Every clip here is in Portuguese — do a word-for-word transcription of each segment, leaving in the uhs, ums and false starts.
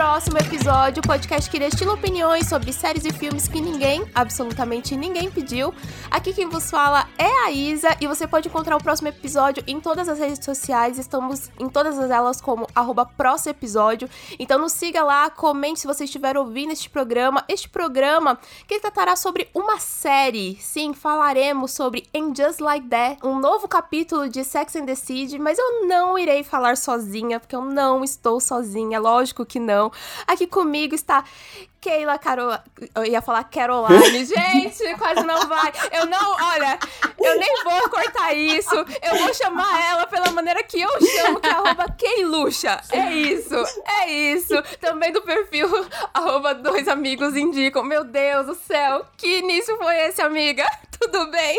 próximo episódio, o podcast que destila opiniões sobre séries e filmes que ninguém, absolutamente ninguém pediu. Aqui quem vos fala é a Isa e você pode encontrar o próximo episódio em todas as redes sociais. Estamos em todas elas como arroba próximo episódio. Então nos siga lá, comente se você estiver ouvindo este programa. Este programa que tratará sobre uma série. Sim, falaremos sobre And Just Like That, um novo capítulo de Sex and the City, mas eu não irei falar sozinha, porque eu não estou sozinha, lógico que não. Aqui comigo está Keila Carol... Eu ia falar Caroline, gente, quase não vai. Eu não, olha, eu nem vou cortar isso, eu vou chamar ela pela maneira que eu chamo, que é arroba Keiluxa. É isso, é isso. Também do perfil arroba dois amigos indicam. Meu Deus do céu, que início foi esse, amiga? Tudo bem?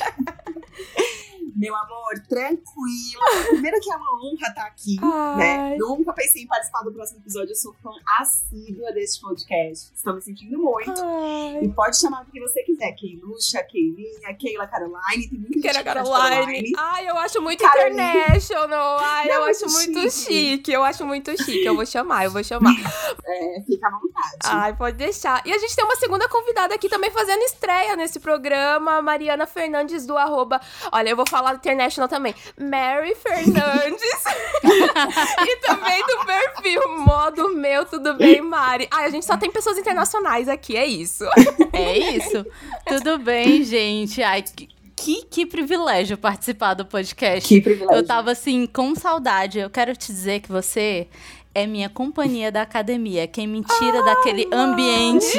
Meu amor, tranquila. Primeiro que é uma honra estar aqui, Ai. né? Nunca pensei em participar do próximo episódio. Eu sou fã assídua deste podcast. Estou me sentindo muito. Ai. E pode chamar o que você quiser. Keiluxa, Keilinha, Keila Caroline. Tem muita Keila gente Caroline. Caroline. Ai, eu acho muito Caroline. international. Ai, Não, eu acho muito chique. chique. Eu acho muito chique. Eu vou chamar, eu vou chamar. É, fica à vontade. Ai, pode deixar. E a gente tem uma segunda convidada aqui também fazendo estreia nesse programa. Mariana Fernandes do arroba... Olha, eu vou falar international também. Mary Fernandes. E também do perfil Modo Meu Tudo Bem, Mari. Ai, a gente só tem pessoas internacionais aqui, é isso. É isso. Tudo bem, gente. Ai, que, que, que privilégio participar do podcast. Que privilégio. Eu tava, assim, com saudade. Eu quero te dizer que você é minha companhia da academia. Quem me tira Ai, daquele mãe. ambiente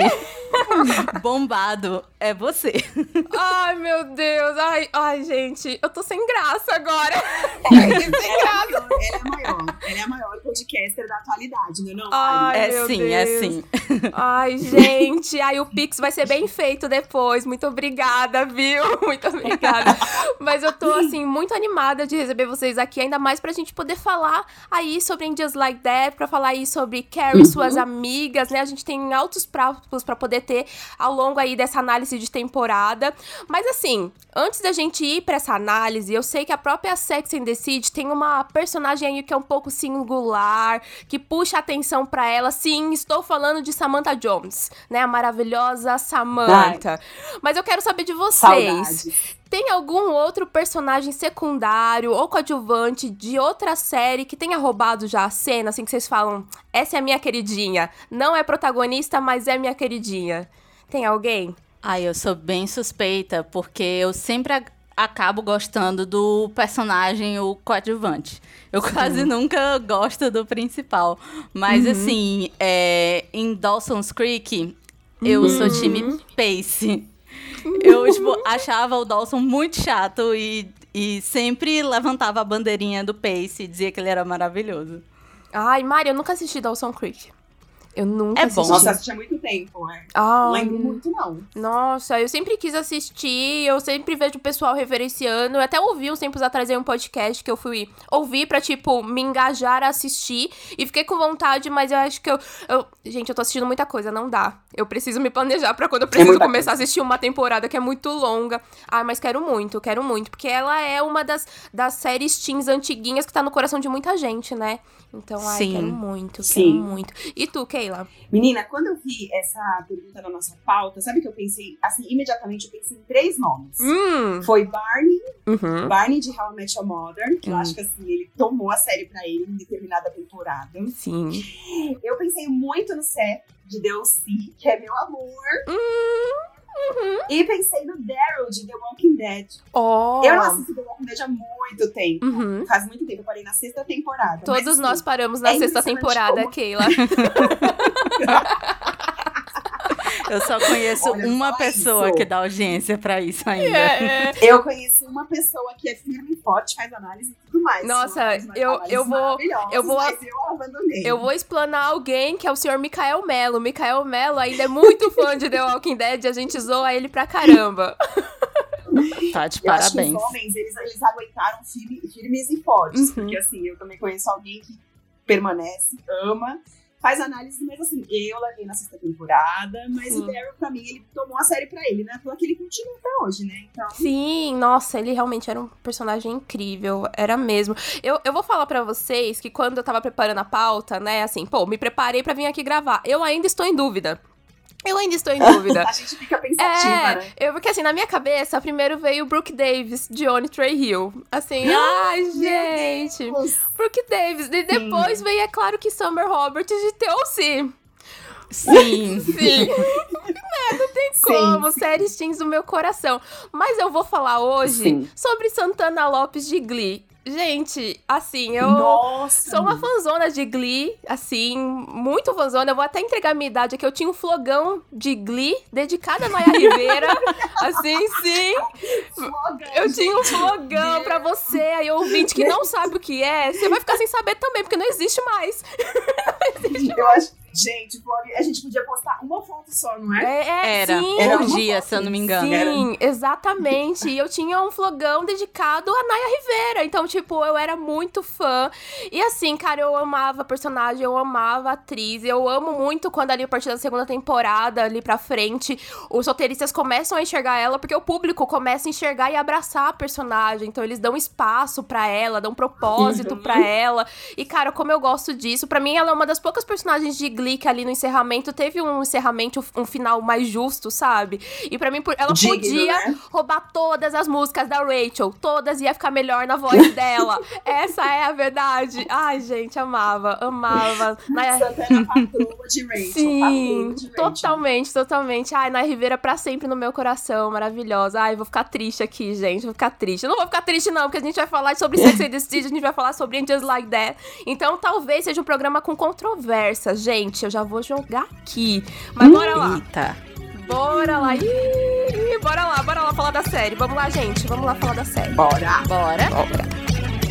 bombado é você. Ai, meu Deus. Ai, ai, gente. Eu tô sem graça agora. Ai, sem graça. Ela é a maior. Ela é a maior podcaster da atualidade, não é não? Ai, é meu sim, Deus. é sim. Ai, gente. Ai, o Pix vai ser bem feito depois. Muito obrigada, viu? Muito obrigada. Mas eu tô, assim, muito animada de receber vocês aqui. Ainda mais pra gente poder falar aí sobre And Just Like That. Pra falar aí sobre Carrie e uhum. suas amigas, né? A gente tem altos pratos pra poder ter ao longo aí dessa análise de temporada. Mas assim, antes da gente ir pra essa análise, eu sei que a própria Sex and the City tem uma personagem aí que é um pouco singular, que puxa atenção pra ela. Sim, estou falando de Samantha Jones, né? A maravilhosa Samantha. Ai. Mas eu quero saber de vocês. Saudades. Tem algum outro personagem secundário ou coadjuvante de outra série que tenha roubado já a cena, assim, que vocês falam, essa é a minha queridinha. Não é protagonista, mas é minha queridinha. Tem alguém? Ai, eu sou bem suspeita, porque eu sempre a- acabo gostando do personagem, o coadjuvante. Eu Sim. quase nunca gosto do principal. Mas, uhum. assim, é, em Dawson's Creek, eu uhum. sou time Pace. Eu, tipo, achava o Dawson muito chato e, e sempre levantava a bandeirinha do Pace e dizia que ele era maravilhoso. Ai, Mari, eu nunca assisti Dawson Creek. Eu nunca é assisti. bom. Nossa, assisti há muito tempo, né? Não lembro muito, não. Nossa, eu sempre quis assistir, eu sempre vejo o pessoal reverenciando. Eu até ouvi uns tempos atrás aí um podcast que eu fui ouvir pra, tipo, me engajar a assistir. E fiquei com vontade, mas eu acho que eu... eu... Gente, eu tô assistindo muita coisa, não dá. Eu preciso me planejar pra quando eu preciso é começar coisa. a assistir uma temporada que é muito longa. Ah, mas quero muito, quero muito. Porque ela é uma das, das séries teens antiguinhas que tá no coração de muita gente, né? Então, ai, Sim. quero muito, Sim. quero muito. E tu, Keila? Menina, quando eu vi essa pergunta na nossa pauta, sabe o que eu pensei? Assim, imediatamente eu pensei em três nomes. Hum. Foi Barney, uhum. Barney de How I Met Your Mother, que hum. eu acho que assim, ele tomou a série pra ele em determinada temporada. Sim. Eu pensei muito no Seth de D O C, que é meu amor. Hum. Uhum. E pensei no Daryl de The Walking Dead. Oh. Eu não assisti The Walking Dead há muito tempo. Uhum. Faz muito tempo, eu parei na sexta temporada. Todos mas, nós assim, paramos na é sexta temporada, como... Keila. Eu só conheço Olha, uma só pessoa isso. que dá audiência pra isso ainda. É. Eu conheço uma pessoa que é firme e forte, faz análise e tudo mais. Nossa, eu, eu vou... Eu vou, mas eu abandonei. Eu vou explanar alguém que é o senhor Mikael Mello. Mikael Mello ainda é muito fã de The Walking Dead, a gente zoa ele pra caramba. Tá de eu parabéns. Acho que os homens, eles, eles aguentaram firme, firmes e fortes. Uhum. Porque assim, eu também conheço alguém que permanece, ama, faz análise, mas assim, eu levei na sexta temporada, mas Sim. o Daryl, pra mim, ele tomou a série pra ele, né? Porque ele continua até hoje, né? Então... Sim, nossa, ele realmente era um personagem incrível, era mesmo. Eu, eu vou falar pra vocês que quando eu tava preparando a pauta, né, assim, pô, me preparei pra vir aqui gravar. Eu ainda estou em dúvida. Eu ainda estou em dúvida. A gente fica pensativa, é, né? Eu, porque assim, na minha cabeça, primeiro veio o Brooke Davis, Johnny Trehill. Assim, ai, gente. Brooke Davis. E depois Sim. veio, é claro, que Summer Roberts de T L C. Sim. Sim. É, não tem como. Sim, séries teens do meu coração. Mas eu vou falar hoje sim. sobre Santana Lopes de Glee. Gente, assim, eu Nossa. sou uma fanzona de Glee, assim, muito fanzona. Eu vou até entregar a minha idade aqui. Eu tinha um flogão de Glee dedicado a Naya Rivera. Assim, sim. Flogão, eu tinha um flogão pra você, aí ouvinte que não sabe o que é, você vai ficar sem saber também, porque não existe mais. Não existe eu mais. acho... Gente, a gente podia postar uma foto só, não é? é, é Era, sim. era um dia, se eu não me engano. Sim, era. Exatamente. E eu tinha um flogão dedicado a Naya Rivera. Então, tipo, eu era muito fã. E assim, cara, eu amava a personagem, eu amava a atriz. Eu amo muito quando ali, a partir da segunda temporada, ali pra frente, os roteiristas começam a enxergar ela, porque o público começa a enxergar e abraçar a personagem. Então, eles dão espaço pra ela, dão propósito uhum. pra ela. E, cara, como eu gosto disso, pra mim ela é uma das poucas personagens de Glee que ali no encerramento teve um encerramento, um final mais justo, sabe? E pra mim, ela Digno, podia né? roubar todas as músicas da Rachel, todas, ia ficar melhor na voz dela. Essa é a verdade. Ai, gente, amava, amava. Santana patroa de Rachel. Sim, de Rachel. totalmente, totalmente. Ai, Naya Rivera pra sempre no meu coração, maravilhosa. Ai, vou ficar triste aqui, gente, vou ficar triste. Eu não vou ficar triste não, porque a gente vai falar sobre Sex and the City, a gente vai falar sobre And Just Like That. Então, talvez seja um programa com controvérsia, gente. Eu já vou jogar aqui. Mas bora lá. Eita. Bora lá. Ih, bora lá, bora lá falar da série. Vamos lá, gente. Vamos lá falar da série. Bora. Bora. Bora.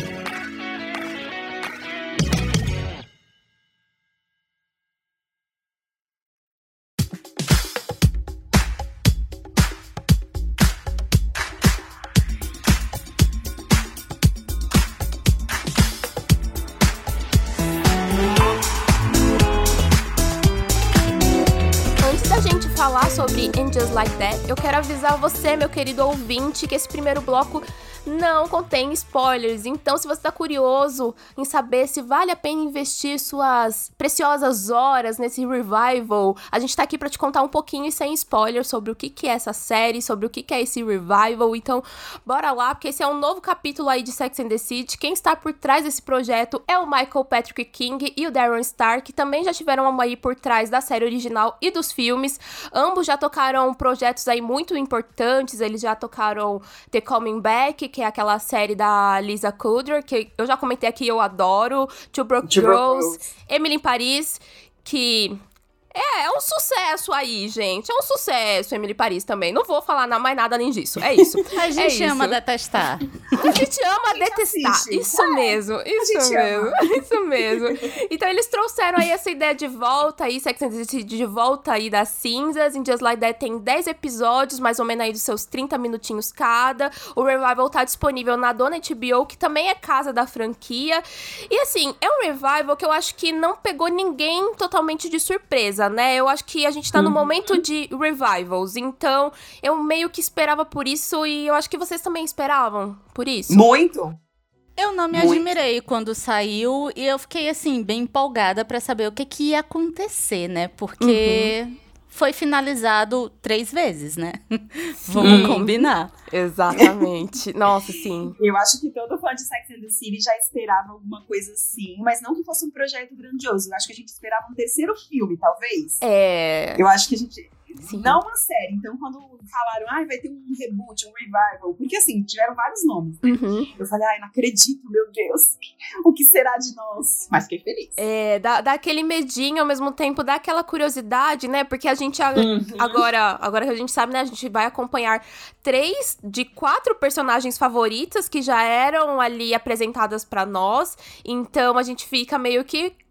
Falar sobre And Just Like That, eu quero avisar você, meu querido ouvinte, que esse primeiro bloco não contém spoilers. Então, se você tá curioso em saber se vale a pena investir suas preciosas horas nesse revival, a gente tá aqui pra te contar um pouquinho e sem spoilers sobre o que que é essa série, sobre o que que é esse revival. Então, bora lá, porque esse é um novo capítulo aí de Sex and the City. Quem está por trás desse projeto é o Michael Patrick King e o Darren Star, que também já tiveram aí por trás da série original e dos filmes. Ambos já tocaram projetos aí muito importantes, eles já tocaram The Coming Back, que é aquela série da Lisa Kudrow, que eu já comentei aqui, eu adoro, Two Broke Girls, Emily in Paris, que... É, é um sucesso aí, gente. É um sucesso, Emily Paris também. Não vou falar mais nada além disso. É isso. A gente é ama isso. detestar. A gente ama a detestar. Assiste. Isso é, mesmo. Isso mesmo. Ama. Isso mesmo. Então, eles trouxeram aí essa ideia de volta aí, Sex and the City de volta aí das cinzas. Em Just Like That tem dez episódios, mais ou menos aí dos seus trinta minutinhos cada. O revival tá disponível na Dona H B O, que também é casa da franquia. E assim, é um revival que eu acho que não pegou ninguém totalmente de surpresa, né? Eu acho que a gente tá no uhum. momento de revivals, então eu meio que esperava por isso e eu acho que vocês também esperavam por isso. Muito! Eu não me Muito. admirei quando saiu e eu fiquei, assim, bem empolgada pra saber o que, que ia acontecer, né? Porque... Uhum. Foi finalizado três vezes, né? Vamos combinar. Exatamente. Nossa, sim. Eu acho que todo fã de Sex and the City já esperava alguma coisa assim, mas não que fosse um projeto grandioso. Eu acho que a gente esperava um terceiro filme, talvez. É. Eu acho que a gente... Sim. Não uma série. Então, quando falaram, ah, vai ter um reboot, um revival, porque assim, tiveram vários nomes. Uhum. Eu falei, ai, não acredito, meu Deus. O que será de nós? Mas fiquei feliz. É, dá, dá aquele medinho, ao mesmo tempo dá aquela curiosidade, né? Porque a gente, uhum. agora, agora que a gente sabe, né? A gente vai acompanhar três de quatro personagens favoritas que já eram ali apresentadas pra nós. Então, a gente fica meio que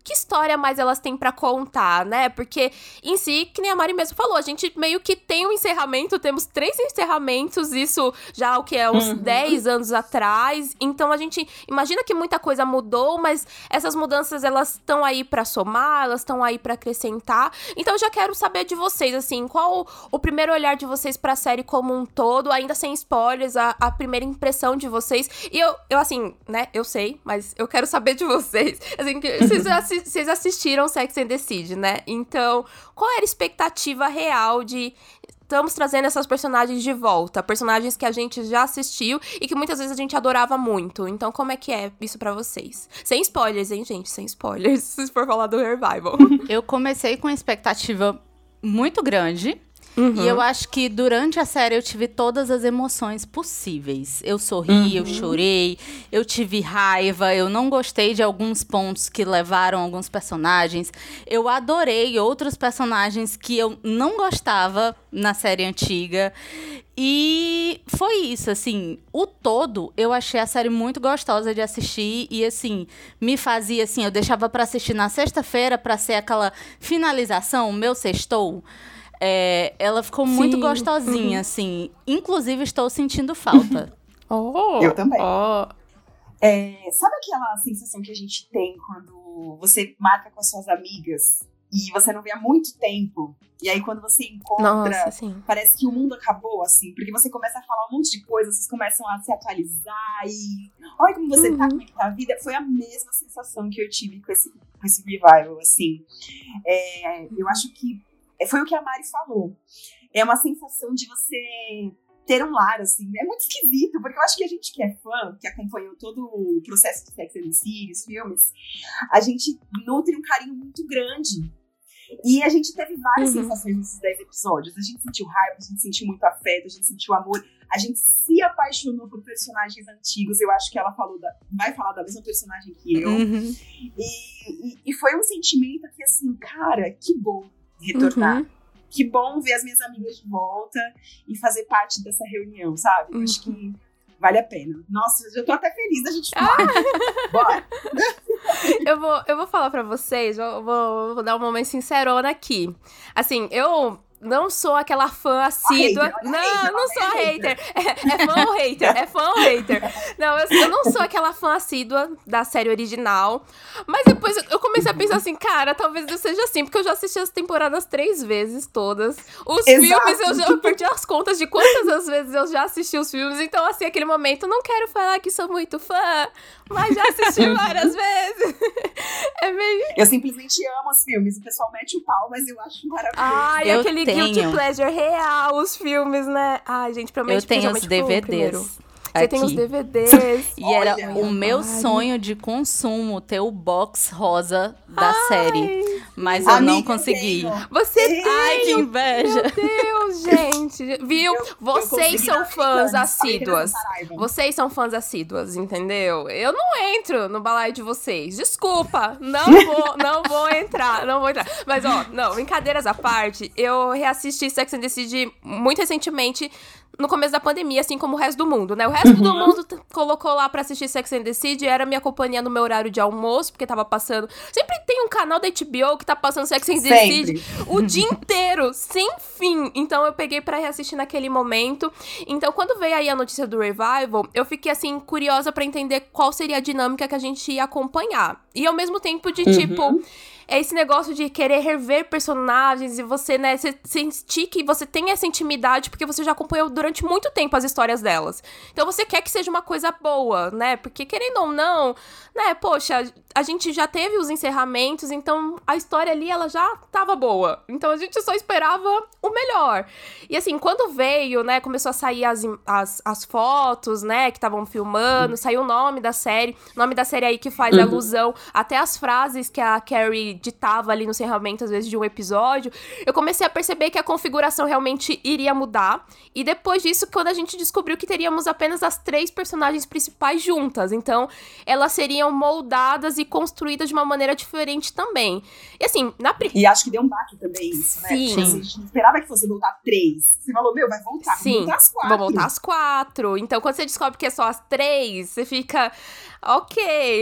que história mais elas têm pra contar, né? Porque, em si, que nem a Mari mesmo falou, a gente meio que tem um encerramento, temos três encerramentos, isso já o que é uns uhum. dez anos atrás. Então, a gente imagina que muita coisa mudou, mas essas mudanças, elas estão aí pra somar, elas estão aí pra acrescentar. Então, eu já quero saber de vocês, assim, qual o primeiro olhar de vocês pra série como um todo, ainda sem spoilers, a, a primeira impressão de vocês. E eu, eu, assim, né, eu sei, mas eu quero saber de vocês. Assim, que vocês já Vocês assistiram Sex and the City, né? Então, qual era a expectativa real de... Estamos trazendo essas personagens de volta. Personagens que a gente já assistiu e que muitas vezes a gente adorava muito. Então, como é que é isso pra vocês? Sem spoilers, hein, gente? Sem spoilers, se for falar do Revival. Eu comecei com expectativa muito grande. Uhum. E eu acho que durante a série eu tive todas as emoções possíveis. Eu sorri, uhum. eu chorei, eu tive raiva, eu não gostei de alguns pontos que levaram alguns personagens. Eu adorei outros personagens que eu não gostava na série antiga. E foi isso, assim, o todo, eu achei a série muito gostosa de assistir e, assim, me fazia, assim, eu deixava pra assistir na sexta-feira pra ser aquela finalização, o meu sextou. É, ela ficou Sim. muito gostosinha, uhum. assim. Inclusive, estou sentindo falta. oh, eu também. Oh. É, sabe aquela sensação que a gente tem quando você marca com as suas amigas e você não vê há muito tempo? E aí, quando você encontra, Nossa, parece que o mundo acabou, assim. Porque você começa a falar um monte de coisa, vocês começam a se atualizar e... Olha como você uhum. tá, como é que tá a vida. Foi a mesma sensação que eu tive com esse, com esse revival, assim. É, eu acho que foi o que a Mari falou. É uma sensação de você ter um lar, assim. É muito esquisito, porque eu acho que a gente que é fã, que acompanhou todo o processo de Sex and the City, os filmes, a gente nutre um carinho muito grande. E a gente teve várias uhum. sensações nesses dez episódios. A gente sentiu raiva, a gente sentiu muito afeto, a gente sentiu amor. A gente se apaixonou por personagens antigos. Eu acho que ela falou da, vai falar da mesma personagem que eu. Uhum. E, e, e foi um sentimento que, assim, cara, que bom retornar. Uhum. Que bom ver as minhas amigas de volta e fazer parte dessa reunião, sabe? Uhum. Acho que vale a pena. Nossa, eu tô até feliz da gente falar. Ah. Bora! eu, vou, eu vou falar pra vocês, vou, vou, vou dar uma momento sincerona aqui. Assim, eu... não sou aquela fã assídua. Hater, não, hater, não sou a hater. É, é fã ou hater? É fã ou hater? Não, eu, eu não sou aquela fã assídua da série original. Mas depois eu comecei a pensar assim, cara, talvez eu seja assim, porque eu já assisti as temporadas três vezes todas. Os Exato. filmes, eu já perdi as contas de quantas as vezes eu já assisti os filmes. Então, assim, aquele momento, não quero falar que sou muito fã, mas já assisti várias vezes. É meio... Eu simplesmente amo os filmes. O pessoal mete o pau, mas eu acho maravilhoso. Ai, eu aquele tenho. guilty pleasure real, os filmes, né? Ai, gente, provavelmente... Eu tenho os D V Ds. Você aqui. tem os D V Ds. E Olha, era o meu ai. sonho de consumo ter o box rosa da ai. série. Mas eu Amiga, não consegui. Você tem! Ai, que inveja. Meu Deus, gente. Viu? Eu, Vocês eu são fãs anos, assíduas. Vocês são fãs assíduas, entendeu? Eu não entro no balaio de vocês. Desculpa. Não vou, não vou entrar. Não vou entrar. Mas, ó, não, brincadeiras à parte, eu reassisti Sex and the City muito recentemente, no começo da pandemia, assim como o resto do mundo, né? O resto uhum. do mundo t- colocou lá pra assistir Sex and the City, era minha companhia no meu horário de almoço, porque tava passando... Sempre tem um canal da H B O que tá passando Sex and the City o dia inteiro, sem fim. Então eu peguei pra reassistir naquele momento. Então quando veio aí a notícia do Revival, eu fiquei, assim, curiosa pra entender qual seria a dinâmica que a gente ia acompanhar. E ao mesmo tempo de, uhum. tipo... É esse negócio de querer rever personagens e você, né, sentir que você tem essa intimidade porque você já acompanhou durante muito tempo as histórias delas. Então você quer que seja uma coisa boa, né? Porque querendo ou não, né, poxa, a gente já teve os encerramentos, então a história ali, ela já tava boa. Então a gente só esperava o melhor. E assim, quando veio, né, começou a sair as, as, as fotos, né, que estavam filmando, saiu o nome da série, o nome da série aí que faz uhum. alusão até as frases que a Carrie ditava ali no encerramento, às vezes, de um episódio, eu comecei a perceber que a configuração realmente iria mudar. E depois disso, quando a gente descobriu que teríamos apenas as três personagens principais juntas. Então, elas seriam moldadas e construídas de uma maneira diferente também. E assim, na pri- E acho que deu um baque também isso, né? Sim. Tipo, a gente não esperava que fosse voltar três. Você falou, meu, vai voltar. Sim, vão voltar as quatro. vão voltar as quatro. Então, quando você descobre que é só as três, você fica... Ok...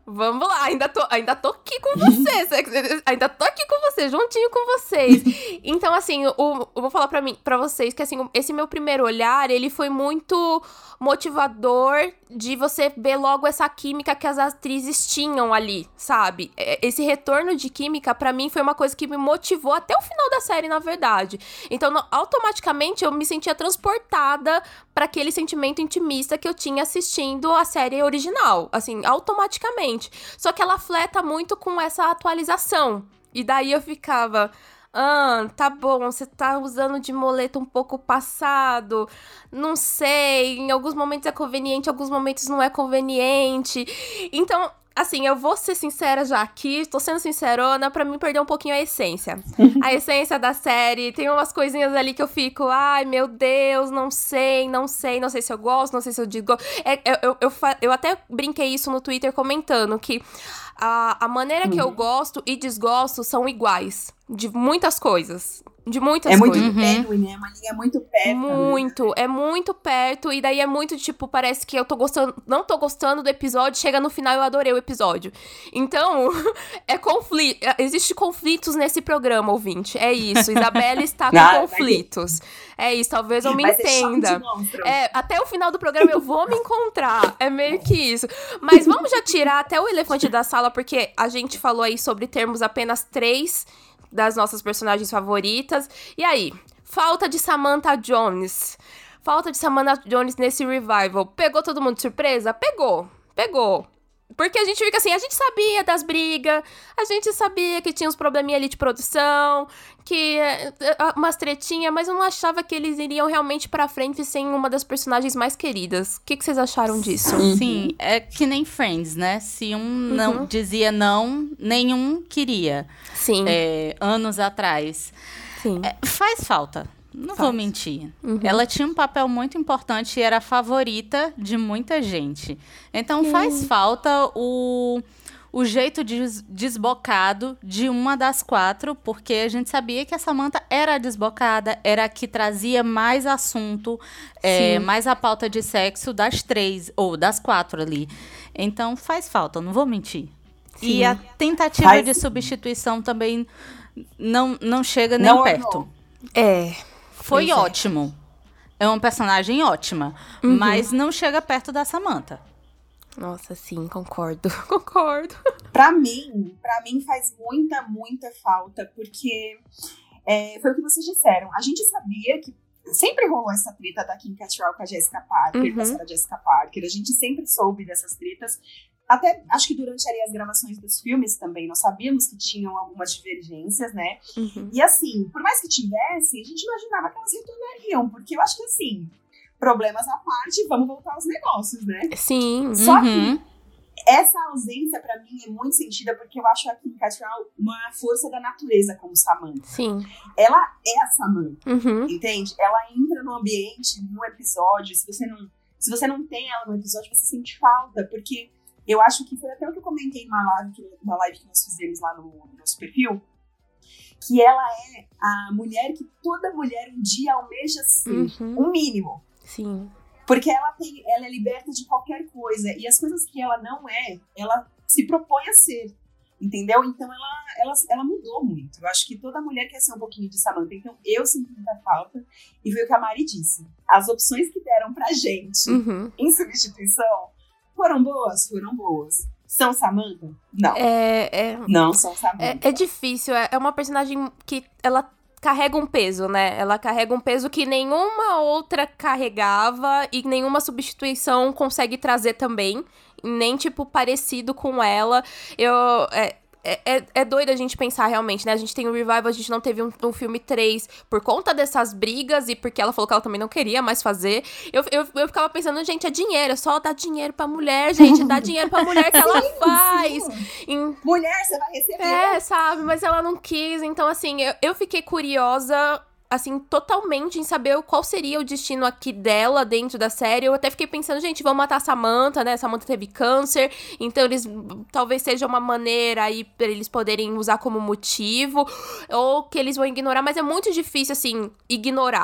Vamos lá, ainda tô, ainda tô aqui com vocês. Ainda tô aqui com vocês, juntinho com vocês. Então, assim, eu, eu vou falar pra, mim, pra vocês que, assim, esse meu primeiro olhar, ele foi muito motivador de você ver logo essa química que as atrizes tinham ali, sabe? Esse retorno de química, pra mim, foi uma coisa que me motivou até o final da série, na verdade. Então, no, automaticamente, eu me sentia transportada pra aquele sentimento intimista que eu tinha assistindo a série original. Assim, automaticamente. Só que ela fleta muito com essa atualização. E daí eu ficava... Ah, tá bom, você tá usando de moleto um pouco passado, não sei, em alguns momentos é conveniente, em alguns momentos não é conveniente. Então, assim, eu vou ser sincera já aqui, tô sendo sincerona, pra mim perder um pouquinho a essência. A essência da série, tem umas coisinhas ali que eu fico, ai meu Deus, não sei, não sei, não sei se eu gosto, não sei se eu digo. É, eu, eu, eu, eu até brinquei isso no Twitter comentando que a, a maneira uhum. que eu gosto e desgosto são iguais. De muitas coisas. De muitas é coisas. É muito tênue, né? Uma linha muito perto. Muito. Né? É muito perto. E daí é muito, tipo, parece que eu tô gostando... Não tô gostando do episódio. Chega no final eu adorei o episódio. Então, é conflito. Existe conflitos nesse programa, ouvinte. É isso. Isabela está com ah, conflitos. É isso. Talvez eu me vai entenda. É, até o final do programa eu vou me encontrar. É meio que isso. Mas vamos já tirar até o elefante da sala, porque a gente falou aí sobre termos apenas três... das nossas personagens favoritas. E aí, falta de Samantha Jones. Falta de Samantha Jones nesse revival. Pegou todo mundo de surpresa? Pegou. Pegou. Porque a gente fica assim, a gente sabia das brigas, a gente sabia que tinha uns probleminha ali de produção, que umas tretinhas, mas eu não achava que eles iriam realmente pra frente sem uma das personagens mais queridas. O que, que vocês acharam disso? Sim, Sim, é que nem Friends, né? Se um não uhum. dizia não, nenhum queria. Sim. É, anos atrás. Sim. É, faz falta. Não Faz. vou mentir. Uhum. Ela tinha um papel muito importante e era a favorita de muita gente. Então uhum. faz falta o, o jeito des, desbocado de uma das quatro, porque a gente sabia que a Samantha era a desbocada, era a que trazia mais assunto, é, mais a pauta de sexo das três, ou das quatro ali. Então faz falta, não vou mentir. Sim. E a tentativa faz... de substituição também não, não chega nem não, perto. Não. É... Foi pois ótimo. É. é uma personagem ótima. Uhum. Mas não chega perto da Samantha. Nossa, sim, concordo. Concordo. Pra mim, pra mim faz muita, muita falta. Porque é, foi o que vocês disseram. A gente sabia que sempre rolou essa treta da Kim Cattrall com a Jessica Parker, uhum. com a Sarah Jessica Parker. A gente sempre soube dessas tretas. Até, acho que durante ali, as gravações dos filmes também, nós sabíamos que tinham algumas divergências, né? Uhum. E assim, por mais que tivesse, a gente imaginava que elas retornariam, porque eu acho que assim, problemas à parte, vamos voltar aos negócios, né? Sim. Só uhum. que essa ausência, pra mim, é muito sentida, porque eu acho a Kim Cattrall uma força da natureza como Samantha. Sim. Ela é a Samantha, uhum. entende? Ela entra no ambiente, no episódio, se você não, se você não tem ela no episódio, você sente falta, porque... Eu acho que foi até o que eu comentei numa live, numa live que nós fizemos lá no, no nosso perfil, que ela é a mulher que toda mulher um dia almeja ser, uhum. um mínimo. Sim. Porque ela, tem, ela é liberta de qualquer coisa, e as coisas que ela não é, ela se propõe a ser, entendeu? Então ela, ela, ela mudou muito. Eu acho que toda mulher quer ser um pouquinho de Samantha, então eu sinto muita falta, e foi o que a Mari disse. As opções que deram pra gente uhum. em substituição, foram boas? Foram boas. São Samantha? Não. É, é, não são Samantha. É, é difícil. É, é uma personagem que ela carrega um peso, né? Ela carrega um peso que nenhuma outra carregava e nenhuma substituição consegue trazer também. Nem, tipo, parecido com ela. Eu... É, É, é, é doido a gente pensar realmente, né? A gente tem o Revival, a gente não teve um, um filme três por conta dessas brigas e porque ela falou que ela também não queria mais fazer. Eu, eu, eu ficava pensando, gente, é dinheiro, é só dar dinheiro pra mulher, gente, dá dinheiro pra mulher que ela faz. Em... Mulher, você vai receber. É, sabe? Mas ela não quis, então assim, eu, eu fiquei curiosa... assim, totalmente em saber qual seria o destino aqui dela dentro da série. Eu até fiquei pensando, gente, vão matar a Samantha, né? Samantha teve câncer, então eles talvez seja uma maneira aí pra eles poderem usar como motivo, ou que eles vão ignorar, mas é muito difícil, assim, ignorar.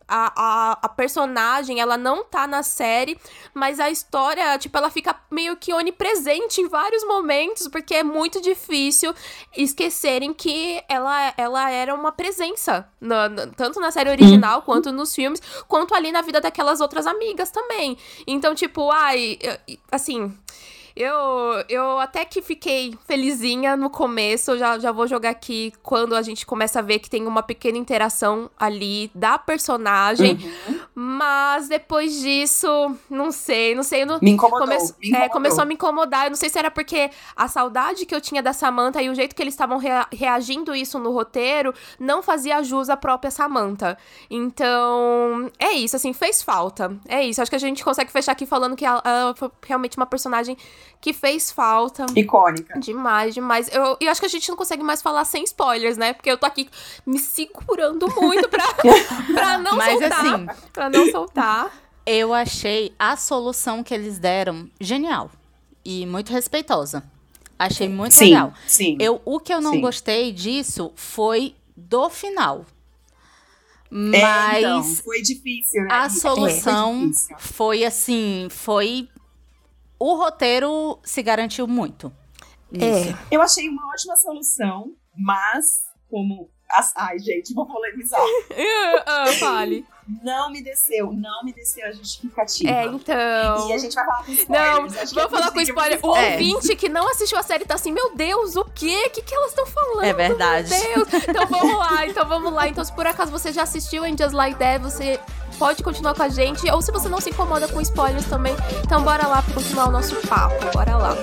A, a, a personagem, ela não tá na série, mas a história, tipo, ela fica meio que onipresente em vários momentos, porque é muito difícil esquecerem que ela, ela era uma presença, na, na, tanto na série original, hum. quanto nos filmes, quanto ali na vida daquelas outras amigas também. Então, tipo, ai, assim... Eu, eu até que fiquei felizinha no começo, eu já, já vou jogar aqui quando a gente começa a ver que tem uma pequena interação ali da personagem, uhum. mas depois disso, não sei, não sei. Não, me, incomodou, come, me incomodou. É, começou a me incomodar, eu não sei se era porque a saudade que eu tinha da Samantha e o jeito que eles estavam rea- reagindo isso no roteiro não fazia jus à própria Samantha. Então, é isso, assim, fez falta, é isso. Acho que a gente consegue fechar aqui falando que ela, ela foi realmente uma personagem que fez falta. Icônica. Demais, demais. Eu, eu acho que a gente não consegue mais falar sem spoilers, né? Porque eu tô aqui me segurando muito pra, pra não Mas soltar. Assim, pra não soltar. Eu achei a solução que eles deram genial. E muito respeitosa. Achei muito sim, legal. Sim, eu, O que eu não sim. gostei disso foi do final. Mas é, então, foi difícil, né? A solução é, foi, foi assim, foi... O roteiro se garantiu muito. É. Eu achei uma ótima solução, mas como... As... Ai, gente, vou polemizar. uh, fale. Não me desceu, não me desceu a justificativa. É, então... E a gente vai falar com spoilers. Não, vamos falar com spoiler. O é. ouvinte que não assistiu a série tá assim, meu Deus, o quê? O que, que elas estão falando? É verdade. Meu Deus. Então vamos lá, então vamos lá. Então se por acaso você já assistiu em Just Like That, você pode continuar com a gente. Ou se você não se incomoda com spoilers também, então bora lá pra continuar o nosso papo. Bora lá.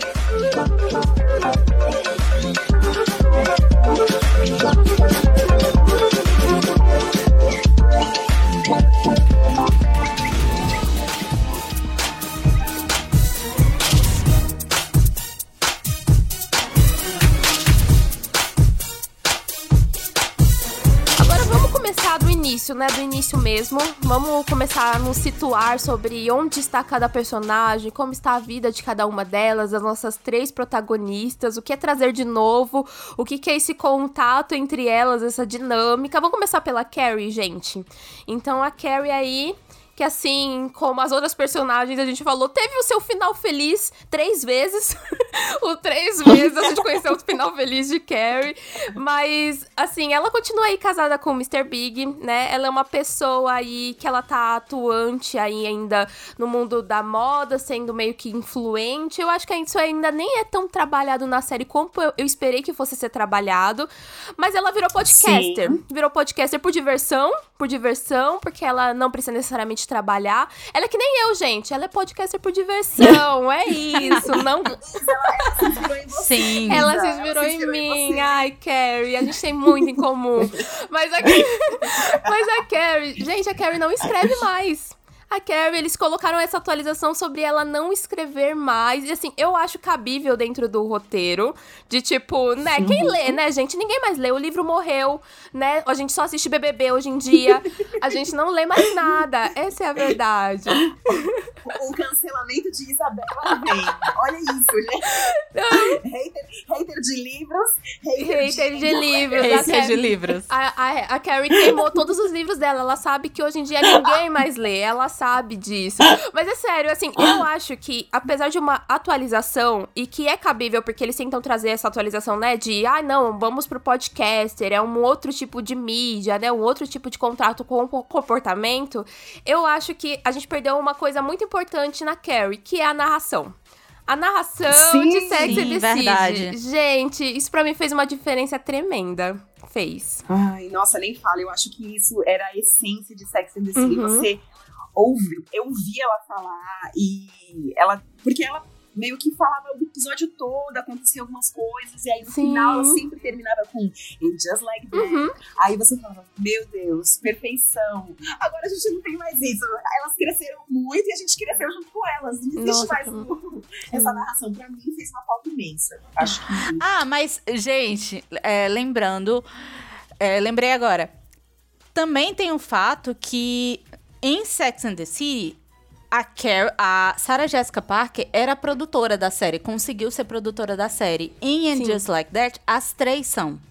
Agora vamos começar do início, né? Do início mesmo. Vamos começar a nos situar sobre onde está cada personagem, como está a vida de cada uma delas, as nossas três protagonistas, o que é trazer de novo, o que é esse contato entre elas, essa dinâmica. Vamos começar pela Carrie, gente. Então a Carrie aí... que assim, como as outras personagens, a gente falou, teve o seu final feliz três vezes. o três vezes a gente conheceu o final feliz de Carrie. Mas, assim, ela continua aí casada com o mister Big, né? Ela é uma pessoa aí que ela tá atuante aí ainda no mundo da moda, sendo meio que influente. Eu acho que isso ainda nem é tão trabalhado na série como eu, eu esperei que fosse ser trabalhado. Mas ela virou podcaster. Sim. Virou podcaster por diversão, por diversão, porque ela não precisa necessariamente trabalhar. Ela é que nem eu, gente. Ela é podcaster por diversão. É isso. Não... ela, ela se inspirou em você. Sim. Ela se inspirou, ela se inspirou em, em mim. Ai, Carrie. A gente tem muito em comum. Mas a... Mas a Carrie... Gente, a Carrie não escreve mais. A Carrie, eles colocaram essa atualização sobre ela não escrever mais. E assim, eu acho cabível dentro do roteiro. De tipo, né, Sim. quem lê, né, gente? Ninguém mais lê. O livro morreu, né? A gente só assiste B B B hoje em dia. A gente não lê mais nada. Essa é a verdade. O cancelamento de Isabela vem. Olha isso, gente. hater, hater de livros. Hater, hater de, de livros. Hater de livros. A, a, a Carrie queimou todos os livros dela. Ela sabe que hoje em dia ninguém mais lê. Ela sabe sabe disso. Mas é sério, assim, eu acho que, apesar de uma atualização, e que é cabível, porque eles tentam trazer essa atualização, né, de, ah, não, vamos pro podcaster, é um outro tipo de mídia, né, um outro tipo de contato com o comportamento, eu acho que a gente perdeu uma coisa muito importante na Carrie, que é a narração. A narração sim, de Sex and the City. Gente, isso pra mim fez uma diferença tremenda. Fez. Ai, nossa, nem fala. Eu acho que isso era a essência de Sex and the City. Uhum. Você ouve, eu ouvi ela falar e ela... Porque ela meio que falava o episódio todo, acontecia algumas coisas, e aí no Sim. final ela sempre terminava com And Just Like That. Uhum. Aí você falava, meu Deus, perfeição. Agora a gente não tem mais isso. Elas cresceram muito e a gente cresceu junto com elas. Não existe Nossa, mais um, essa narração. Pra mim fez uma falta imensa. Acho que... Ah, mas, gente, é, lembrando, é, lembrei agora, também tem o fato que em Sex and the City, a, Car- a Sarah Jessica Parker era produtora da série, conseguiu ser produtora da série. Em And Just Like That, as três são.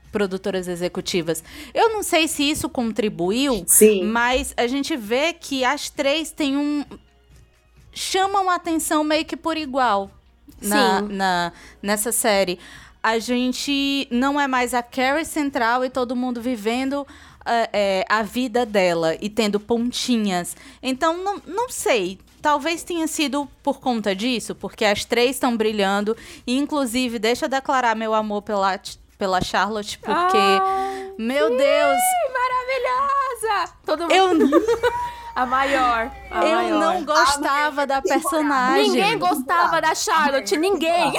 produtoras executivas. Eu não sei se isso contribuiu, Sim. mas a gente vê que as três têm um... chamam a atenção meio que por igual na, na, nessa série. A gente não é mais a Carrie central e todo mundo vivendo uh, é, a vida dela e tendo pontinhas. Então, não, não sei. Talvez tenha sido por conta disso, porque as três estão brilhando. E, inclusive, deixa eu declarar meu amor pela, pela Charlotte, porque... Ah, meu sim, Deus! Maravilhosa! Todo mundo... Eu... A maior. A eu maior. não gostava da personagem. Ninguém gostava da Charlotte, ninguém.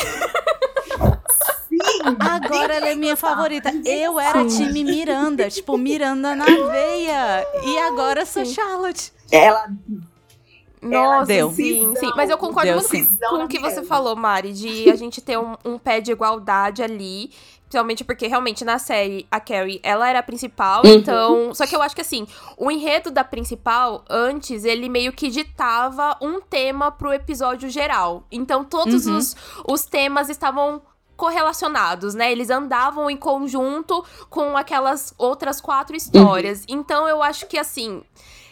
Sim, agora ela é minha favorita. Eu era time Miranda, tipo, Miranda na veia. E agora sou Charlotte. Ela... Nossa, Deu. sim, sim. Mas eu concordo Deu, muito sim. com o que você falou, Mari, de a gente ter um, um pé de igualdade ali. Principalmente porque, realmente, na série, a Carrie, ela era a principal, Uhum. então... Só que eu acho que, assim, o enredo da principal, antes, ele meio que ditava um tema pro episódio geral. Então, todos Uhum. os, os temas estavam correlacionados, né? Eles andavam em conjunto com aquelas outras quatro histórias. Uhum. Então, eu acho que, assim...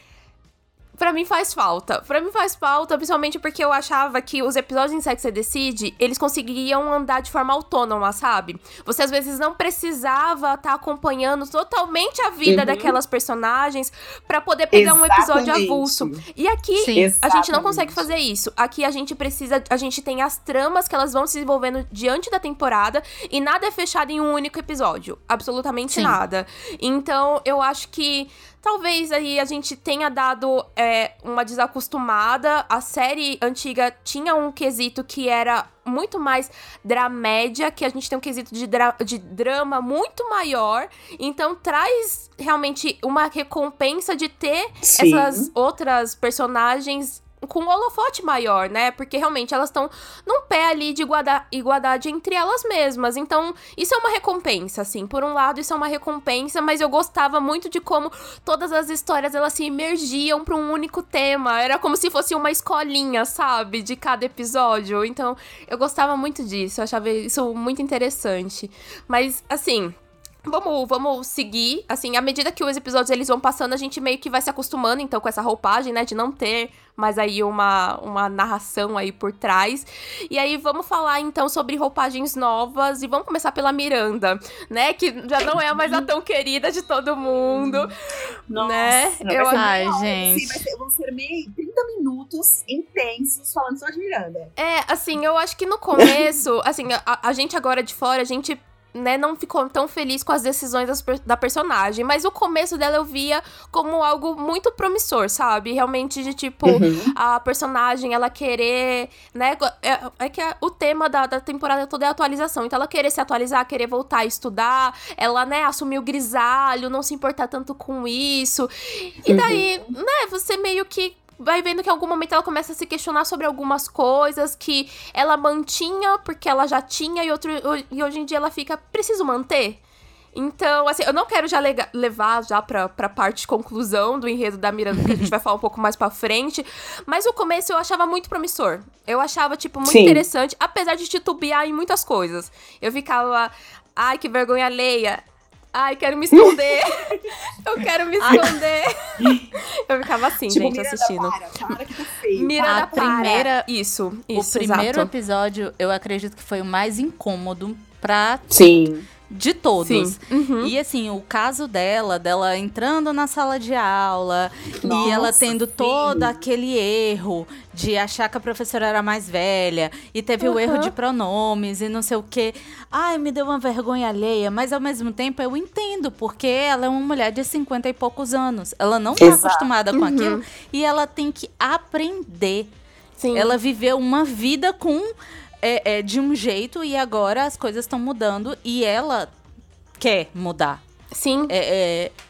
Pra mim faz falta. Pra mim faz falta, principalmente porque eu achava que os episódios em Sex and the City, eles conseguiam andar de forma autônoma, sabe? Você, às vezes, não precisava estar tá acompanhando totalmente a vida uhum. daquelas personagens pra poder pegar Exatamente. um episódio avulso. E aqui, Sim. a gente não consegue fazer isso. Aqui, a gente precisa... A gente tem as tramas que elas vão se desenvolvendo diante da temporada e nada é fechado em um único episódio. Absolutamente Sim. nada. Então, eu acho que... Talvez aí a gente tenha dado é, uma desacostumada. A série antiga tinha um quesito que era muito mais dramédia, que a gente tem um quesito de, dra- de drama muito maior. Então traz realmente uma recompensa de ter Sim. essas outras personagens com um holofote maior, né? Porque realmente elas estão num pé ali de iguada- igualdade entre elas mesmas. Então, isso é uma recompensa, assim. Por um lado, isso é uma recompensa, mas eu gostava muito de como todas as histórias, elas se imergiam pra um único tema. Era como se fosse uma escolinha, sabe? De cada episódio. Então, eu gostava muito disso. Eu achava isso muito interessante. Mas, assim... Vamos, vamos seguir, assim, à medida que os episódios eles vão passando, a gente meio que vai se acostumando, então, com essa roupagem, né, de não ter mais aí uma, uma narração aí por trás. E aí, vamos falar, então, sobre roupagens novas, e vamos começar pela Miranda, né, que já não é mais a tão querida de todo mundo, Nossa, né? Eu Ai, meio, gente. Assim, vai ser, vão ser meio trinta minutos intensos falando só de Miranda. É, assim, eu acho que no começo, assim, a, a gente agora de fora, a gente... Né, não ficou tão feliz com as decisões das, da personagem, mas o começo dela eu via como algo muito promissor, sabe? Realmente de tipo, uhum. a personagem, ela querer, né, é, é que a, o tema da, da temporada toda é a atualização, então ela querer se atualizar, querer voltar a estudar, ela, né, assumir o grisalho, não se importar tanto com isso, e daí, uhum. né, você meio que vai vendo que em algum momento ela começa a se questionar sobre algumas coisas que ela mantinha porque ela já tinha e, outro, e hoje em dia ela fica, preciso manter? Então, assim, eu não quero já lega, levar já pra, pra parte de conclusão do enredo da Miranda, que a gente vai falar um pouco mais pra frente, mas o começo eu achava muito promissor. Eu achava, tipo, muito Sim. interessante, apesar de titubear em muitas coisas. Eu ficava, ai, que vergonha alheia. Ai, quero me esconder. Eu quero me esconder. Eu ficava assim, tipo, gente, Miranda, assistindo. Para, para que tá feio. Miranda, a primeira, Isso, isso, O primeiro exato. episódio, eu acredito que foi o mais incômodo pra... Sim. De todos. Sim. Uhum. E assim, o caso dela, dela entrando na sala de aula Nossa, e ela tendo sim. todo aquele erro de achar que a professora era mais velha e teve uhum. o erro de pronomes e não sei o quê. Ai, me deu uma vergonha alheia, mas ao mesmo tempo eu entendo, porque ela é uma mulher de cinquenta e poucos anos. Ela não tá Exato. acostumada com uhum. aquilo e ela tem que aprender. Sim. Ela viveu uma vida com... É, é de um jeito e agora as coisas estão mudando e ela quer mudar. Sim. É, é,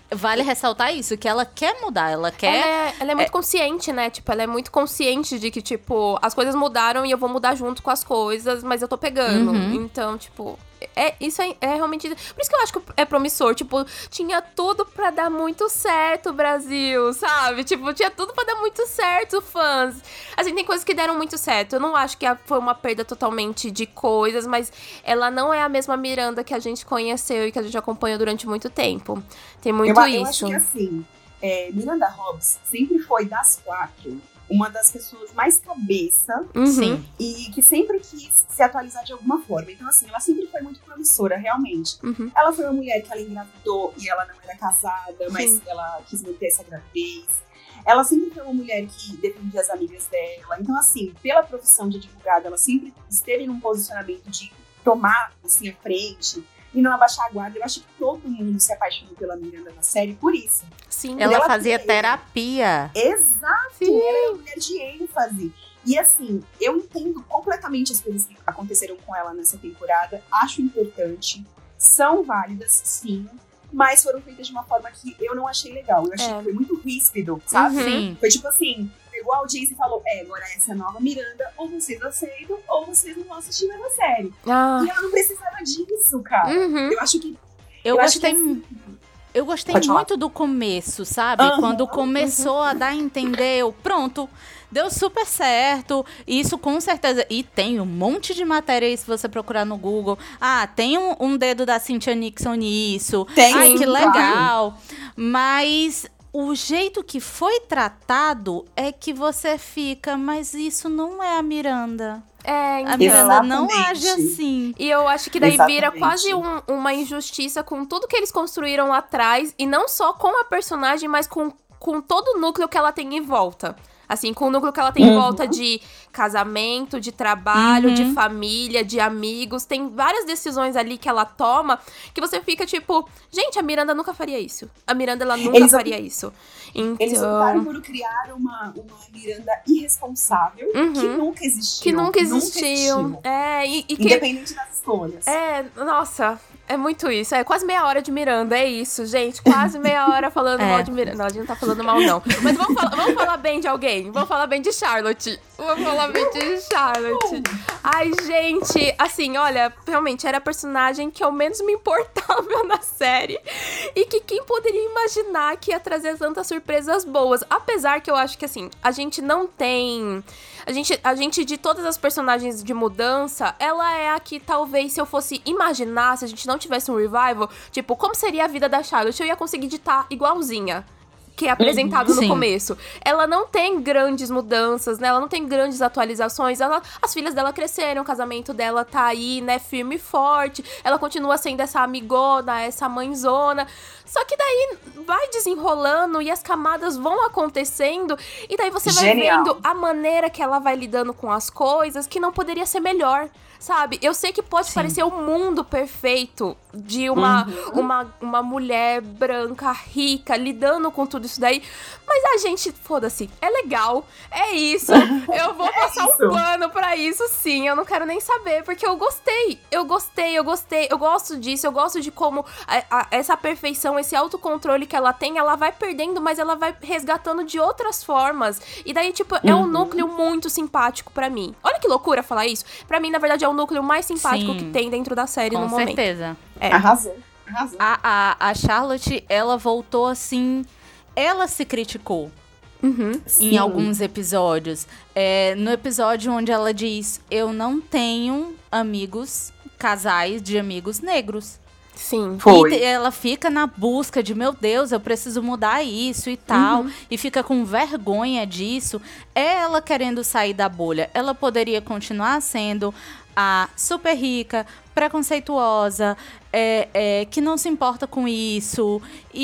vale ressaltar isso, que ela quer mudar, ela quer... Ela é, ela é muito é... consciente, né? Tipo, ela é muito consciente de que, tipo, as coisas mudaram e eu vou mudar junto com as coisas, mas eu tô pegando. Uhum. Então, tipo... É, isso é, é realmente... Por isso que eu acho que é promissor. Tipo, tinha tudo pra dar muito certo, Brasil, sabe? Tipo, tinha tudo pra dar muito certo, fãs. Assim, tem coisas que deram muito certo. Eu não acho que foi uma perda totalmente de coisas, mas ela não é a mesma Miranda que a gente conheceu e que a gente acompanhou durante muito tempo. Tem muito eu, isso. Eu acho que, assim, é, Miranda Hobbs sempre foi das quatro... uma das pessoas mais cabeça, uhum. e que sempre quis se atualizar de alguma forma. Então, assim, ela sempre foi muito promissora, realmente. Uhum. Ela foi uma mulher que ela engravidou e ela não era casada, Sim. mas ela quis manter essa gravidez. Ela sempre foi uma mulher que defendia as amigas dela. Então, assim, pela profissão de advogada, ela sempre esteve num posicionamento de tomar, assim, a frente e não abaixar a guarda. Eu acho que todo mundo se apaixonou pela Miranda na série por isso. Sim. Ela, ela fazia terapia. Exato! Sim. Ela era uma mulher de ênfase. E assim, eu entendo completamente as coisas que aconteceram com ela nessa temporada. Acho importante. São válidas, sim. Mas foram feitas de uma forma que eu não achei legal. Eu achei é. que foi muito ríspido, sabe? Uhum. Foi tipo assim... Pegou a audiência e falou, é, agora essa é a nova Miranda, ou vocês aceitam, ou vocês não vão assistir mais a série. Ah. E ela não precisava disso, cara. Uhum. Eu acho que... Eu, eu gostei... Acho que... Eu gostei Pode muito falar. do começo, sabe? Uhum. Quando começou a dar a entender, eu, pronto, deu super certo. Isso com certeza. E tem um monte de matéria aí, se você procurar no Google. Ah, tem um, um dedo da Cynthia Nixon nisso. Tem, Ai, que claro. legal. Mas... o jeito que foi tratado é que você fica, mas isso não é a Miranda. É, então. A Miranda Exatamente. não age assim. E eu acho que daí Exatamente. vira quase um, uma injustiça com tudo que eles construíram lá atrás. E não só com a personagem, mas com, com todo o núcleo que ela tem em volta. Assim, com o núcleo que ela tem em Uhum. volta de casamento, de trabalho, Uhum. de família, de amigos. Tem várias decisões ali que ela toma que você fica tipo... Gente, a Miranda nunca faria isso. A Miranda, ela nunca Eles faria isso. Então... Eles optaram por criar uma, uma Miranda irresponsável Uhum. que nunca existiu. Que nunca existiu. existiu. É, e, e que... Independente das escolhas. É, nossa... É muito isso, é quase meia hora de Miranda, é isso, gente, quase meia hora falando É. mal de Miranda. Não, a gente não tá falando mal, não. Mas vamos falar, vamos falar bem de alguém, vamos falar bem de Charlotte. Vamos falar bem de Charlotte. Ai, gente, assim, olha, realmente era a personagem que eu menos me importava na série. E que quem poderia imaginar que ia trazer tantas surpresas boas. Apesar que eu acho que, assim, a gente não tem... A gente, a gente, de todas as personagens de mudança, ela é a que talvez, se eu fosse imaginar, se a gente não tivesse um revival, tipo, como seria a vida da Charlotte, eu ia conseguir ditar igualzinha. Que é apresentado Uhum, no sim. começo. Ela não tem grandes mudanças, né? Ela não tem grandes atualizações. Ela, as filhas dela cresceram, o casamento dela tá aí, né? Firme e forte. Ela continua sendo essa amigona, essa mãezona. Só que daí vai desenrolando e as camadas vão acontecendo. E daí você vai Genial. vendo a maneira que ela vai lidando com as coisas que não poderia ser melhor. Sabe? Eu sei que pode Sim. parecer o mundo perfeito de uma, Uhum. uma, uma mulher branca, rica, lidando com tudo isso daí. Mas a gente, foda-se, é legal, é isso. Eu vou passar isso. um plano pra isso, sim. Eu não quero nem saber, porque eu gostei. Eu gostei, eu gostei. Eu gosto disso, eu gosto de como a, a, essa perfeição, esse autocontrole que ela tem, ela vai perdendo, mas ela vai resgatando de outras formas. E daí, tipo, é um Uhum. núcleo muito simpático pra mim. Olha que loucura falar isso. Pra mim, na verdade, é o núcleo mais simpático Sim. que tem dentro da série Com no momento. certeza. É. Arrasou. Arrasou. A, a, a Charlotte, ela voltou assim... Ela se criticou Uhum. em Sim. alguns episódios. É, no episódio onde ela diz... Eu não tenho amigos, casais de amigos negros. Sim. Foi. E ela fica na busca de, meu Deus, eu preciso mudar isso e tal. Uhum. E fica com vergonha disso. É ela querendo sair da bolha. Ela poderia continuar sendo a super rica, preconceituosa, é, é, que não se importa com isso.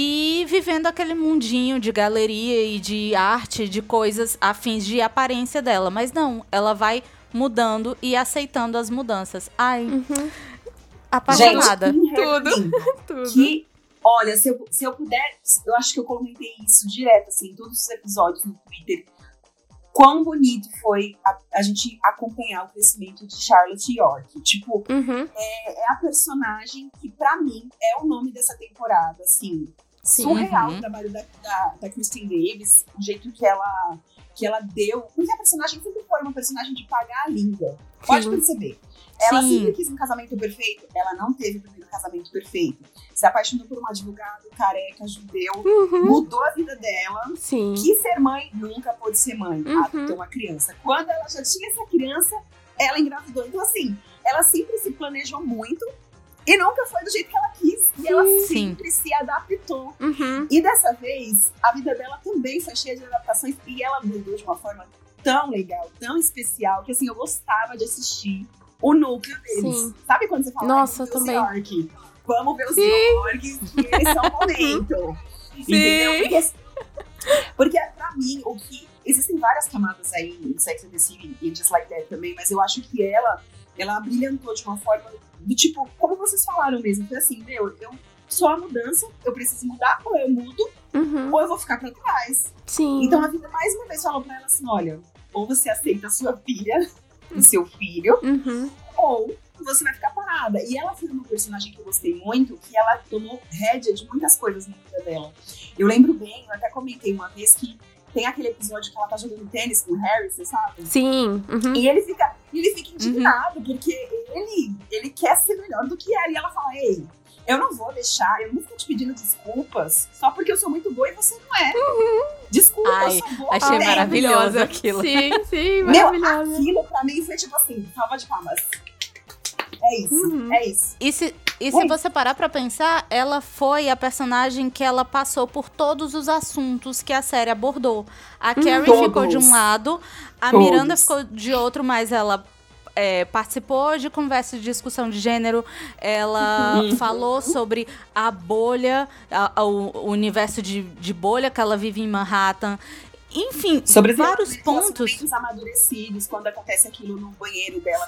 E vivendo aquele mundinho de galeria e de arte, de coisas afins de aparência dela. Mas não, ela vai mudando e aceitando as mudanças. Ai... Uhum. Apaixonada. Gente, que Tudo. lindo. Tudo. Que, olha, se eu, se eu puder, eu acho que eu comentei isso direto, assim, em todos os episódios no Twitter. Quão bonito foi a, a gente acompanhar o crescimento de Charlotte York. Tipo, Uhum. é, é a personagem que, pra mim, é o nome dessa temporada, assim. surreal uhum. o trabalho da, da, da Kristen Davis, o jeito que ela, que ela deu. Porque a personagem sempre foi uma personagem de pagar a língua. Pode Sim. perceber. Ela Sim. sempre quis um casamento perfeito. Ela não teve o primeiro casamento perfeito. Se apaixonou por um advogado careca, judeu. Uhum. Mudou a vida dela. Sim. Quis ser mãe, nunca pôde ser mãe. Uhum. Adotou uma criança. Quando ela já tinha essa criança, ela engravidou. Então, assim, ela sempre se planejou muito. E nunca foi do jeito que ela quis. E Sim. ela sempre se adaptou. Uhum. E dessa vez, a vida dela também foi cheia de adaptações. E ela mudou de uma forma tão legal, tão especial, que assim, eu gostava de assistir o núcleo deles. Sim. Sabe quando você fala, Nossa, vamos ver também. os York? Vamos ver os Sim. York, que eles são o momento. Entendeu? Porque, porque pra mim, o que... Existem várias camadas aí em Sex and the City e Just Like That também, mas eu acho que ela, ela brilhantou de uma forma do tipo, como vocês falaram mesmo, foi assim, meu, eu sou a mudança, eu preciso mudar, ou eu mudo, Uhum. ou eu vou ficar pra trás. Sim. Então a vida mais uma vez falou pra ela assim, olha, ou você aceita a sua filha, o seu filho, Uhum. ou você vai ficar parada. E ela foi uma personagem que eu gostei muito, que ela tomou rédea de muitas coisas na vida dela. Eu lembro bem, eu até comentei uma vez que tem aquele episódio que ela tá jogando tênis com o Harry, você sabe? Sim. Uhum. E ele fica, ele fica indignado, uhum. porque ele, ele quer ser melhor do que ela. E ela fala, ei, eu não vou deixar, eu não vou ficar te pedindo desculpas só porque eu sou muito boa e você não é. Uhum. Desculpa, Ai, eu sou boa. achei é, maravilhoso aquilo. Sim, sim, Meu, maravilhoso. aquilo pra mim foi tipo assim, salva de palmas. É isso, Uhum. é isso. E se, e se você parar pra pensar, ela foi a personagem que ela passou por todos os assuntos que a série abordou. A Carrie Todos. ficou de um lado, a Todos. Miranda ficou de outro, mas ela é, participou de conversa de discussão de gênero, ela Uhum. falou sobre a bolha, a, a, o universo de, de bolha que ela vive em Manhattan. Enfim, Sobre vários pontos. Os amadurecidos, quando acontece aquilo no banheiro dela.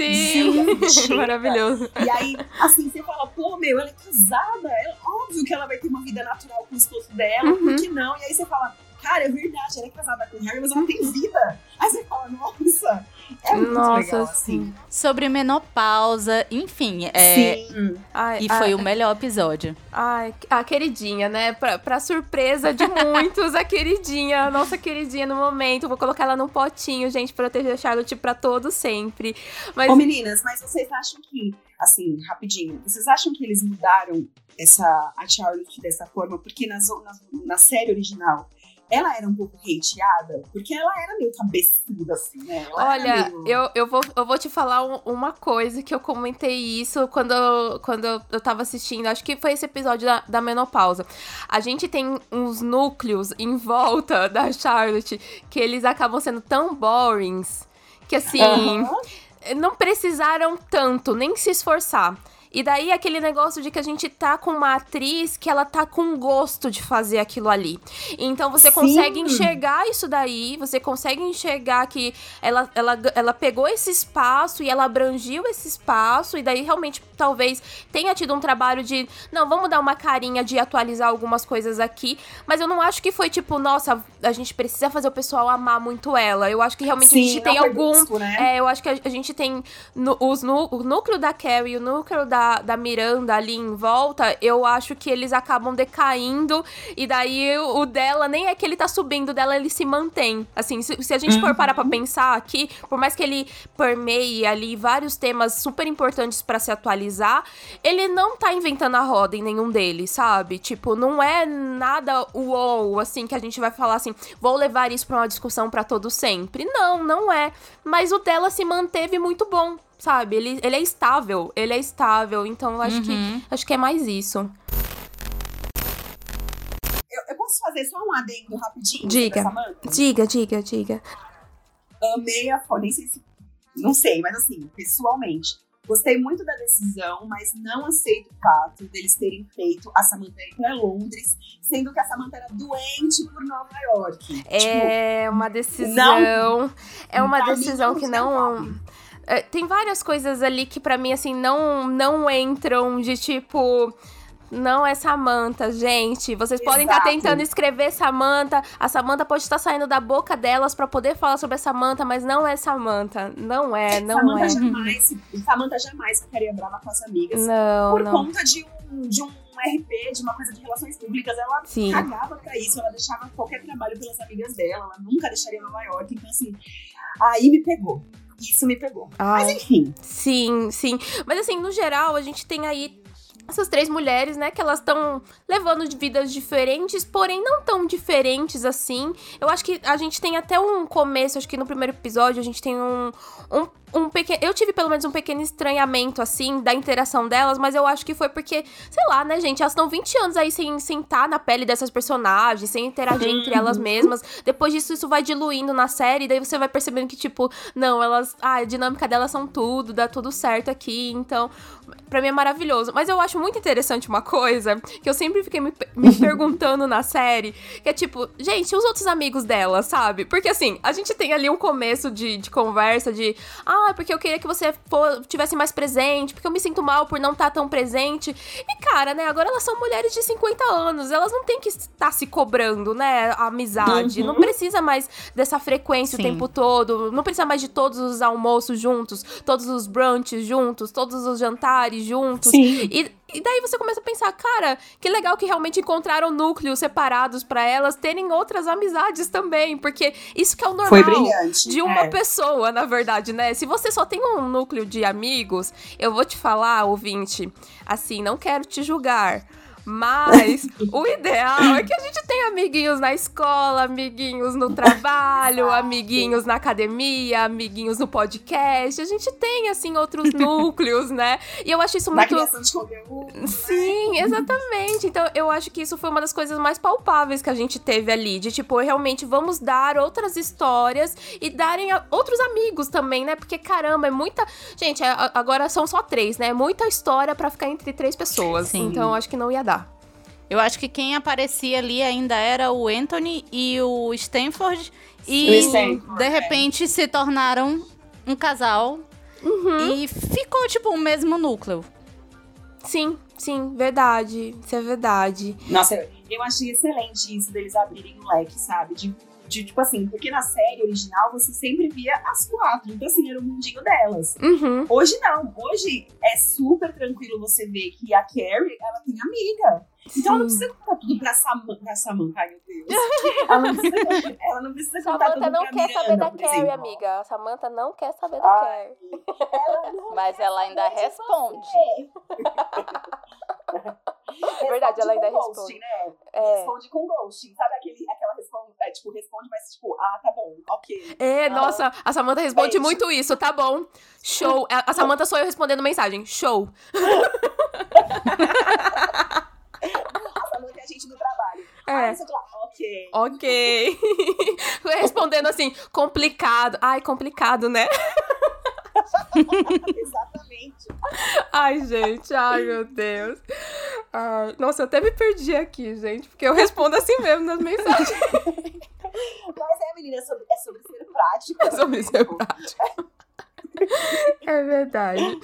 Sim, maravilhoso. E aí, assim, você fala, pô, meu, ela é casada, é óbvio que ela vai ter uma vida natural com o esposo dela, Uhum. por que não? E aí você fala, cara, é verdade, ela é casada com o Harry, mas ela tem vida. Aí você fala, nossa, é muito Nossa, legal, assim. Sobre menopausa, enfim. É, Sim. Ai, e foi ai, o melhor episódio. Ai, a queridinha, né? Pra, pra surpresa de muitos, a queridinha, a nossa queridinha no momento. Vou colocar ela num potinho, gente, proteger a Charlotte pra todo sempre. Mas... Ô, meninas, mas vocês acham que, assim, rapidinho, vocês acham que eles mudaram essa, a Charlotte dessa forma? Porque nas, na, na série original, ela era um pouco hateada, porque ela era meio cabeçuda, assim, né? Ela Olha, meio... eu, eu, vou, eu vou te falar um, uma coisa que eu comentei isso quando, eu, quando eu, eu tava assistindo. Acho que foi esse episódio da, da menopausa. A gente tem uns núcleos em volta da Charlotte que eles acabam sendo tão borings que, assim, Uhum. não precisaram tanto, nem se esforçar. E daí aquele negócio de que a gente tá com uma atriz que ela tá com gosto de fazer aquilo ali. Então você Sim. consegue enxergar isso daí, você consegue enxergar que ela, ela, ela pegou esse espaço e ela abrangiu esse espaço, e daí realmente talvez tenha tido um trabalho de, não, vamos dar uma carinha de atualizar algumas coisas aqui, mas eu não acho que foi tipo, nossa, a gente precisa fazer o pessoal amar muito ela. Eu acho que realmente Sim, a gente tem não foi algum... brusco, né? É, eu acho que a, a gente tem no, os, no, o núcleo da Carrie, o núcleo da da Miranda ali em volta, eu acho que eles acabam decaindo, e daí o dela nem é que ele tá subindo, o dela ele se mantém. Assim, se, se a gente for parar pra pensar aqui, por mais que ele permeie ali vários temas super importantes pra se atualizar, ele não tá inventando a roda em nenhum deles, sabe? Tipo, não é nada uou, assim, que a gente vai falar assim, vou levar isso pra uma discussão pra todo sempre. Não, não é. Mas o dela se manteve muito bom. Sabe, ele, ele é estável, ele é estável, então eu acho, Uhum. que, acho que é mais isso. Eu, eu posso fazer só um adendo rapidinho? Diga, sobre essa Samantha? diga, diga, diga. Amei a foto, nem sei se... Não sei, mas assim, pessoalmente, gostei muito da decisão, mas não aceito o fato deles terem feito a Samantha ir pra Londres, sendo que a Samantha era doente por Nova York. É tipo, uma decisão, não, é uma pra decisão mim, que não não... É, tem várias coisas ali que pra mim, assim, não, não entram de tipo... Não é Samantha, gente. Vocês Exato. podem estar tentando escrever Samantha. A Samantha pode estar saindo da boca delas pra poder falar sobre a Samantha, mas não é Samantha. Não é, não Samantha é. jamais, Samantha jamais ficaria brava com as amigas Não, por não. conta de um, de um R P, de uma coisa de relações públicas, ela Sim. cagava pra isso, ela deixava qualquer trabalho pelas amigas dela, ela nunca deixaria Nova York, então assim, aí me pegou. Isso me pegou. Ai. Mas enfim. Sim, sim. Mas assim, no geral, a gente tem aí essas três mulheres, né, que elas estão levando vidas diferentes, porém não tão diferentes assim. Eu acho que a gente tem até um começo, acho que no primeiro episódio a gente tem um, um, um pequeno... Eu tive pelo menos um pequeno estranhamento, assim, da interação delas, mas eu acho que foi porque, sei lá, né, gente, elas estão vinte anos aí sem sentar na pele dessas personagens, sem interagir entre elas mesmas. Depois disso, isso vai diluindo na série, daí você vai percebendo que, tipo, não, elas... Ah, a dinâmica delas são tudo, dá tudo certo aqui, então... Pra mim é maravilhoso. Mas eu acho muito interessante uma coisa que eu sempre fiquei me, me perguntando na série, que é tipo, gente, os outros amigos dela, sabe? Porque assim, a gente tem ali um começo de, de conversa de, ah, porque eu queria que você for, tivesse mais presente, porque eu me sinto mal por não estar tão presente. E cara, né, agora elas são mulheres de cinquenta anos, elas não têm que estar se cobrando, né, a amizade. Uhum. Não precisa mais dessa frequência Sim. o tempo todo, não precisa mais de todos os almoços juntos, todos os brunches juntos, todos os jantares juntos. Sim. E, e daí você começa a pensar, cara, que legal que realmente encontraram núcleos separados pra elas terem outras amizades também, porque isso que é o normal Foi brilhante. de uma é. pessoa, na verdade, né? Se você só tem um núcleo de amigos, eu vou te falar, ouvinte, assim, não quero te julgar, mas o ideal é que a gente tenha amiguinhos na escola, amiguinhos no trabalho, amiguinhos na academia, amiguinhos no podcast. A gente tem, assim, outros núcleos, né? E eu acho isso muito... Na criação de conteúdo. Sim, exatamente. Então, eu acho que isso foi uma das coisas mais palpáveis que a gente teve ali. De, tipo, realmente vamos dar outras histórias e darem a outros amigos também, né? Porque, caramba, é muita... Gente, agora são só três, né? Muita história pra ficar entre três pessoas. Sim. Então, eu acho que não ia dar. Eu acho que quem aparecia ali ainda era o Anthony e o Stanford. E, o Stanford, de repente, é. se tornaram um casal. Uhum. E ficou, tipo, o mesmo núcleo. Sim, sim, verdade. Isso é verdade. Nossa, eu, eu achei excelente isso deles abrirem o leque, sabe? De, de, tipo assim, porque na série original você sempre via as quatro. Então, assim, era o mundinho delas. Uhum. Hoje não. Hoje é super tranquilo você ver que a Carrie, ela tem amiga. Então Sim. ela não precisa contar tudo pra Samantha. Pra Samantha, ai meu Deus. Ela não precisa, ela não precisa contar tudo pra Miranda, Samantha não quer saber da Carrie, amiga. A Samantha não quer saber da Carrie. Mas ela ainda responde. Verdade, ela ainda ghosting, responde. Né? É. Responde com ghosting. Sabe aquele, aquela responde, é, tipo, responde, mas tipo, ah, tá bom, ok. É, ah, nossa, a Samantha responde é muito isso, tá bom. Show. A Samantha sou eu respondendo mensagem. Show. A Samantha é a gente do trabalho. É. Ah, isso aqui, ok. Ok. Respondendo assim, complicado. Ai, complicado, né? Exatamente. Ai, gente, ai, meu Deus. Ai, nossa, eu até me perdi aqui, gente, porque eu respondo assim mesmo nas mensagens. Mas é, menina, é sobre, é sobre ser prático. É sobre ser prático. É verdade.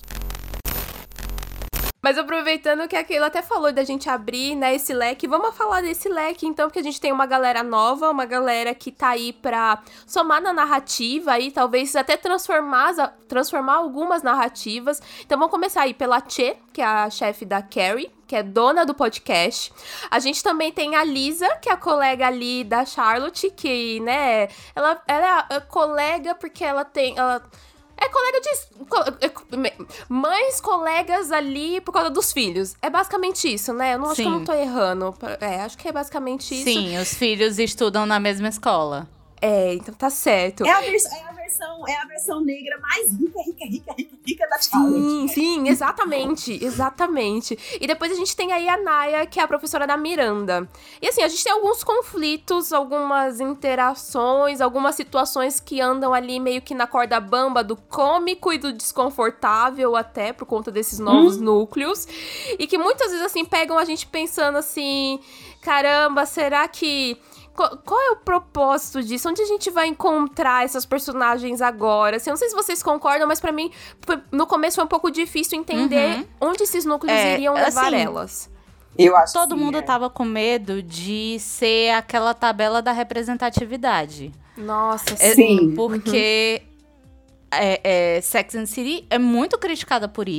Mas aproveitando que a Keila até falou da gente abrir, né, esse leque, vamos falar desse leque, então, porque a gente tem uma galera nova, uma galera que tá aí pra somar na narrativa e talvez até transformar, transformar algumas narrativas. Então, vamos começar aí pela Che, que é a chefe da Carrie, que é dona do podcast. A gente também tem a Lisa, que é a colega ali da Charlotte, que, né, ela, ela é a colega porque ela tem... Ela, É colega de... Mães, colegas ali por causa dos filhos. É basicamente isso, né? Eu não, acho Sim. que eu não tô errando. É, acho que é basicamente isso. Sim, os filhos estudam na mesma escola. É, então tá certo. É a, vers- é a versão, é a versão negra mais rica, rica, rica, rica, rica da Charlotte. Sim, sim, exatamente, exatamente. E depois a gente tem aí a Naya, que é a professora da Miranda. E assim, a gente tem alguns conflitos, algumas interações, algumas situações que andam ali meio que na corda bamba do cômico e do desconfortável até, por conta desses novos hum. núcleos. E que muitas vezes, assim, pegam a gente pensando assim, caramba, será que... Qual é o propósito disso? Onde a gente vai encontrar essas personagens agora? Assim, eu não sei se vocês concordam, mas pra mim, no começo foi um pouco difícil entender uhum. onde esses núcleos é, iriam levar assim, elas. Eu acho Todo que mundo é. tava com medo de ser aquela tabela da representatividade. Nossa, é, sim. Porque uhum. é, é, Sex and the City é muito criticada por isso.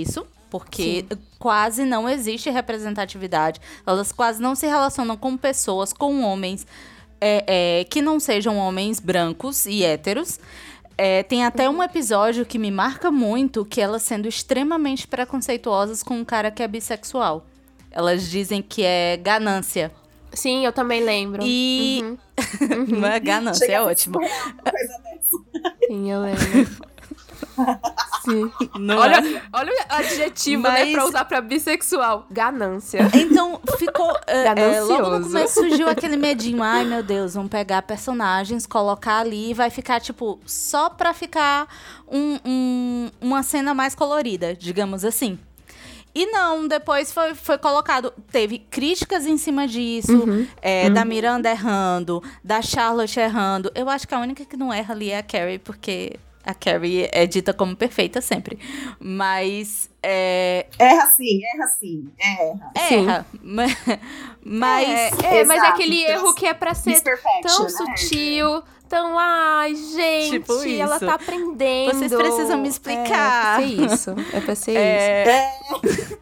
porque Sim. quase não existe representatividade. Elas quase não se relacionam com pessoas, com homens é, é, que não sejam homens brancos e héteros. É, tem até um episódio que me marca muito, que elas sendo extremamente preconceituosas com um cara que é bissexual. Elas dizem que é ganância. Sim, eu também lembro. E... Uhum. Não é ganância, Chega é ótimo. Sim, eu lembro. Sim. Não olha, é? olha o adjetivo, Mas... né, pra usar pra bissexual. Ganância. Então, ficou... é, logo no começo surgiu aquele medinho. Ai, meu Deus, vamos pegar personagens, colocar ali e vai ficar, tipo, só pra ficar um, um, uma cena mais colorida, digamos assim. E não, depois foi, foi colocado... Teve críticas em cima disso, uhum. É, uhum. da Miranda errando, da Charlotte errando. Eu acho que a única que não erra ali é a Carrie, porque... A Carrie é dita como perfeita sempre. Mas. É... Erra sim, erra sim. Erra. Erra. Mas. Mas é, é, mas é aquele erro que é pra ser tão né? sutil, tão. Ai, gente, tipo ela tá aprendendo. Vocês precisam me explicar. É, é pra ser isso. É pra ser é... isso.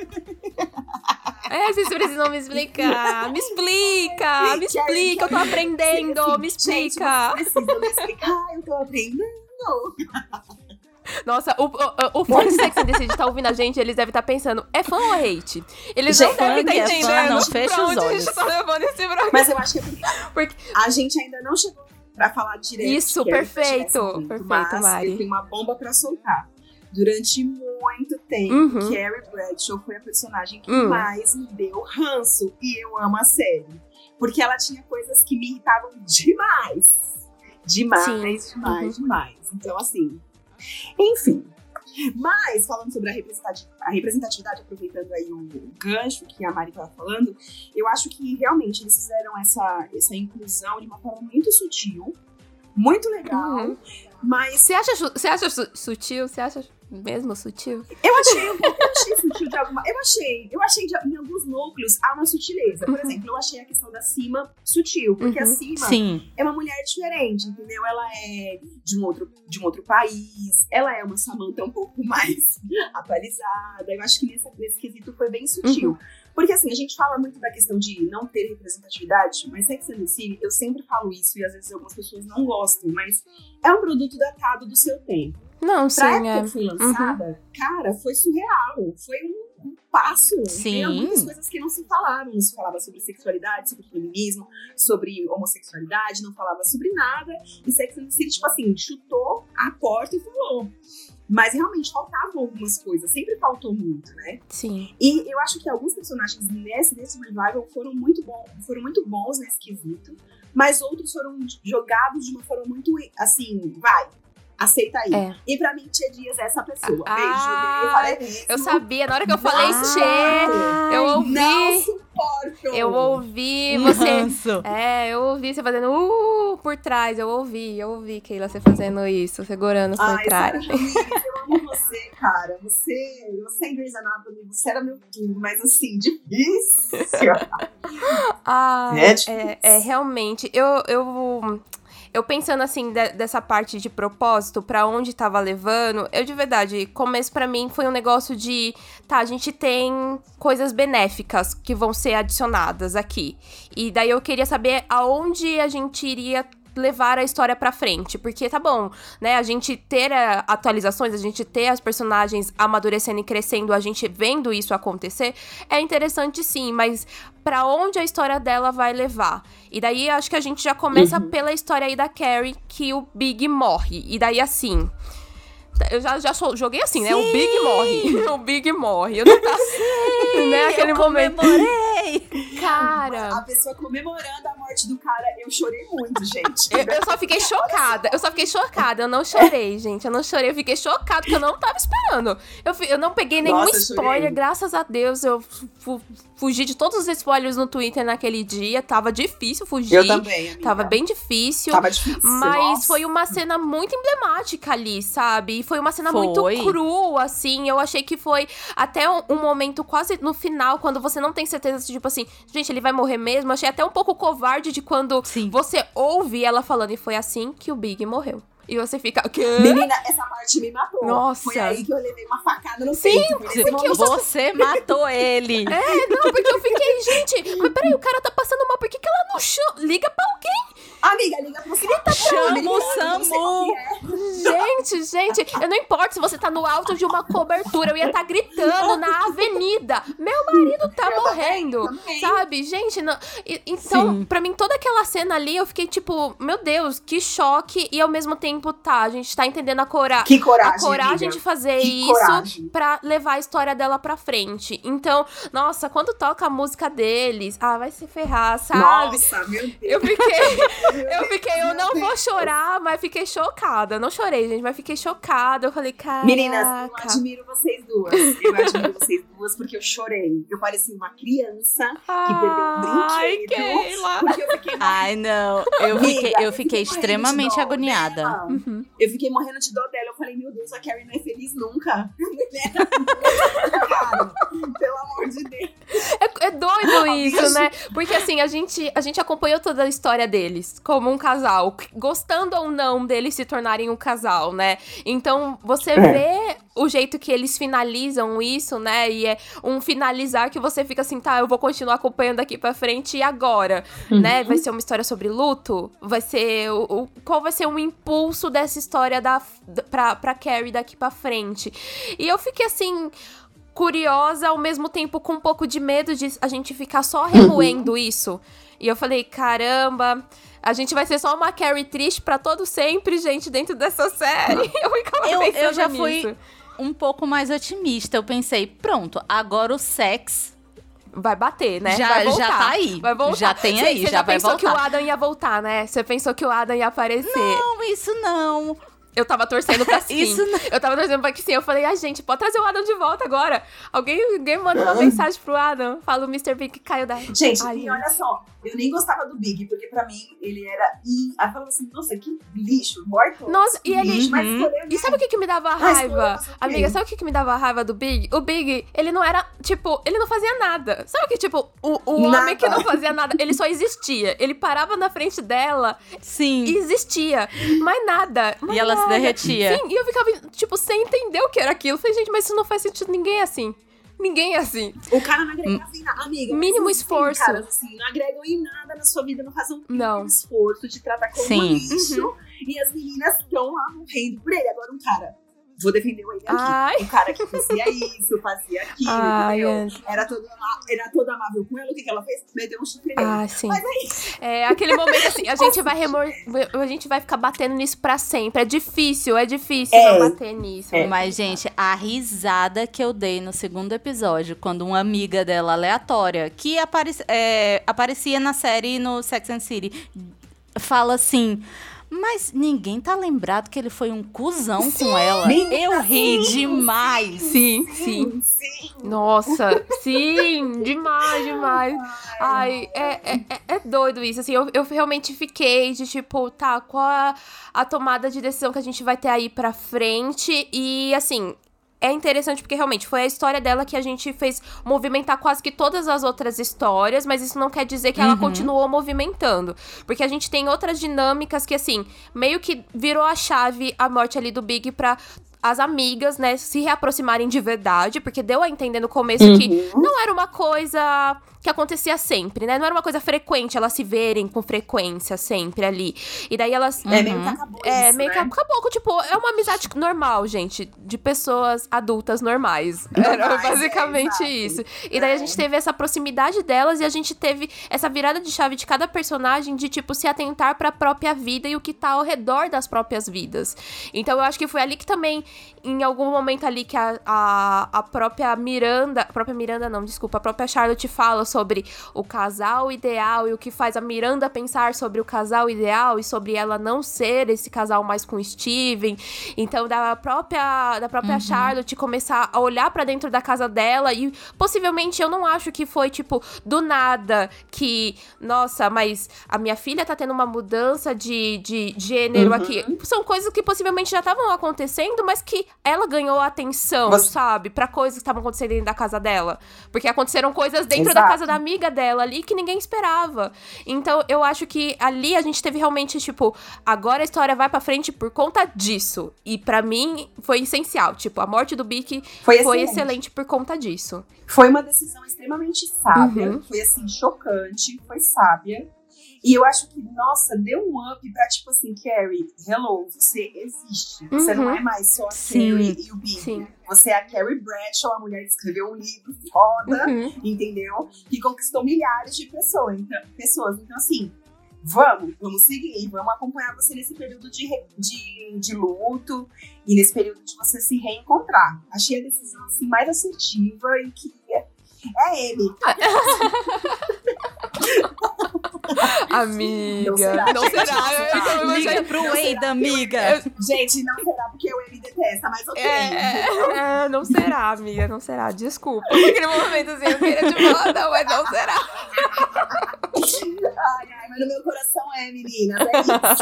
É, vocês precisam me explicar. Me explica, me explica. Eu tô aprendendo, me explica. Vocês precisam me explicar, eu tô aprendendo. Nossa, o, o, o fã de Sex and the City tá ouvindo a gente, eles devem estar tá pensando, é fã ou é hate? Eles gente, não devem estar tá entendendo é fã, não, fecha pra os onde olhos. a gente tá levando esse programa. Mas eu acho que é porque, porque a gente ainda não chegou pra falar direito. Isso, perfeito, perfeito, mas Mari. eu tenho uma bomba pra soltar. Durante muito tempo, uhum. Carrie Bradshaw foi a personagem que uhum. mais me deu ranço. E eu amo a série. Porque ela tinha coisas que me irritavam demais. Demais, Sim. demais, uhum. demais. Então, assim... Enfim. Mas, falando sobre a representatividade, a representatividade, aproveitando aí o, o gancho que a Mari estava falando, eu acho que realmente eles fizeram essa, essa inclusão de uma forma muito sutil, muito legal, uhum. mas... Você acha, você acha su- sutil? Você acha mesmo sutil? Eu achei, eu achei sutil de alguma... Eu achei, eu achei de, em alguns núcleos há uma sutileza. Por uhum. exemplo, eu achei a questão da Cima sutil, porque uhum. a Cima Sim. é uma mulher diferente, entendeu? Ela é de um outro, de um outro país, ela é uma Samantha um pouco mais atualizada. Eu acho que nesse, nesse quesito foi bem sutil. Uhum. Porque assim, a gente fala muito da questão de não ter representatividade, mas Sex and the City, eu sempre falo isso e às vezes algumas pessoas não gostam, mas é um produto datado do seu tempo. Não, pra sim, época é. que foi lançada, uhum. cara, foi surreal. Foi um, um passo. Sim. Tem muitas coisas que não se falavam. Não se falava sobre sexualidade, sobre feminismo, sobre homossexualidade, não falava sobre nada. E Sex and the City, tipo assim, chutou a porta e falou. Mas realmente faltavam algumas coisas. Sempre faltou muito, né? Sim. E eu acho que alguns personagens nesse, nesse revival foram muito, bom, foram muito bons nesse quesito. Mas outros foram jogados de uma forma muito, assim, vai... Aceita aí. É. E pra mim, Tia Dias é essa pessoa. Ah, Beijo, eu sabia. Na hora que eu falei Tchê, eu ouvi. Não suporto. Eu ouvi você. Nossa. É, eu ouvi você fazendo uh por trás. Eu ouvi, eu ouvi, Keila, você fazendo isso, segurando por Ai, trás. Sarah, eu amo você, cara. Você, eu sei Grey's Anatomy, você era meu tudo, mas assim, difícil. ah, é, difícil. É, é realmente. Eu. eu Eu pensando assim, de, dessa parte de propósito, pra onde tava levando, eu de verdade, começo pra mim foi um negócio de, tá, a gente tem coisas benéficas que vão ser adicionadas aqui. E daí eu queria saber aonde a gente iria levar a história pra frente, porque tá bom, né, a gente ter uh, atualizações, a gente ter as personagens amadurecendo e crescendo, a gente vendo isso acontecer, é interessante sim, mas pra onde a história dela vai levar? E daí acho que a gente já começa uhum. pela história aí da Carrie, que o Big morre, e daí assim... Eu já, já joguei assim, Sim. né? O Big morre. O Big morre. Eu não tá assim, né? Aquele eu momento. comemorei. Cara. A pessoa comemorando a morte do cara, eu chorei muito, gente. Eu, eu só fiquei chocada. Eu só fiquei chocada. Eu não chorei, gente. Eu não chorei. Eu fiquei chocada, porque eu não tava esperando. Eu, eu não peguei nenhum Nossa, spoiler. Graças a Deus, eu fu- fugi de todos os spoilers no Twitter naquele dia. Tava difícil fugir. Eu também, amiga. Tava bem difícil. Tava difícil. Mas Nossa. foi uma cena muito emblemática ali, sabe? Foi uma cena foi. muito crua, assim. Eu achei que foi até um, um momento quase no final, quando você não tem certeza, tipo assim, gente, ele vai morrer mesmo. Eu achei até um pouco covarde de quando Sim. você ouve ela falando, e foi assim que o Big morreu. E você fica, o quê? Menina, essa parte me matou. Nossa. Foi aí que eu levei uma facada no Sim, peito. porque eu Você matou ele. É, não, porque eu fiquei, gente, mas peraí, o cara tá passando mal, por que que ela não chama? Liga pra alguém. Amiga, liga pro Grita Chama o SAMU. Gente, gente, eu não importa se você tá no alto de uma cobertura, eu ia estar tá gritando na avenida. Meu marido tá eu morrendo, também, também. sabe? Gente, não, e, então, Sim. pra mim, toda aquela cena ali, eu fiquei tipo, meu Deus, que choque. E ao mesmo tempo, tá, a gente tá entendendo a, cora Que coragem, a coragem amiga. de fazer Que isso coragem. pra levar a história dela pra frente. Então, nossa, quando toca a música deles, ah, vai se ferrar, sabe? Nossa, meu Deus. Eu fiquei, eu fiquei, eu Meu não vou Deus. chorar, mas fiquei chocada. Não chorei, gente, mas fiquei chocada. Eu falei, caraca. Meninas, eu admiro vocês duas. Eu admiro vocês duas porque eu chorei. Eu parecia uma criança que perdeu um Ai, brinquedo. Keila. Porque eu fiquei Ai, não. Eu Amiga, fiquei, eu fiquei morrendo extremamente de dó agoniada. dela. Uhum. Eu fiquei morrendo de dó dela. Eu falei, meu Deus, a Carrie não é feliz nunca. Cara, pelo amor de Deus. É, é doido isso, né? Porque assim, a gente, a gente acompanhou toda a história deles como um casal, gostando ou não deles se tornarem um casal, né? Então, você É. vê o jeito que eles finalizam isso, né? E é um finalizar que você fica assim, tá, eu vou continuar acompanhando daqui pra frente e agora, Uhum. né? Vai ser uma história sobre luto? Vai ser o, o- qual vai ser o impulso dessa história da, da, pra, pra Carrie daqui pra frente? E eu fiquei assim, curiosa, ao mesmo tempo com um pouco de medo de a gente ficar só remoendo isso. E eu falei, caramba, a gente vai ser só uma Carrie triste pra todo sempre, gente, dentro dessa série. Eu ficava Eu, pensando eu já nisso. fui um pouco mais otimista. Eu pensei, pronto, agora o sexo Vai bater, né? Já- vai voltar. já tá aí. Vai voltar. Já tem Você- aí, você já vai pensou que o voltar. Adam ia voltar, né? Você pensou que o Adam ia aparecer. Não, isso não. Eu tava torcendo pra sim. Isso não. Eu tava torcendo pra que sim. Eu falei, ai, gente, pode trazer o Adam de volta agora. Alguém, alguém manda uma mensagem pro Adam. Fala, o mister Big que caiu da... Gente, Ai, e gente. olha só, eu nem gostava do Big, porque pra mim ele era. E aí falava assim, nossa, que lixo, morto. Nossa, e ele- Lixo, mas Uhum. escolheu, E sabe o que que me dava Mas raiva? não sei o quê. Amiga, sabe o que que me dava raiva do Big? O Big, ele não era, tipo, ele não fazia nada. Sabe que, tipo, o, o Nada. homem que não fazia nada, ele só existia. Ele parava na frente dela Sim. e existia. Mais nada. mais E ela se nada. derretia. Sim, e eu ficava, tipo, sem entender o que era aquilo. Eu falei, gente, mas isso não faz sentido. Ninguém é assim. Ninguém é assim. O cara não agrega em nada, amiga. mas Mínimo existem esforço. caras assim, não agregam em nada na sua vida, não fazem um Não. mínimo esforço de tratar como Sim. lixo. E as meninas estão lá morrendo por ele. Agora um cara, vou defender ele aqui. Ai. O cara que fazia isso, fazia aquilo, Ai, entendeu? é. Era todo, ama- era todo amável com ela. O que, que ela fez? Meteu um chifre nele. Ah, sim. Mas aí, É aquele momento assim, a gente vai remor... a gente vai ficar batendo nisso pra sempre. É difícil, é difícil É. não bater nisso. É. Mas, gente, a risada que eu dei no segundo episódio, quando uma amiga dela aleatória, que aparec é, aparecia na série no Sex and the City, fala assim... Mas ninguém tá lembrado que ele foi um cuzão com ela. Menina, Eu ri sim, demais. Sim, sim. sim. Nossa, sim, demais, demais. Ai, é, é, é- é doido isso, assim, eu, eu realmente fiquei de tipo, tá, qual a, a tomada de decisão que a gente vai ter aí pra frente e, assim... É interessante porque realmente foi a história dela que a gente fez movimentar quase que todas as outras histórias, mas isso não quer dizer que ela Uhum. continuou movimentando. Porque a gente tem outras dinâmicas que, assim, meio que virou a chave a morte ali do Big pra as amigas, né, se reaproximarem de verdade, porque deu a entender no começo que não era uma coisa que acontecia sempre, né? Não era uma coisa frequente elas se verem com frequência sempre ali. E daí elas... É meio que acabou É, isso, meio que né? acabou, tipo, é uma amizade normal, gente, de pessoas adultas normais. Era Normais, basicamente é, isso. exato. E daí a É. gente teve essa proximidade delas e a gente teve essa virada de chave de cada personagem de, tipo, se atentar pra própria vida e o que tá ao redor das próprias vidas. Então eu acho que foi ali que também, em algum momento ali que a, a, a própria Miranda, a própria Miranda não, desculpa, a própria Charlotte fala sobre o casal ideal e o que faz a Miranda pensar sobre o casal ideal e sobre ela não ser esse casal mais com o Steven. Então, da própria, da própria Charlotte começar a olhar pra dentro da casa dela e possivelmente eu não acho que foi, tipo, do nada que, nossa, mas a minha filha tá tendo uma mudança de, de gênero Uhum. aqui. São coisas que possivelmente já estavam acontecendo, mas que ela ganhou atenção, Você... sabe? Pra coisas que estavam acontecendo dentro da casa dela. Porque aconteceram coisas dentro Exato. da casa da amiga dela ali que ninguém esperava. Então, eu acho que ali a gente teve realmente, tipo, agora a história vai pra frente por conta disso. E pra mim, foi essencial. Tipo, a morte do Bic foi, foi excelente. excelente por conta disso. Foi uma decisão extremamente sábia. Uhum. Foi, assim, chocante. Foi sábia. E eu acho que, nossa, deu um up pra, tipo assim, Carrie, hello, você existe. Você uhum. não é mais só a Sim. Carrie e o Big. Sim. Você é a Carrie Bradshaw, a mulher que escreveu um livro foda, uhum. entendeu? Que conquistou milhares de pessoas. Então, pessoas. então assim, vamos, vamos seguir, vamos acompanhar você nesse período de, de, de luto e nesse período de você se reencontrar. Achei a decisão, assim, mais assertiva e que é, é ele. Amiga, não será, não será. Eu Liga pro Wade, amiga. Eu, gente, não será porque o Wade detesta, mas ok. É, é, não será, amiga, não será. Desculpa. Naquele momento assim, eu queria te falar, não, mas não será. Ai, ai, mas no meu coração é, meninas, é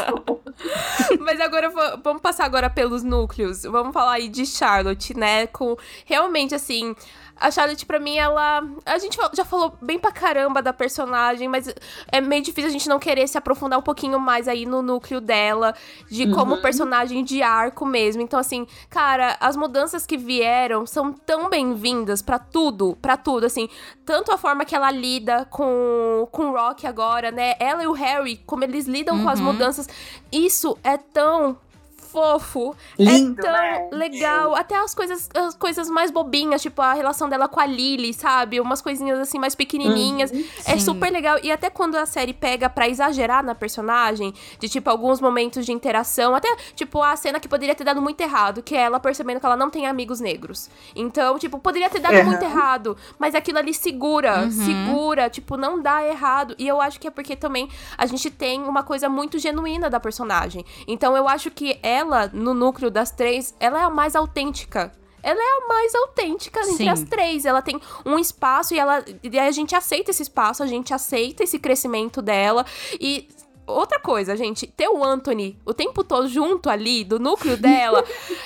isso. Mas agora, vamos passar agora pelos núcleos. Vamos falar aí de Charlotte, né? Com realmente, assim... A Charlotte, pra mim, ela... A gente já falou bem pra caramba da personagem, mas é meio difícil a gente não querer se aprofundar um pouquinho mais aí no núcleo dela, de uhum. como personagem de arco mesmo. Então, assim, cara, as mudanças que vieram são tão bem-vindas pra tudo, pra tudo, assim. Tanto a forma que ela lida com, com o Rock agora, né? Ela e o Harry, como eles lidam uhum. com as mudanças. Isso é tão... fofo, lindo, é tão né? legal, até as coisas, as coisas mais bobinhas, tipo a relação dela com a Lily, sabe, umas coisinhas assim mais pequenininhas, uhum, é super legal, e até quando a série pega pra exagerar na personagem, de tipo alguns momentos de interação, até tipo a cena que poderia ter dado muito errado, que é ela percebendo que ela não tem amigos negros, então tipo, poderia ter dado uhum. muito errado, mas aquilo ali segura, uhum. segura, tipo, não dá errado, e eu acho que é porque também a gente tem uma coisa muito genuína da personagem, então eu acho que ela Ela, no núcleo das três, ela é a mais autêntica. Ela é a mais autêntica entre Sim. as três. Ela tem um espaço e, ela, e a gente aceita esse espaço, a gente aceita esse crescimento dela. E outra coisa, gente, ter o Anthony o tempo todo junto ali, do núcleo dela,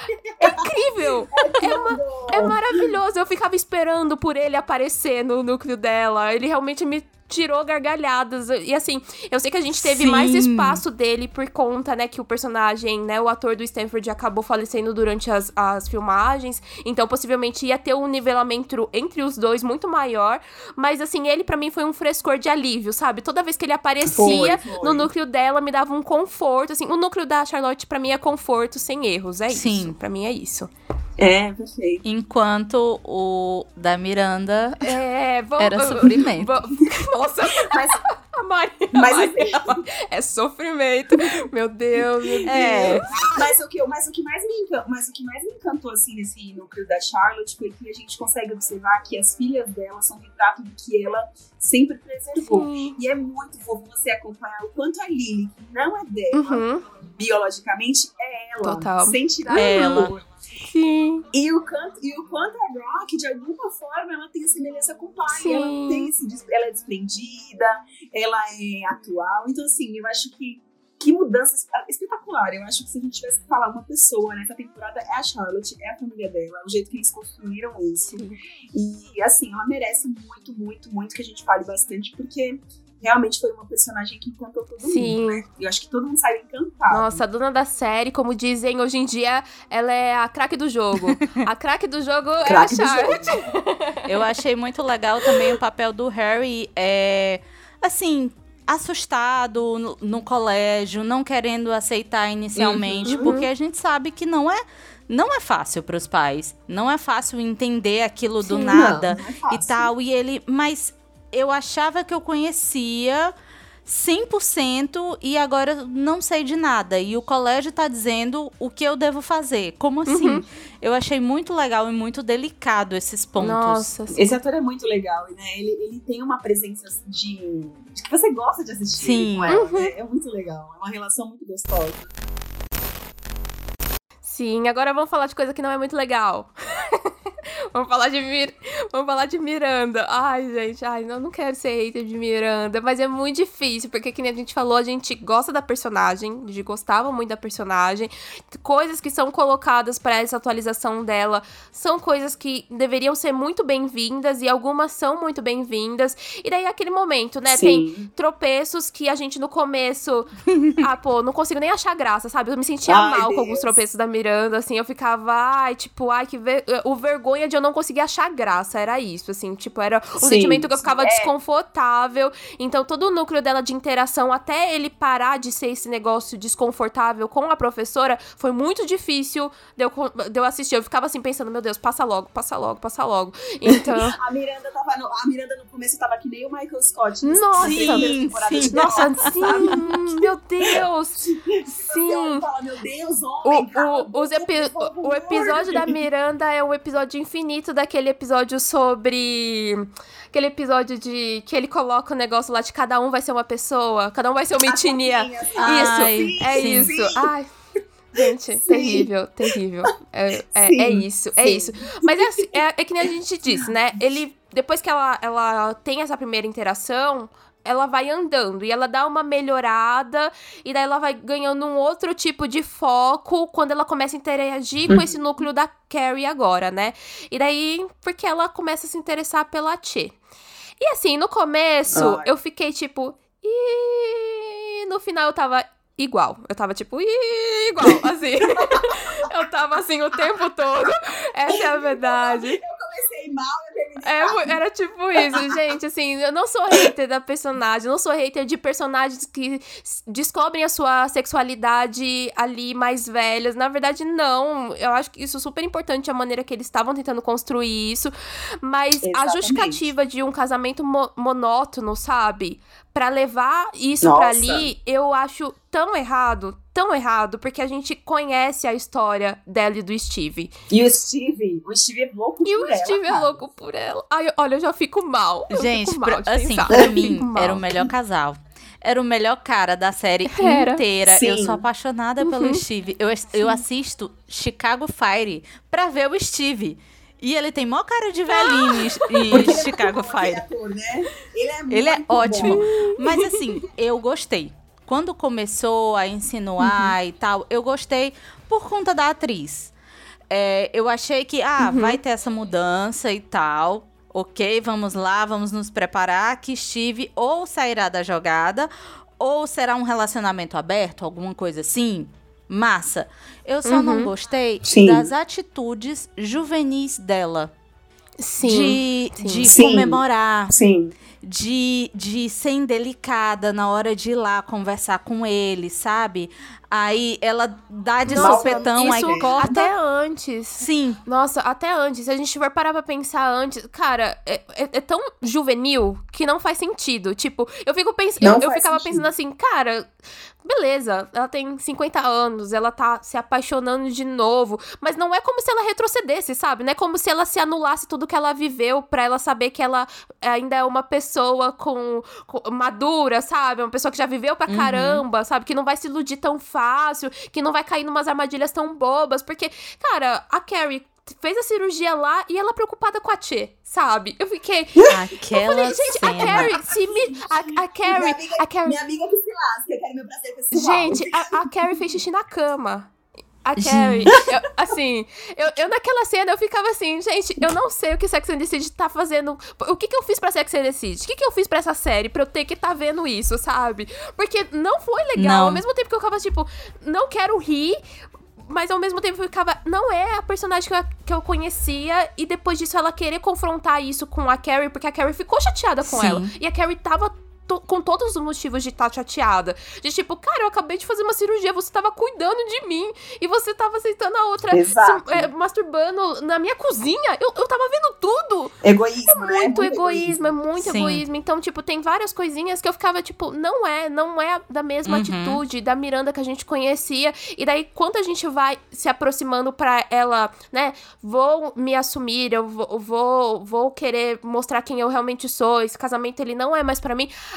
é incrível. É, ma- é maravilhoso. Eu ficava esperando por ele aparecer no núcleo dela. Ele realmente me tirou gargalhadas. E assim, eu sei que a gente teve Sim. mais espaço dele por conta, né, que o personagem, né, o ator do Stanford acabou falecendo durante as, as filmagens, então possivelmente ia ter um nivelamento entre os dois muito maior, mas assim, ele pra mim foi um frescor de alívio, sabe? Toda vez que ele aparecia foi, foi. no núcleo dela, me dava um conforto, assim, o núcleo da Charlotte pra mim é conforto sem erros, é Sim. isso, pra mim é isso. É, perfeito. Enquanto o da Miranda é, vou, era sofrimento. Vou, nossa, mas a Maria, mas, a Maria é sofrimento. Meu Deus, meu Deus. É. Mas, o que, mas, o que mais me encantou, mas o que mais me encantou assim, nesse núcleo da Charlotte foi que a gente consegue observar que as filhas dela são um retrato do que ela sempre preservou. Sim. E é muito fofo você acompanhar o quanto a Lily, que não é dela, uhum. biologicamente, é ela. Total. Sem tirar ela. Sim. E o, canto, e o quanto a Rock, de alguma forma, ela tem semelhança com o pai. Sim. Ela, tem esse, ela é desprendida, ela é atual. Então, assim, eu acho que que mudança espetacular. Eu acho que se a gente tivesse que falar uma pessoa nessa temporada, é a Charlotte, é a família dela, é o jeito que eles construíram isso. Sim. E, assim, ela merece muito, muito, muito que a gente fale bastante, porque realmente foi uma personagem que encantou todo Sim. mundo, né? Eu acho que todo mundo saiu encantado. Nossa, a dona da série, como dizem hoje em dia, ela é a craque do jogo. A craque do jogo é a Charlotte. Eu achei muito legal também o papel do Harry, é, assim, assustado no, no colégio, não querendo aceitar inicialmente, uhum. porque a gente sabe que não é... Não é fácil para os pais. Não é fácil entender aquilo Sim, do nada não, não é e tal. E ele... Mas eu achava que eu conhecia cem por cento e agora não sei de nada. E o colégio tá dizendo o que eu devo fazer. Como assim? Uhum. Eu achei muito legal e muito delicado esses pontos. Nossa, esse ator é muito legal, né? Ele, ele tem uma presença de, de que você gosta de assistir Sim. com ela, uhum. né? É muito legal. É uma relação muito gostosa. Sim, agora vamos falar de coisa que não é muito legal. Vamos falar de Mir... Vamos falar de Miranda. Ai, gente, ai, não, não quero ser hater de Miranda, mas é muito difícil, porque que nem a gente falou, a gente gosta da personagem, a gente gostava muito da personagem. Coisas que são colocadas pra essa atualização dela são coisas que deveriam ser muito bem-vindas, e algumas são muito bem-vindas. E daí, aquele momento, né, Sim. tem tropeços que a gente no começo, ah, pô, não consigo nem achar graça, sabe? Eu me sentia Ai, mal Deus. com alguns tropeços da Miranda, assim, eu ficava, ai, tipo, ai, que ver... o vergonha de eu não conseguir achar graça, era isso, assim, tipo, era um Sim, sentimento que eu ficava é. desconfortável. Então, todo o núcleo dela de interação, até ele parar de ser esse negócio desconfortável com a professora, foi muito difícil de eu, de eu assistir. Eu ficava assim, pensando, meu Deus, passa logo, passa logo, passa logo. Então... a Miranda tava no, a Miranda no começo tava que nem o Michael Scott. Nossa, sim, sim. Nossa, sim, meu Deus, sim. Fala, meu Deus, homem, O, o, os epi- o episódio da Miranda é um episódio infinito daquele episódio sobre... Aquele episódio de... Que ele coloca o negócio lá de cada um vai ser uma pessoa, cada um vai ser uma etnia. Isso, Ai, é sim. isso. Sim. Ai, gente, Sim. terrível, terrível. É, é, Sim, é isso, é sim. isso. Mas é, assim, é, é que nem a gente disse, né? Ele, depois que ela, ela tem essa primeira interação... ela vai andando e ela dá uma melhorada e daí ela vai ganhando um outro tipo de foco quando ela começa a interagir Uhum. com esse núcleo da Carrie agora, né? E daí, porque ela começa a se interessar pela Che. E assim, no começo, Ai. eu fiquei tipo... E no final eu tava igual. Eu tava tipo... Ih, igual, assim. Eu tava assim o tempo todo. Essa é a verdade. Eu comecei mal, eu terminei É, mal. era tipo isso, gente, assim, eu não sou hater da personagem, eu não sou hater de personagens que s- descobrem a sua sexualidade ali mais velhas, na verdade não, eu acho que isso é super importante, a maneira que eles estavam tentando construir isso, mas a Exatamente. justificativa de um casamento mo- monótono, sabe, pra levar isso Nossa. pra ali, eu acho tão errado, tão errado, porque a gente conhece a história dela e do Steve. E o Steve, o Steve é louco E por o ela, Steve é cara. louco por ela. Ai, olha, eu já fico mal. Eu Gente, fico mal pra- de assim, pensar. pra Eu mim, fico mal. era o melhor casal. Era o melhor cara da série Era. inteira. Sim. Eu sou apaixonada Uhum. pelo Steve. Eu, eu assisto Chicago Fire pra ver o Steve. E ele tem mó cara de velhinho em- em Porque ele é Chicago muito bom, aquele Fire. ator, né? Ele é muito Ele é bom. ótimo. Mas assim, eu gostei. Quando começou a insinuar e tal, eu gostei por conta da atriz. É, eu achei que, ah, vai ter essa mudança e tal. Ok, vamos lá, vamos nos preparar que Steve ou sairá da jogada, ou será um relacionamento aberto, alguma coisa assim. Massa. Eu só não Uhum. gostei Sim. das atitudes juvenis dela. Sim. de sim. de Sim. comemorar. Sim. De, de ser indelicada na hora de ir lá conversar com ele, sabe? Aí ela dá de Nossa, sopetão, aí isso corta. até antes. Sim, Nossa, até antes. Se a gente for parar pra pensar antes, cara, é, é- é tão juvenil que não faz sentido. Tipo, eu fico pensando. Não Eu, eu faz ficava sentido. pensando assim, cara, beleza, ela tem cinquenta anos, ela tá se apaixonando de novo. Mas não é como se ela retrocedesse, sabe? Não é como se ela se anulasse tudo que ela viveu pra ela saber que ela ainda é uma pessoa com, com- madura, sabe? Uma pessoa que já viveu pra caramba, sabe? Que não vai se iludir tão fácil, que não vai cair numas armadilhas tão bobas. Porque, cara, a Carrie fez a cirurgia lá e ela preocupada com a Che, sabe? Eu fiquei... aquela Eu falei, gente, a cena. Carrie, se me... A, a Minha Carrie, amiga, a Carrie... minha amiga que se lasca, eu quero meu prazer pessoal. Gente, a, a Carrie fez xixi na cama. A Carrie, eu- assim, eu, eu naquela cena eu ficava assim, gente, eu não sei o que Sex and the City tá fazendo. O que que eu fiz pra Sex and the City? O que que eu fiz pra essa série pra eu ter que tá vendo isso, sabe? Porque não foi legal. Não. Ao mesmo tempo que eu ficava tipo, não quero rir. Mas ao mesmo tempo eu ficava, não é a personagem que eu, que eu conhecia. E depois disso ela querer confrontar isso com a Carrie, porque a Carrie ficou chateada com Sim. ela. E a Carrie tava to- com todos os motivos de estar chateada. De tipo, cara, eu acabei de fazer uma cirurgia, você tava cuidando de mim. E você tava aceitando a outra Exato. se- é, masturbando na minha cozinha. Eu, eu tava vendo tudo. Egoísmo, né? Muito egoísmo, é muito Sim. egoísmo. Então, tipo, tem várias coisinhas que eu ficava, tipo, não é, não é da mesma Uhum. atitude da Miranda que a gente conhecia. E daí, quando a gente vai se aproximando pra ela, né, vou me assumir, eu vou, vou, vou querer mostrar quem eu realmente sou, esse casamento, ele não é mais pra mim.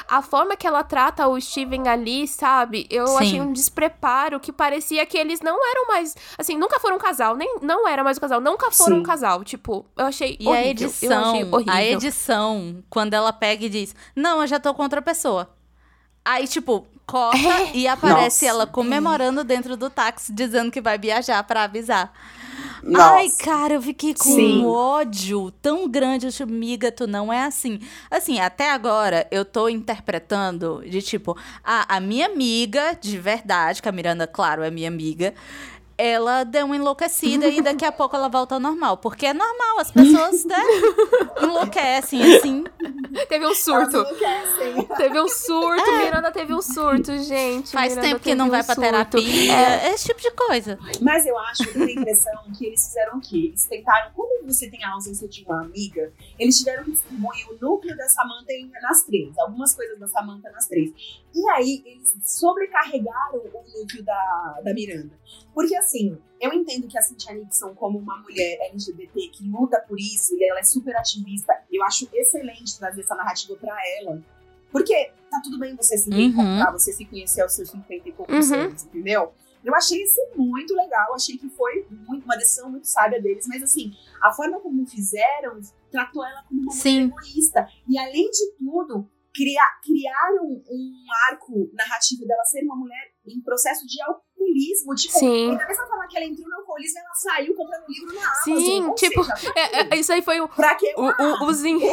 a forma que ela trata o Steven ali, sabe? Eu Sim. achei um despreparo que parecia que eles não eram mais, assim, nunca foram um casal, nem não era mais um casal, nunca foram Sim. um casal, tipo, eu achei e horrível. a edição, eu achei horrível. a edição, quando ela pega e diz, não, eu já tô com outra pessoa. Aí, tipo, corta é. e aparece Nossa, ela comemorando é. dentro do táxi, dizendo que vai viajar pra avisar. Nossa. Ai, cara, eu fiquei com Sim. um ódio tão grande. Eu disse, amiga, tu não é assim. Assim, até agora, eu tô interpretando de tipo, a, a minha amiga, de verdade, que a Miranda, claro, é minha amiga, ela deu uma enlouquecida e daqui a pouco ela volta ao normal. Porque é normal, as pessoas, né, enlouquecem, assim. Teve um surto. Teve um surto, é. Miranda teve um surto, gente. Faz Miranda tempo que não um vai pra surto. terapia, é. esse tipo de coisa. Mas eu acho, eu tenho a impressão que eles fizeram o quê? Eles tentaram, como você tem a ausência de uma amiga, eles tiveram que distribuir o núcleo da Samantha nas três. Algumas coisas da Samantha nas três. E aí, eles sobrecarregaram o núcleo da, da Miranda. Porque, assim, eu entendo que a Cynthia Nixon, como uma mulher L G B T que luta por isso, e ela é super ativista, eu acho excelente trazer essa narrativa pra ela. Porque tá tudo bem você se reencontrar, uhum. você se conhecer aos seus cinquenta e poucos uhum. anos, entendeu? Eu achei isso muito legal, achei que foi muito, uma decisão muito sábia deles, mas assim, a forma como fizeram, tratou ela como uma Sim. mulher egoísta. E além de tudo, criar, criaram um arco narrativo dela ser uma mulher em processo de alcoolismo. Tipo, Sim. da mesma forma que ela entrou no alcoolismo, ela saiu comprando livro na Amazon. Sim, ou tipo, seja, é, é, isso aí foi o, pra quê? o, o, os, en...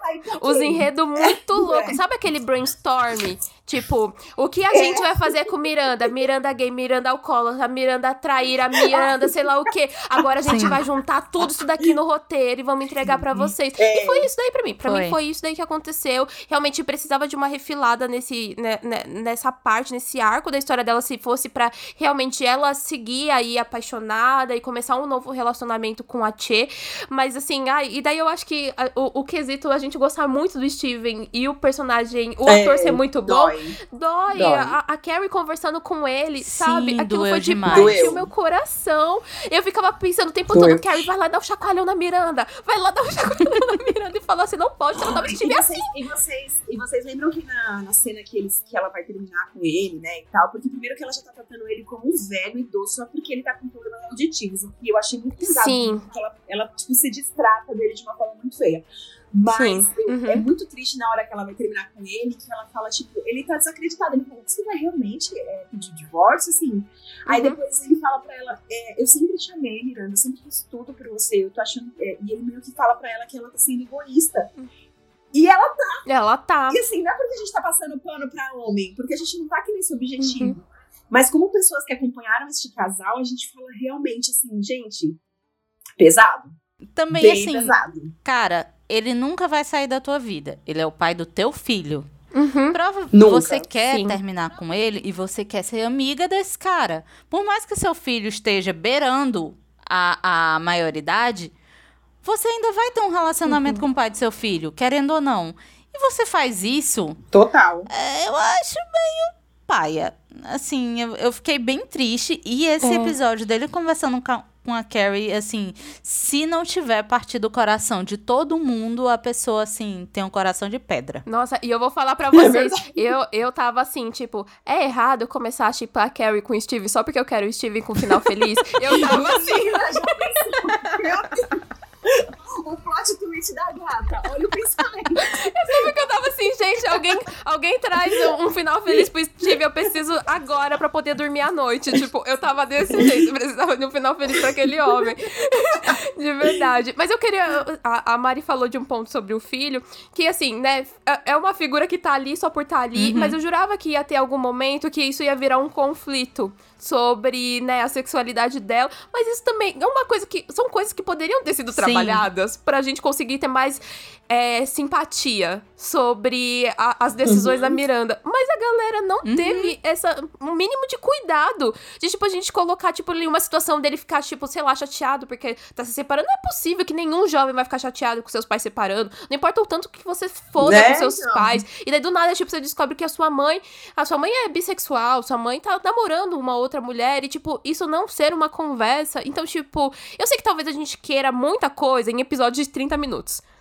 os enredos muito loucos. Sabe aquele brainstorm? Tipo, o que a gente vai fazer com Miranda? Miranda gay, Miranda alcoólatra, Miranda traíra, Miranda sei lá o quê. Agora a gente Sim. vai juntar tudo isso daqui no roteiro e vamos entregar pra vocês. É. E foi isso daí pra mim. Pra foi. mim foi isso daí que aconteceu. Realmente precisava de uma refilada nesse, né, nessa parte, nesse arco da história dela, se fosse pra realmente ela seguir aí apaixonada e começar um novo relacionamento com a Che. Mas assim, ai, e daí eu acho que a, o, o quesito a gente gostar muito do Steven e o personagem, o é, ator ser muito bom, dói. Dói. dói. A, a Carrie conversando com ele, Sim, sabe? Aquilo foi de demais. partir o meu coração. Eu ficava pensando o tempo doeu. todo, Carrie, vai lá dar um chacoalhão na Miranda. Vai lá dar um chacoalhão na Miranda e falar assim, não pode tratar o Steven assim. E vocês, e vocês lembram que na, na cena que, eles, que ela vai terminar com ele, né, e tal, porque primeiro que ela já tá tratando ele como um velho idoso só porque ele tá com problemas auditivos. E eu achei muito pesado. Sim. Porque ela, ela, tipo, se distrata dele de uma forma muito feia. Mas uhum. é muito triste na hora que ela vai terminar com ele, que ela fala, tipo, ele tá desacreditado. Ele fala, você vai realmente é, pedir divórcio, assim? Uhum. Aí depois ele fala pra ela, é, eu sempre te amei, Miranda, eu sempre fiz tudo por você, eu tô achando... É, e ele meio que fala pra ela que ela tá sendo egoísta. Uhum. E ela tá. Ela tá. E assim, não é porque a gente tá passando pano pra homem, porque a gente não tá aqui nesse objetivo. Uhum. Mas como pessoas que acompanharam este casal, a gente fala realmente assim, gente, pesado. Também Bem assim, pesado. Cara, ele nunca vai sair da tua vida. Ele é o pai do teu filho. Uhum. Prova- Nunca. Você quer Sim. terminar com ele e você quer ser amiga desse cara. Por mais que seu filho esteja beirando a, a maioridade, você ainda vai ter um relacionamento uhum. com o pai do seu filho, querendo ou não. E você faz isso... Total. É, eu acho meio paia. Assim, eu, eu fiquei bem triste. E esse é. episódio dele conversando com a, com a Carrie, assim... Se não tiver partido o coração de todo mundo, a pessoa, assim, tem um coração de pedra. Nossa, e eu vou falar pra vocês, eu, eu tava assim, tipo, é errado eu começar a chipar a Carrie com o Steve só porque eu quero o Steve com um final feliz? Eu tava assim... Meu Deus. O plot twist da gata, olha o pensamento. Eu sempre que eu tava assim, gente, alguém, alguém traz um, um final feliz pro Steve, eu preciso agora pra poder dormir à noite. Tipo, eu tava desse jeito, eu precisava de um final feliz pra aquele homem. De verdade. Mas eu queria... A, a Mari falou de um ponto sobre o filho, que assim, né, é uma figura que tá ali só por estar tá ali, uhum. mas eu jurava que ia ter algum momento que isso ia virar um conflito sobre, né, a sexualidade dela, mas isso também é uma coisa que... São coisas que poderiam ter sido trabalhadas Sim. pra gente conseguir ter mais é, simpatia sobre a, as decisões uhum. da Miranda. Mas a galera não uhum. teve essa, um mínimo de cuidado de, tipo, a gente colocar, tipo, ali uma situação dele ficar, tipo, sei lá, chateado porque tá se separando. Não é possível que nenhum jovem vai ficar chateado com seus pais separando. Não importa o tanto que você foda né? com seus não. pais. E daí, do nada, tipo, você descobre que a sua mãe... A sua mãe é bissexual, sua mãe tá namorando uma outra mulher. E, tipo, isso não ser uma conversa. Então, tipo, eu sei que talvez a gente queira muita coisa em episódios de trinta minutos.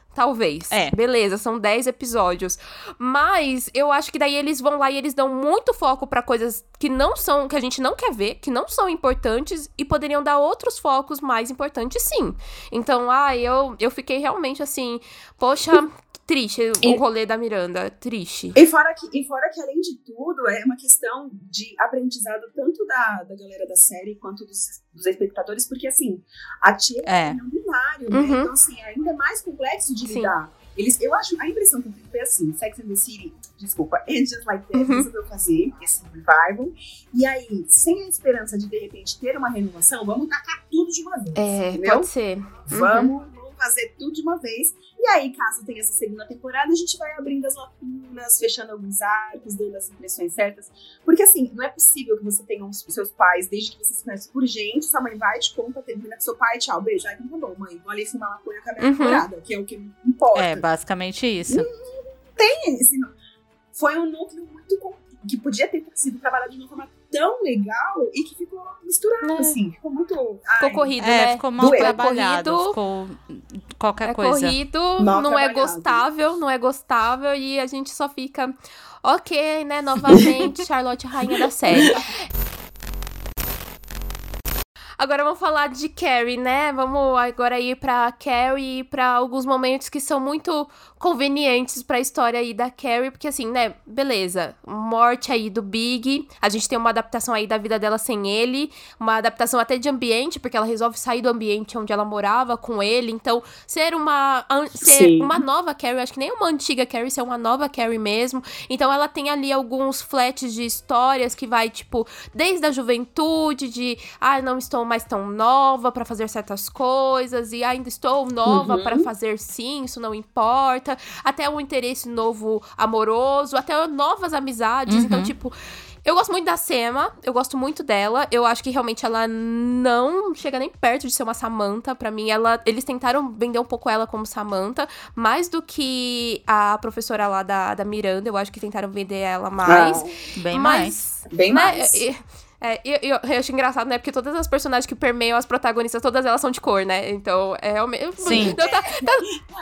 Talvez. É. Beleza, são dez episódios. Mas eu acho que daí eles vão lá e eles dão muito foco pra coisas que não são, que a gente não quer ver, que não são importantes e poderiam dar outros focos mais importantes, sim. Então, ah, eu, eu fiquei realmente assim, poxa, triste o rolê da Miranda, triste. E fora, que, e fora que, além de tudo, é uma questão de aprendizado tanto da, da galera da série quanto dos, dos espectadores, porque, assim, a tia é, é não binário, né? Uhum. Então, assim, é ainda mais complexo de Sim. lidar. Eles, eu acho, a impressão que eu tive foi assim, Sex and the City, desculpa, And Just Like That, uhum. resolveu fazer esse revival, e aí, sem a esperança de, de repente, ter uma renovação, vamos tacar tudo de uma vez, é, entendeu? Pode ser. Vamos, uhum. vamos fazer tudo de uma vez, e aí, caso tenha essa segunda temporada, a gente vai abrindo as lacunas, fechando alguns arcos, dando as impressões certas, porque assim, não é possível que você tenha os seus pais, desde que você se conhece por gente, sua mãe vai, te conta, termina com seu pai, tchau, beijo, aí então tá bom, mãe, vou ali fumar maconha com a minha uhum. namorada, que é o que importa. É, basicamente isso. Não, não tem esse... Foi um núcleo muito... que podia ter sido trabalhado de uma forma tão legal e que ficou misturado, é. assim. Ficou muito... Ficou ai, corrido, é, né? Ficou mal trabalhado, corrido, ficou qualquer é coisa. Corrido, mal não é gostável, não é gostável e a gente só fica... Ok, né? Novamente, Charlotte, rainha da série. Agora vamos falar de Carrie, né? Vamos agora ir pra Carrie e pra alguns momentos que são muito convenientes pra história aí da Carrie, porque assim, né, beleza, morte aí do Big, a gente tem uma adaptação aí da vida dela sem ele, uma adaptação até de ambiente, porque ela resolve sair do ambiente onde ela morava com ele, então ser uma, ser uma nova Carrie, acho que nem uma antiga Carrie, ser uma nova Carrie mesmo, então ela tem ali alguns flats de histórias que vai, tipo, desde a juventude, de, ah, não estou mais tão nova pra fazer certas coisas, e ainda estou nova uhum. para fazer sim, isso não importa, até um interesse novo amoroso, até novas amizades, uhum. então, tipo, eu gosto muito da Sema, eu gosto muito dela, eu acho que realmente ela não chega nem perto de ser uma Samantha, pra mim, ela, eles tentaram vender um pouco ela como Samantha, mais do que a professora lá da, da Miranda, eu acho que tentaram vender ela mais. Ah, bem mas, mais. Bem né, mais. E, É, eu, eu, eu acho engraçado, né? Porque todas as personagens que permeiam as protagonistas, todas elas são de cor, né? Então, é realmente... Sim. Então, tá, tá...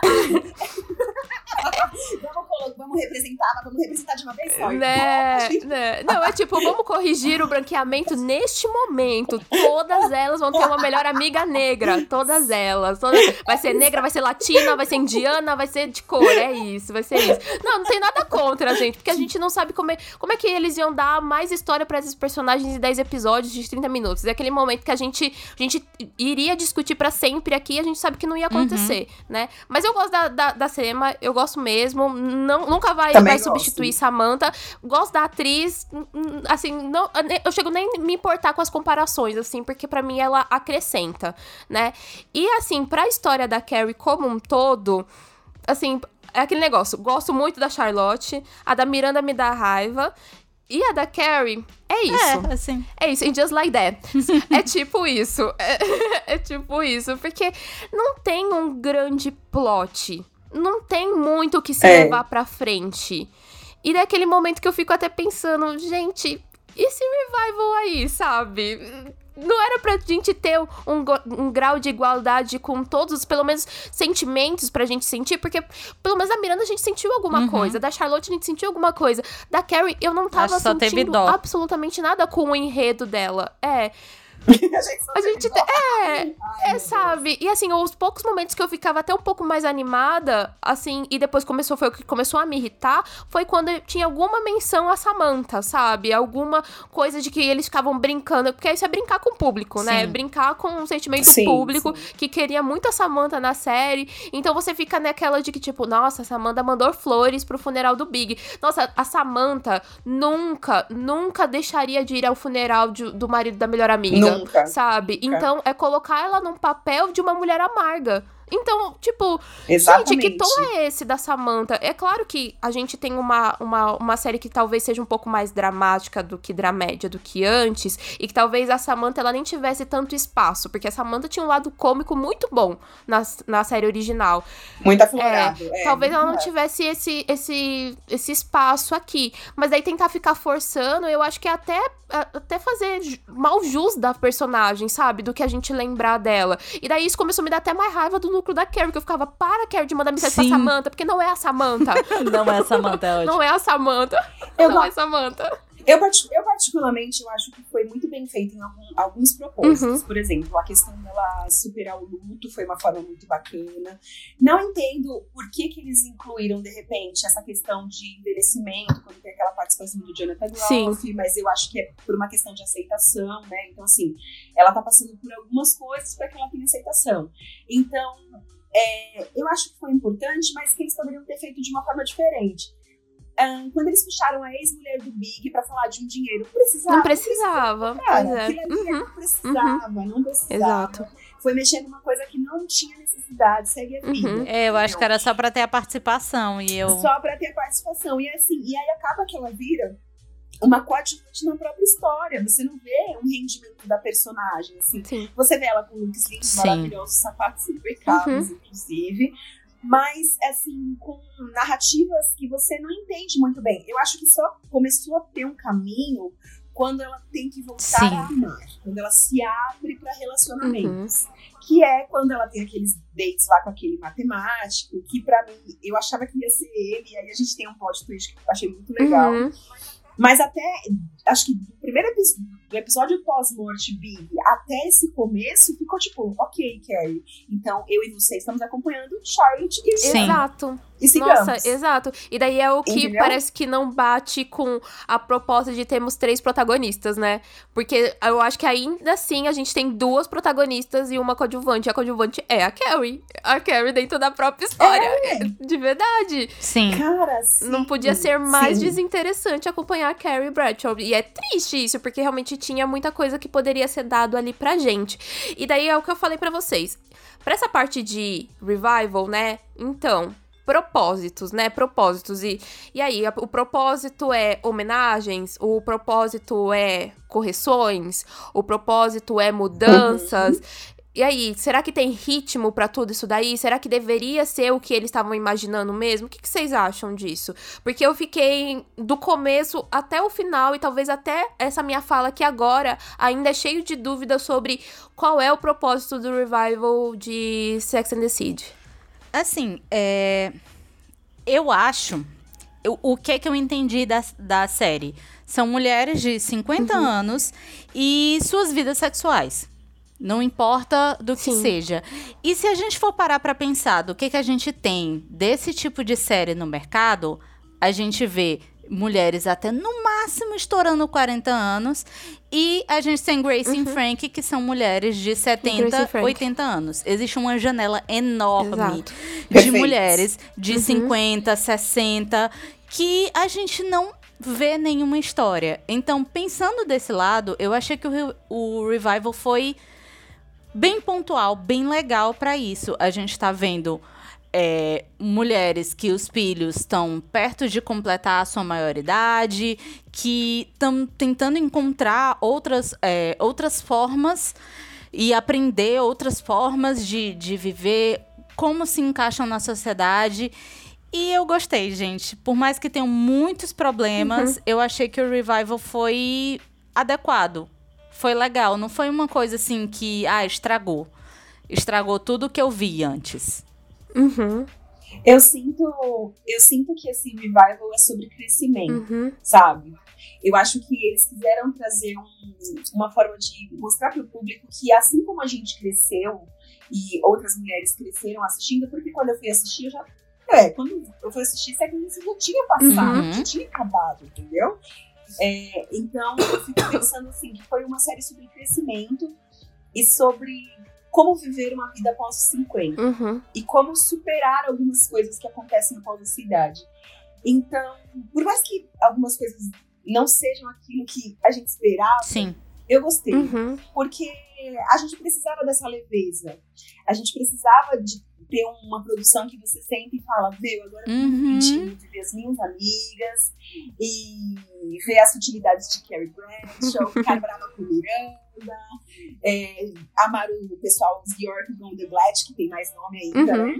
vamos, vamos representar, mas vamos representar de uma vez só. Né, né? Não, é tipo, vamos corrigir o branqueamento neste momento. Todas elas vão ter uma melhor amiga negra. Todas elas. Todas... Vai ser negra, vai ser latina, vai ser indiana, vai ser de cor. É isso, vai ser isso. Não, não tem nada contra, gente. Porque a gente não sabe como é, como é que eles iam dar mais história pra esses personagens em dez episódios de trinta minutos. É aquele momento que a gente, a gente iria discutir pra sempre aqui e a gente sabe que não ia acontecer, uhum. né? Mas eu gosto da, da, da Sema, eu gosto mesmo. Não, nunca vai, vai substituir Samantha. Gosto da atriz. Assim, não, eu chego nem a me importar com as comparações, assim, porque pra mim ela acrescenta, né? E assim, pra história da Carrie como um todo, assim, é aquele negócio. Gosto muito da Charlotte. A da Miranda me dá raiva. E a da Carrie, é isso. É, assim. É isso, and just like that. É tipo isso. É, é tipo isso. Porque não tem um grande plot. Não tem muito o que se é. levar pra frente. E naquele momento que eu fico até pensando, gente, e esse revival aí, sabe? Não era pra gente ter um, um grau de igualdade com todos, pelo menos, sentimentos pra gente sentir? Porque, pelo menos, da Miranda a gente sentiu alguma uhum. coisa. Da Charlotte a gente sentiu alguma coisa. Da Carrie, eu não tava Acho sentindo absolutamente nada com o enredo dela. É... a gente, a gente te... é, Ai, é sabe? E assim, os poucos momentos que eu ficava até um pouco mais animada, assim, e depois começou, foi o que começou a me irritar, foi quando tinha alguma menção a Samantha, sabe? Alguma coisa de que eles ficavam brincando, porque isso é brincar com o público, sim. né? Brincar com um sentimento sim, público sim. que queria muito a Samantha na série. Então você fica naquela de que, tipo, nossa, a Samantha mandou flores pro funeral do Big. Nossa, a Samantha nunca, nunca deixaria de ir ao funeral de, do marido da melhor amiga. Nunca. Sabe? Nunca. Então, é colocar ela num papel de uma mulher amarga. Então, tipo, Exatamente. gente, que tom é esse da Samantha? É claro que a gente tem uma, uma, uma série que talvez seja um pouco mais dramática do que dramédia do que antes, e que talvez a Samantha, ela nem tivesse tanto espaço, porque a Samantha tinha um lado cômico muito bom na, na série original. Muito aflorado. É, é, talvez ela não é. tivesse esse, esse, esse espaço aqui, mas daí tentar ficar forçando, eu acho que é até, até fazer mal jus da personagem, sabe? Do que a gente lembrar dela. E daí isso começou a me dar até mais raiva do núcleo da Carrie, que eu ficava, para, Carrie, de mandar mensagem Sim. pra Samantha, porque não é a Samantha. Não é a Samantha, é Não é a Samantha. Eu não go... é a Samantha. Eu, eu, particularmente, eu acho que foi muito bem feito em algum, alguns propósitos. Uhum. Por exemplo, a questão dela superar o luto foi uma forma muito bacana. Não entendo por que, que eles incluíram, de repente, essa questão de envelhecimento, quando tem aquela participação do Jonathan Groff, mas eu acho que é por uma questão de aceitação, né? Então, assim, ela tá passando por algumas coisas para que ela tenha aceitação. Então, é, eu acho que foi importante, mas que eles poderiam ter feito de uma forma diferente. Um, quando eles puxaram a ex-mulher do Big pra falar de um dinheiro, não precisava. Não precisava. Não precisava, cara, é. uhum. não precisava, uhum. não precisava. Exato. Foi mexer numa coisa que não tinha necessidade, segue a vida. Uhum. É, eu acho que era só pra ter a participação. E eu... Só pra ter a participação. E assim, e aí acaba que ela vira uma coadjuvante na própria história. Você não vê um rendimento da personagem, assim. Sim. Você vê ela com looks lindos, maravilhosos, sapatos impecáveis, uhum. inclusive. Mas, assim, com narrativas que você não entende muito bem. Eu acho que só começou a ter um caminho quando ela tem que voltar Sim. a amar. Quando ela se abre para relacionamentos. Uhum. Que é quando ela tem aqueles dates lá com aquele matemático, que pra mim, eu achava que ia ser ele. E aí a gente tem um plot twist que eu achei muito legal. Uhum. Mas até, acho que do primeiro episódio, do episódio pós-morte Big até esse começo, ficou tipo, ok, Carrie, então eu e você estamos acompanhando Charlotte e Sim. Exato. E sigamos. Nossa, exato. E daí é o que Entendeu? Parece que não bate com a proposta de termos três protagonistas, né? Porque eu acho que ainda assim a gente tem duas protagonistas e uma coadjuvante. E a coadjuvante é a Carrie. A Carrie dentro da própria história. É. De verdade. Sim. Cara, sim. Não podia ser mais sim. desinteressante acompanhar a Carrie Bradshaw. E é triste isso, porque realmente tinha muita coisa que poderia ser dado ali pra gente. E daí é o que eu falei pra vocês. Pra essa parte de revival, né? Então... propósitos, né? Propósitos. E, e aí, o propósito é homenagens, o propósito é correções, o propósito é mudanças. Uhum. E aí, será que tem ritmo pra tudo isso daí? Será que deveria ser o que eles estavam imaginando mesmo? O que, que vocês acham disso? Porque eu fiquei do começo até o final, e talvez até essa minha fala aqui agora ainda é cheio de dúvidas sobre qual é o propósito do revival de Sex and the City. Assim, é... eu acho... Eu, o que é que eu entendi da, da série? São mulheres de cinquenta uhum. anos e suas vidas sexuais. Não importa do que Sim. seja. E se a gente for parar pra pensar do que, que a gente tem desse tipo de série no mercado, a gente vê mulheres até no máximo estourando quarenta anos, e a gente tem Grace uhum. e Frank, que são mulheres de setenta, oitenta anos. Existe uma janela enorme Exato. de Perfeito. mulheres de uhum. cinquenta, sessenta, que a gente não vê nenhuma história. Então, pensando desse lado, eu achei que o, o Revival foi bem pontual, bem legal para isso. A gente tá vendo É, mulheres que os filhos estão perto de completar a sua maioridade, que estão tentando encontrar outras, é, outras formas e aprender outras formas de, de viver, como se encaixam na sociedade. E eu gostei, gente. Por mais que tenham muitos problemas, uhum. eu achei que o Revival foi adequado. Foi legal. Não foi uma coisa assim que ah, estragou. Estragou tudo que eu vi antes. Uhum. Eu sinto, eu sinto que esse revival é sobre crescimento, uhum. sabe? Eu acho que eles quiseram trazer um, uma forma de mostrar para o público que assim como a gente cresceu e outras mulheres cresceram assistindo, porque quando eu fui assistir, eu já... É, quando eu fui assistir, século já tinha passado, uhum. já tinha acabado, entendeu? É, então, eu fico pensando assim, que foi uma série sobre crescimento e sobre... como viver uma vida após os cinquenta. Uhum. E como superar algumas coisas que acontecem após essa idade. Então, por mais que algumas coisas não sejam aquilo que a gente esperava, Sim. eu gostei. Uhum. Porque a gente precisava dessa leveza. A gente precisava de ter uma produção que você senta e fala, veio, agora eu uhum. de ver as minhas amigas e ver as sutilidades de Carrie Bradshaw, ficar brava com Miranda, é, amar o pessoal dos York Gondelblatt, que tem mais nome ainda, uhum. né?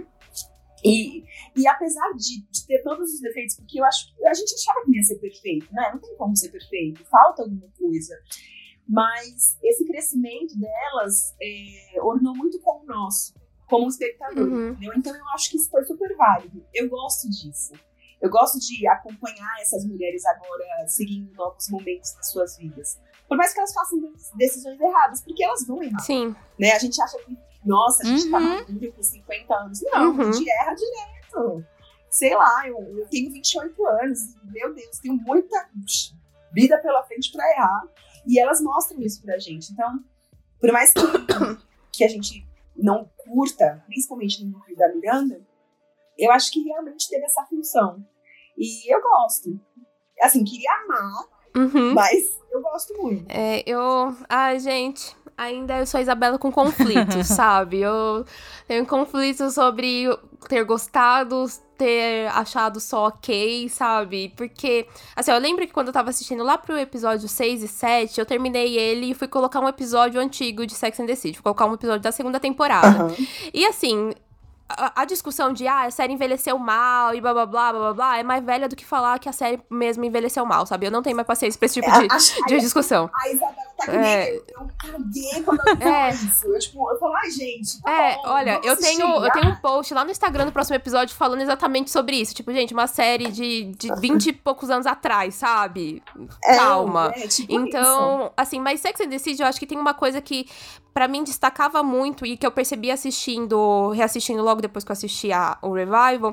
E, e apesar de, de ter todos os defeitos, porque eu acho a gente achava que não ia ser perfeito, né? Não tem como ser perfeito, falta alguma coisa. Mas esse crescimento delas é, ornou muito com o nosso. como um espectador, uhum. entendeu? Então eu acho que isso foi super válido. Eu gosto disso. Eu gosto de acompanhar essas mulheres agora seguindo novos momentos das suas vidas. Por mais que elas façam decisões erradas, porque elas vão errar. Sim. Né? A gente acha que, nossa, a gente uhum. tá madura com cinquenta anos. Não, uhum. a gente erra direto. Sei lá, eu, eu tenho vinte e oito anos. Meu Deus, tenho muita vida pela frente pra errar. E elas mostram isso pra gente. Então, por mais que, que a gente não curta, principalmente no núcleo da Miranda, eu acho que realmente teve essa função. E eu gosto. Assim, queria amar, uhum. mas eu gosto muito. É, eu... Ai, gente, ainda eu sou a Isabela com conflitos, sabe? Eu tenho conflitos sobre ter gostado, ter achado só ok, sabe? Porque, assim, eu lembro que quando eu tava assistindo lá pro episódio seis e sete, eu terminei ele e fui colocar um episódio antigo de Sex and the City. Fui colocar um episódio da segunda temporada. Uhum. E, assim... A, a discussão de, ah, a série envelheceu mal e blá, blá, blá, blá, blá, blá, é mais velha do que falar que a série mesmo envelheceu mal, sabe? Eu não tenho mais paciência pra esse tipo de, é, a, de a, discussão. A Isabela tá que nem é, eu, eu caguei quando eu vi é, isso. Eu, tipo, eu falo, ai, gente, tá É, bom, olha, eu tenho, eu tenho um post lá no Instagram no próximo episódio falando exatamente sobre isso. Tipo, gente, uma série de, de vinte e poucos anos atrás, sabe? É, Calma. É, tipo então, isso. assim, mas Sex and the City, eu acho que tem uma coisa que... Pra mim, destacava muito, e que eu percebi assistindo, reassistindo logo depois que eu assisti a, o Revival,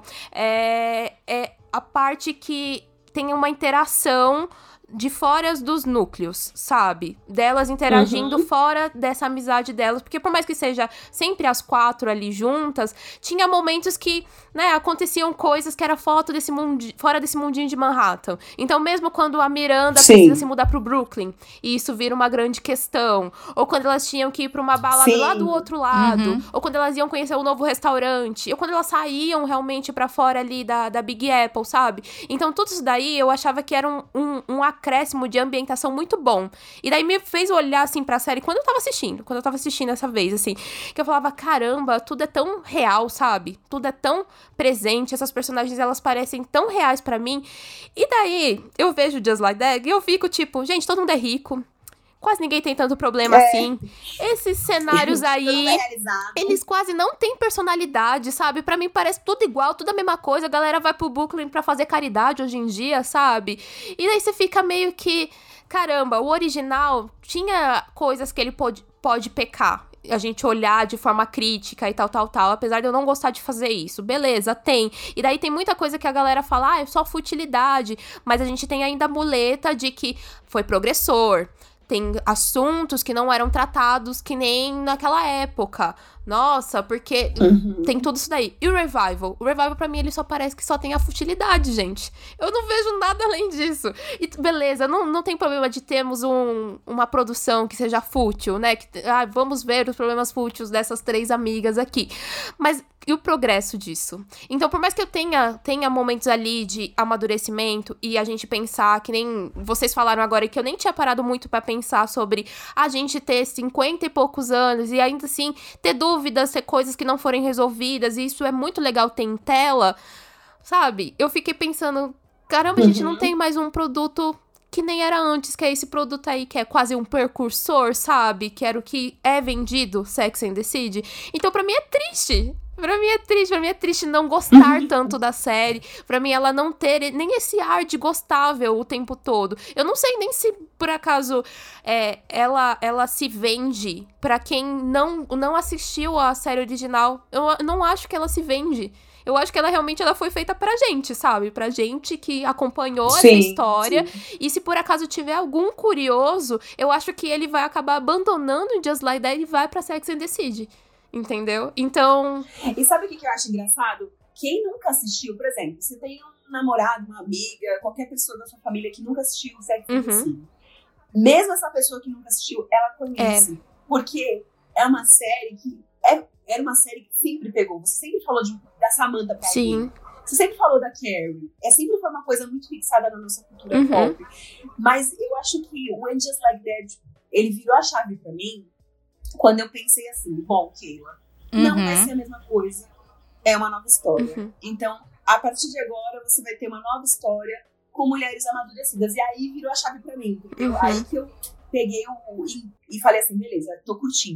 é, é a parte que tem uma interação de fora dos núcleos, sabe? Delas interagindo uhum. fora dessa amizade delas, porque por mais que seja sempre as quatro ali juntas, tinha momentos que, né, aconteciam coisas que era foto desse mundi- fora desse mundinho de Manhattan. Então, mesmo quando a Miranda Sim. precisa se mudar pro Brooklyn, e isso vira uma grande questão, ou quando elas tinham que ir pra uma balada Sim. lá do outro lado, uhum. ou quando elas iam conhecer um novo restaurante, ou quando elas saíam realmente pra fora ali da, da Big Apple, sabe? Então, tudo isso daí, eu achava que era um, um, um acréscimo de ambientação muito bom. E daí me fez olhar, assim, pra série quando eu tava assistindo. Quando eu tava assistindo essa vez, assim. Que eu falava, caramba, tudo é tão real, sabe? Tudo é tão presente. Essas personagens, elas parecem tão reais pra mim. E daí, eu vejo Just Like That e eu fico, tipo, gente, todo mundo é rico. Quase ninguém tem tanto problema é. assim. Esses cenários aí, é eles quase não têm personalidade, sabe? Pra mim parece tudo igual, tudo a mesma coisa. A galera vai pro Brooklyn pra fazer caridade hoje em dia, sabe? E daí você fica meio que... Caramba, o original tinha coisas que ele pode, pode pecar. A gente olhar de forma crítica e tal, tal, tal. Apesar de eu não gostar de fazer isso. Beleza, tem. E daí tem muita coisa que a galera fala, ah, é só futilidade. Mas a gente tem ainda a muleta de que foi progressor. Tem assuntos que não eram tratados que nem naquela época. Nossa, porque uhum. tem tudo isso daí. E o Revival? O Revival, pra mim, ele só parece que só tem a futilidade, gente. Eu não vejo nada além disso. E beleza, não, não tem problema de termos um, uma produção que seja fútil, né? Que, ah, vamos ver os problemas fúteis dessas três amigas aqui. Mas e o progresso disso? Então, por mais que eu tenha, tenha momentos ali de amadurecimento e a gente pensar, que nem vocês falaram agora, que eu nem tinha parado muito pra pensar sobre a gente ter cinquenta e poucos anos e ainda assim ter dúvidas, ter coisas que não forem resolvidas, e isso é muito legal ter em tela, sabe? Eu fiquei pensando, caramba, uhum. a gente não tem mais um produto que nem era antes, que é esse produto aí que é quase um precursor, sabe? Que era o que é vendido, Sex and the City. Então, pra mim é triste. Pra mim é triste, pra mim é triste não gostar tanto da série. Pra mim ela não ter nem esse ar de gostável o tempo todo. Eu não sei nem se, por acaso, é, ela, ela se vende pra quem não, não assistiu a série original. Eu não acho que ela se vende. Eu acho que ela realmente ela foi feita pra gente, sabe? Pra gente que acompanhou sim, essa história. Sim. E se por acaso tiver algum curioso, eu acho que ele vai acabar abandonando Just Like That e vai pra Sex and the City. Entendeu? Então... E sabe o que eu acho engraçado? Quem nunca assistiu, por exemplo, você tem um namorado, uma amiga, qualquer pessoa da sua família que nunca assistiu Sex and the City. Mesmo essa pessoa que nunca assistiu, ela conhece. É. Porque é uma série que... É, era uma série que sempre pegou. Você sempre falou de, da Samantha pra Sim. mim. Você sempre falou da Carrie. É sempre foi uma coisa muito fixada na nossa cultura uhum. pop. Mas eu acho que o And Just Like That, ele virou a chave pra mim quando eu pensei assim, bom, Keila, uhum. não vai ser a mesma coisa, é uma nova história. Uhum. Então, a partir de agora, você vai ter uma nova história com mulheres amadurecidas. E aí virou a chave pra mim. Uhum. Aí que eu peguei o, e, e falei assim, beleza, tô curtindo.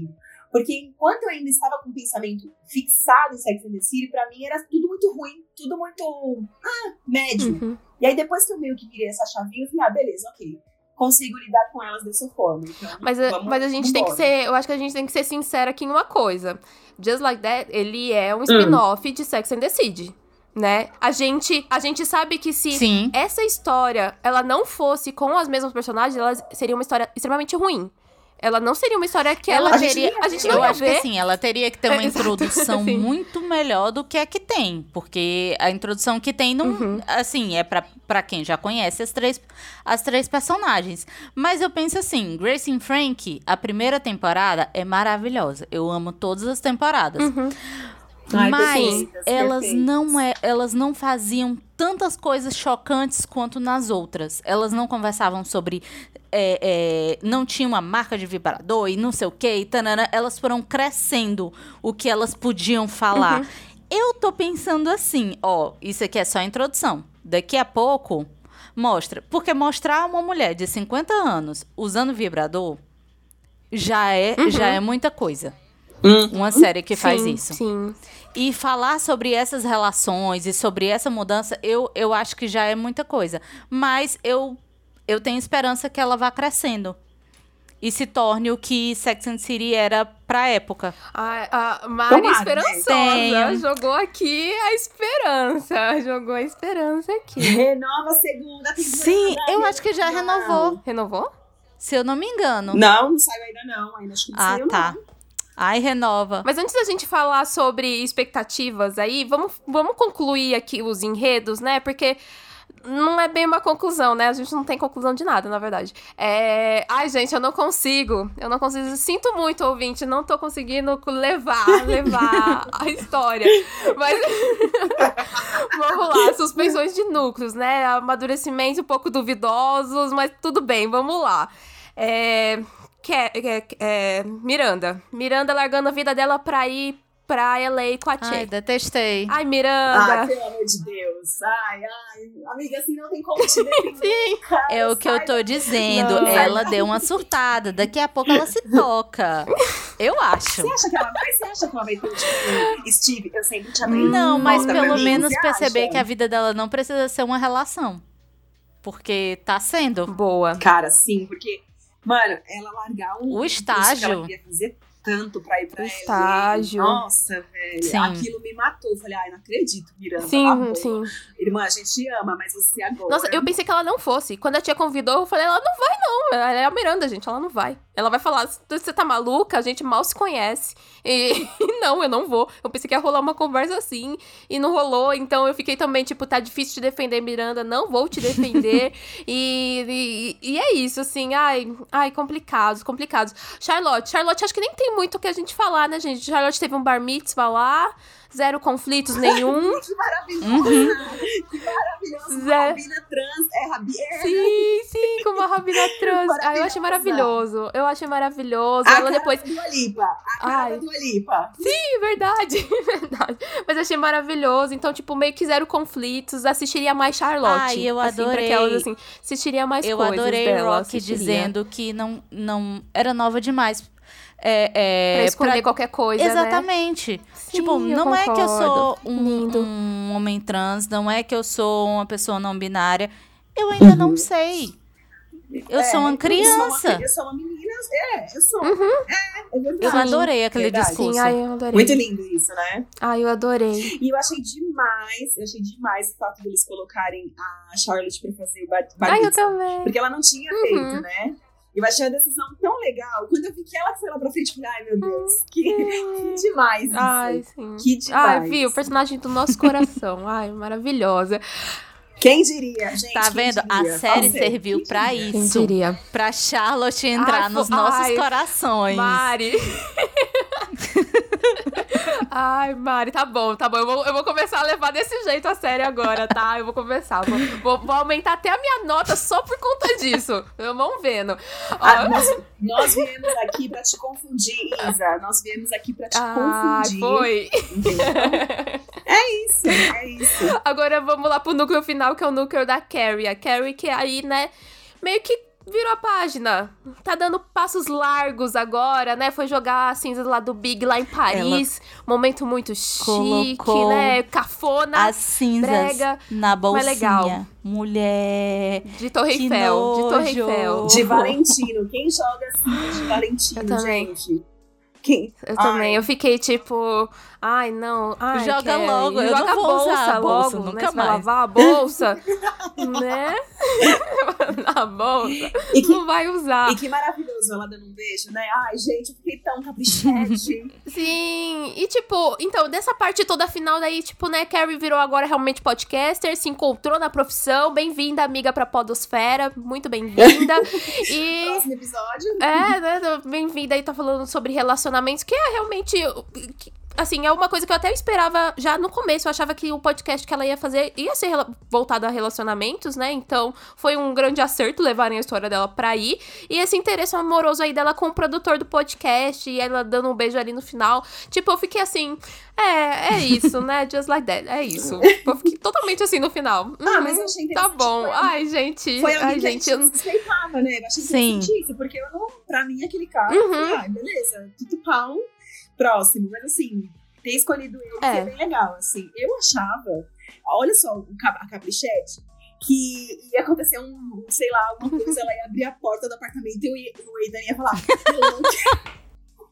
Porque enquanto eu ainda estava com o pensamento fixado em Sex and the City, pra mim era tudo muito ruim, tudo muito ah, médio. Uhum. E aí depois que eu meio que virei essa chavinha, eu falei, ah, beleza, ok. Consigo lidar com elas dessa forma. Então, mas, vamos, mas a gente vambora. tem que ser, eu acho que a gente tem que ser sincera aqui em uma coisa. Just Like That, ele é um spin-off hum. de Sex and the City. Né? A gente, a gente sabe que se Sim. essa história ela não fosse com as mesmas personagens, ela seria uma história extremamente ruim. Ela não seria uma história que ela, ela teria... A gente não eu ia acho ver. que assim, ela teria que ter uma é, introdução muito melhor do que a que tem. Porque a introdução que tem, não, uhum. assim, é pra, pra quem já conhece as três, as três personagens. Mas eu penso assim, Grace and Frankie, a primeira temporada é maravilhosa. Eu amo todas as temporadas. Uhum. Ai, mas perfeitas, elas, perfeitas. Não é, elas não faziam tantas coisas chocantes quanto nas outras. Elas não conversavam sobre... É, é, não tinha uma marca de vibrador e não sei o que, tanana, elas foram crescendo o que elas podiam falar. Uhum. Eu tô pensando assim, ó, isso aqui é só a introdução. Daqui a pouco, mostra. Porque mostrar uma mulher de cinquenta anos usando vibrador já é, uhum. já é muita coisa. Uhum. Uma série que faz sim, isso. Sim. E falar sobre essas relações e sobre essa mudança, eu, eu acho que já é muita coisa. Mas eu... Eu tenho esperança que ela vá crescendo. E se torne o que Sex and the City era pra época. A, a Mari Tomara, esperançosa né? jogou aqui a esperança. Jogou a esperança aqui. Renova a segunda temporada. Sim, eu acho que já renovou. Renovou? Se eu não me engano. Não, não saiu ainda não. Ainda acho que não ah, saiu tá. não. Ai, renova. Mas antes da gente falar sobre expectativas aí, vamos, vamos concluir aqui os enredos, né? Porque... Não é bem uma conclusão, né? A gente não tem conclusão de nada, na verdade. É... Ai, gente, eu não consigo. Eu não consigo. Sinto muito, ouvinte. Não tô conseguindo levar, levar a história. Mas... Vamos lá. Suspensões de núcleos, né? Amadurecimento um pouco duvidosos, mas tudo bem, vamos lá. É... Que, é, é... Miranda. Miranda largando a vida dela pra ir... pra L A com a Che. Ai, detestei. Ai, Miranda. Ai, pelo amor de Deus. Ai, ai. Amiga, assim não tem como te defender. Sim. Cara, é o que eu tô dizendo. Não, ela deu uma surtada. Daqui a pouco ela se toca. Eu acho. Você acha que ela vai? Você acha que ela vai ter, tipo, Steve? Eu sempre te aprendi. Não, mas pelo mim, menos você perceber acha? que a vida dela não precisa ser uma relação. Porque tá sendo. Boa. Cara, sim, porque, mano, ela largar um... O estágio. Que ela queria fazer tanto pra ir pra o ela. Estágio. Nossa, velho. Sim. Aquilo me matou. Eu falei, ai, não acredito, Miranda. Sim, sim. Irmã, a gente ama, mas você agora... Nossa, eu pensei que ela não fosse. Quando a tia convidou, eu falei, ela não vai, não. Ela é a Miranda, gente, ela não vai. Ela vai falar, você tá maluca? A gente mal se conhece. E não, eu não vou. Eu pensei que ia rolar uma conversa assim, e não rolou. Então eu fiquei também, tipo, tá difícil te defender, Miranda. Não vou te defender. e, e, e é isso, assim. Ai, ai, complicados, complicados. Charlotte, Charlotte, acho que nem tem muito o que a gente falar, né, gente? Charlotte teve um bar mitzvah lá. Zero conflitos nenhum. Que maravilhoso! Uhum. Que maravilhoso! Zé... Rabina trans. É Rabina. Sim, sim, com uma Rabina trans. Ah, eu achei maravilhoso. Eu achei maravilhoso. A Ela cara depois. Da Dua Lipa. A cara Ai. da Dua Lipa. Sim, verdade. Verdade. Mas eu achei maravilhoso. Então, tipo, meio que zero conflitos. Assistiria mais Charlotte. Ai, eu assim, adorei. Pra elas, assim, assistiria mais eu coisas. Eu adorei dela, Rock assistiria. dizendo que não, não era nova demais. É, é, pra escolher pra... qualquer coisa, Exatamente. né? Tipo, Sim, não é que eu sou um, Lindo. um homem trans, não é que eu sou uma pessoa não binária. Eu ainda uhum. não sei. Eu é, sou uma criança. Eu sou uma, eu sou uma menina. É, eu sou. Uhum. É, é verdade. Eu adorei aquele verdade. discurso. Sim, ai, eu adorei. Muito lindo isso, né? Ai, eu adorei. E eu achei demais, eu achei demais o fato deles colocarem a Charlotte pra fazer o bar Ai, eu também. Porque ela não tinha uhum. feito, né? Eu achei a decisão tão legal. Quando eu vi que ela foi lá pra frente, eu falei, ai, meu Deus, que, que demais isso. Ai, sim. Que demais. Ai, viu, personagem do nosso coração. Ai, maravilhosa. Quem diria, gente? Tá vendo? Diria? A série Fala serviu quem pra diria? isso. Quem diria? Pra Charlotte entrar ai, nos nossos ai, corações. Mari. Ai, Mari, tá bom, tá bom. Eu vou, eu vou começar a levar desse jeito a série agora, tá? Eu vou começar. Vou, vou, vou aumentar até a minha nota só por conta disso. Vamos vendo. Ah, nós, nós viemos aqui pra te confundir, Isa. Nós viemos aqui pra te ah, confundir. Foi. É isso, é isso. Agora vamos lá pro núcleo final, que é o núcleo da Carrie. A Carrie que aí, né, meio que virou a página. Tá dando passos largos agora, né? Foi jogar as cinzas lá do Big lá em Paris. Ela momento muito chique, né? Cafona. As cinzas brega, na bolsinha. Mas legal. Mulher. De Torre Eiffel. De Torre Eiffel. De Valentino. Quem joga cinzas de Valentino, eu também. gente? Quem? Eu ai. também. Eu fiquei tipo... Ai, não. Ai, joga Kelly. logo. Eu joga não vou a bolsa, usar a bolsa logo, nunca né? Você mais. vai lavar a bolsa, né? Na bolsa. E que, não vai usar. E que maravilhoso ela dando um beijo, né? Ai, gente, eu fiquei tão caprichete. Sim. E tipo, então, dessa parte toda final daí, tipo, né? Carrie virou agora realmente podcaster, se encontrou na profissão. Bem-vinda, amiga, pra podosfera. Muito bem-vinda. E... Próximo episódio. É, né? Bem-vinda aí, tá falando sobre relacionamentos, que é realmente... Assim, é uma coisa que eu até esperava já no começo. Eu achava que o podcast que ela ia fazer ia ser voltado a relacionamentos, né? Então, foi um grande acerto levarem a história dela pra aí. E esse interesse amoroso aí dela com o produtor do podcast, e ela dando um beijo ali no final. Tipo, eu fiquei assim... É, é isso, né? Just like that. É isso. Eu fiquei totalmente assim no final. Ah, hum, mas eu achei interessante. Tá bom. Foi, Ai, gente. Foi alguém ai, que gente, a gente suspeitava, né? Eu achei interessante isso. Porque eu não... Pra mim, aquele cara... Uhum. Falei, ah, beleza. Tudo pau. Próximo. Mas assim... Ter escolhido ele é. é bem legal, assim. Eu achava, olha só, a Caprichete, que ia acontecer um, sei lá, alguma coisa, ela ia abrir a porta do apartamento e o Aidan ia falar, eu não quero.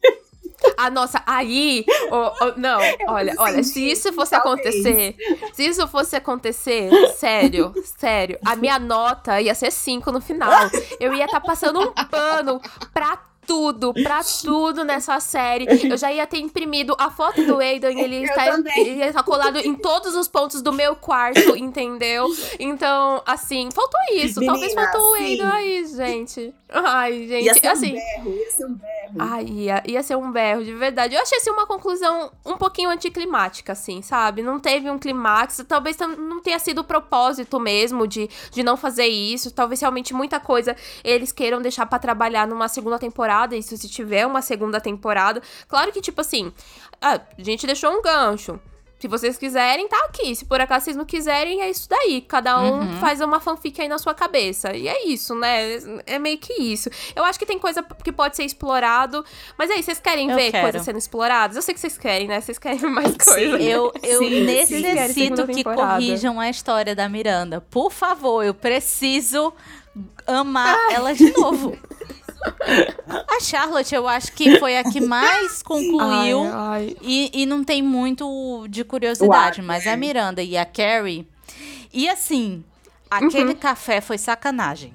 Ah, nossa, aí, oh, oh, não, eu olha, olha, se isso fosse talvez. acontecer, se isso fosse acontecer, sério, sério, a minha nota ia ser cinco no final. Eu ia estar tá passando um pano pra tudo, pra tudo nessa série. Eu já ia ter imprimido a foto do Aidan e ele está, ele está colado em todos os pontos do meu quarto, entendeu? Então, assim, faltou isso. Menina, talvez faltou o Aidan aí, gente. Ai, gente, ia ser assim... um berro, ia ser um berro. Ai, ia, ia ser um berro, de verdade. Eu achei, assim, uma conclusão um pouquinho anticlimática, assim, sabe? Não teve um clímax, talvez não tenha sido o propósito mesmo de, de não fazer isso. Talvez realmente muita coisa eles queiram deixar pra trabalhar numa segunda temporada. Isso se tiver uma segunda temporada. Claro que, tipo assim, a gente deixou um gancho. Se vocês quiserem, tá aqui. Se por acaso vocês não quiserem, é isso daí. Cada um uhum. faz uma fanfic aí na sua cabeça. E é isso, né? É meio que isso. Eu acho que tem coisa que pode ser explorado. Mas aí, vocês querem eu ver quero. coisas sendo exploradas? Eu sei que vocês querem, né? Vocês querem mais coisas. Eu, eu sim, necessito sim. que corrijam a história da Miranda. Por favor, eu preciso amar ah. ela de novo. A Charlotte, eu acho que foi a que mais concluiu ai, ai. E, e não tem muito de curiosidade, Uau, mas é. a Miranda e a Carrie. E assim, aquele uhum. café foi sacanagem.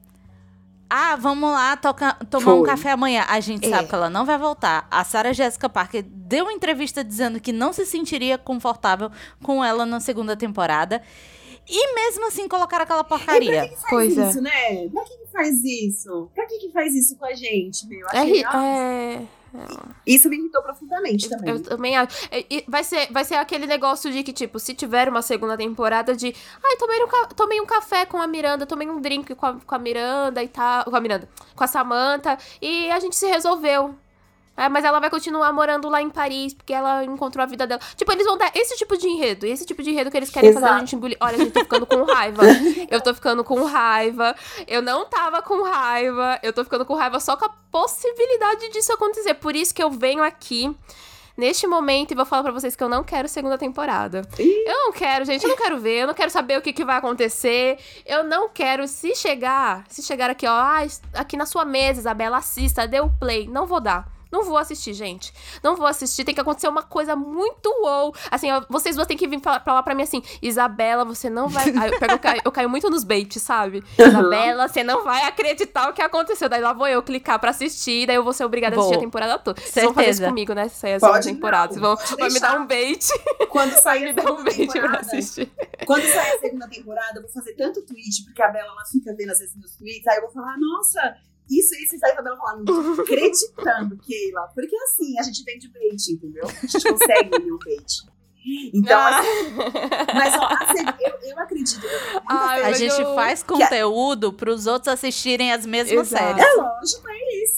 Ah, vamos lá toca, tomar foi. um café amanhã. A gente é. sabe que ela não vai voltar. A Sarah Jessica Parker deu uma entrevista dizendo que não se sentiria confortável com ela na segunda temporada. E mesmo assim colocaram aquela porcaria. E pra que, que faz pois isso, é. né? Pra que, que faz isso? Pra que, que faz isso com a gente, meu? Achei, é, é... Isso me irritou profundamente também. Eu, eu também acho. Vai ser, vai ser aquele negócio de que, tipo, se tiver uma segunda temporada de... Ai, tomei um, tomei um café com a Miranda, tomei um drink com a, com a Miranda e tal... Com a Miranda. Com a Samantha. E a gente se resolveu. É, mas ela vai continuar morando lá em Paris, porque ela encontrou a vida dela. Tipo, eles vão dar esse tipo de enredo. Esse tipo de enredo que eles querem Exato. fazer a gente engolir. Olha, a gente tá ficando com raiva. Eu tô ficando com raiva. Eu não tava com raiva. Eu tô ficando com raiva só com a possibilidade disso acontecer. Por isso que eu venho aqui, neste momento, e vou falar pra vocês que eu não quero segunda temporada. Eu não quero, gente. Eu não quero ver. Eu não quero saber o que, que vai acontecer. Eu não quero, se chegar... Se chegar aqui, ó... Ah, aqui na sua mesa, Isabela, assista. Dê o play. Não vou dar. Não vou assistir, gente. Não vou assistir. Tem que acontecer uma coisa muito wow. Assim, ó, vocês vão ter que vir falar, falar pra mim assim, Isabela, você não vai... Aí eu, pego, eu, caio, eu caio muito nos baits, sabe? Uhum. Isabela, você não vai acreditar o que aconteceu. Daí lá vou eu clicar pra assistir, daí eu vou ser obrigada vou. a assistir a temporada toda. Certeza. Vocês vão fazer isso comigo, né? Se sair a segunda temporada. Vocês vão, vão me dar um bait. Quando sair a segunda um bait pra assistir. Quando sair a segunda temporada, eu vou fazer tanto tweet, porque a Bela, ela fica vendo às vezes meus tweets, aí eu vou falar, nossa... Isso, isso, isso aí, a Isabela falando, não tô acreditando, Keila. Porque assim, a gente vende bait, entendeu? A gente consegue vender o bait. Então, ah. assim, mas ó, assim, eu, eu acredito. Eu Ai, a gente eu... faz conteúdo que... pros outros assistirem as mesmas Exato. séries. É lógico, é isso.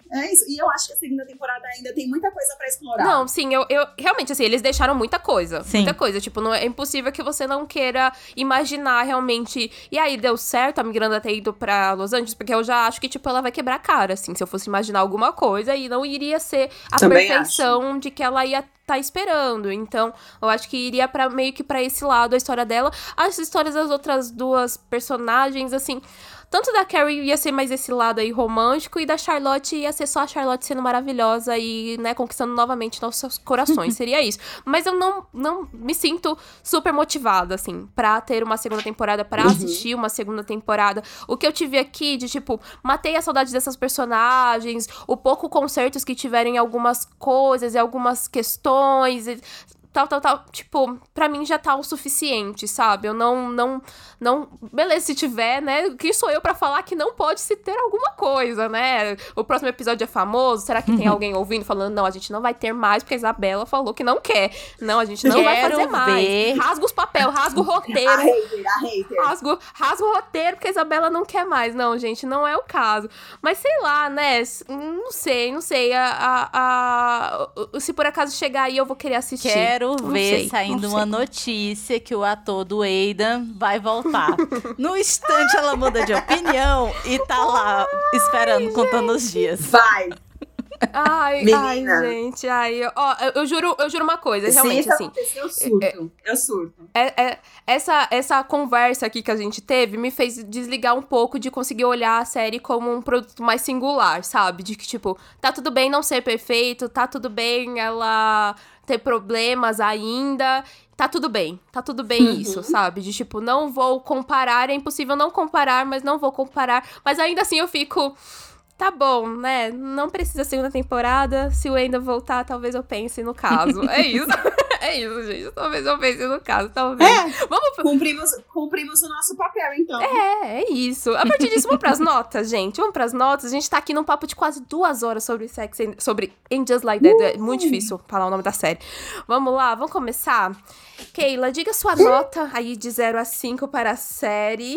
É isso. E eu acho que a segunda temporada ainda tem muita coisa pra explorar. Não, sim, eu, eu realmente, assim, eles deixaram muita coisa. Sim. Muita coisa. Tipo, não é impossível que você não queira imaginar realmente. E aí, deu certo a Miranda ter ido pra Los Angeles? Porque eu já acho que, tipo, ela vai quebrar a cara, assim, se eu fosse imaginar alguma coisa. E não iria ser a Também perfeição acho. de que ela ia tá esperando. Então, eu acho que iria pra, meio que pra esse lado a história dela. As histórias das outras duas personagens, assim, tanto da Carrie ia ser mais esse lado aí romântico, e da Charlotte ia ser só a Charlotte sendo maravilhosa e, né, conquistando novamente nossos corações. Seria isso. Mas eu não, não me sinto super motivada, assim, pra ter uma segunda temporada, pra Uhum. assistir uma segunda temporada. O que eu tive aqui de, tipo, matei a saudade dessas personagens, o pouco concertos que tiveram em algumas coisas e algumas questões, e tal, tal, tal, tipo, pra mim já tá o suficiente, sabe? Eu não, não, não... Beleza, se tiver, né? Quem sou eu pra falar que não pode se ter alguma coisa, né? O próximo episódio é famoso, será que tem alguém ouvindo falando, não, a gente não vai ter mais porque a Isabela falou que não quer. Não, a gente não vai Quero fazer mais. ver. Rasga os papel, rasga o A roteiro. hater, a hater. Rasgo, rasgo o roteiro porque a Isabela não quer mais. Não, gente, não é o caso. Mas sei lá, né? S- Não sei, não sei. A, a, a- se por acaso chegar aí, eu vou querer assistir. Quero Não ver sei, saindo não uma sei. notícia que o ator do Aidan vai voltar. No instante ela muda de opinião e tá lá esperando, contando os dias. Vai. Ai, Menina. ai, gente. Ai, ó, eu, eu juro, eu juro uma coisa, Se realmente, isso assim. acontecer, eu surto. Eu surto. É, é- essa, essa conversa aqui que a gente teve me fez desligar um pouco de conseguir olhar a série como um produto mais singular, sabe? De que, tipo, tá tudo bem não ser perfeito, tá tudo bem ela ter problemas ainda, tá tudo bem, tá tudo bem Uhum. isso, sabe? De, tipo, não vou comparar, é impossível não comparar, mas não vou comparar. Mas ainda assim eu fico... Tá bom, né? Não precisa segunda temporada. Se o Enda voltar, talvez eu pense no caso. É isso. É isso, gente. Talvez eu pense no caso, talvez. É. Vamos pro... Cumprimos, cumprimos o nosso papel, então. É, é isso. A partir disso, vamos pras notas, gente. Vamos pras notas. A gente tá aqui num papo de quase duas horas sobre Sex and... sobre And Just Like That. É muito difícil falar o nome da série. Vamos lá, vamos começar? Keila, diga sua nota aí de zero a cinco para a série.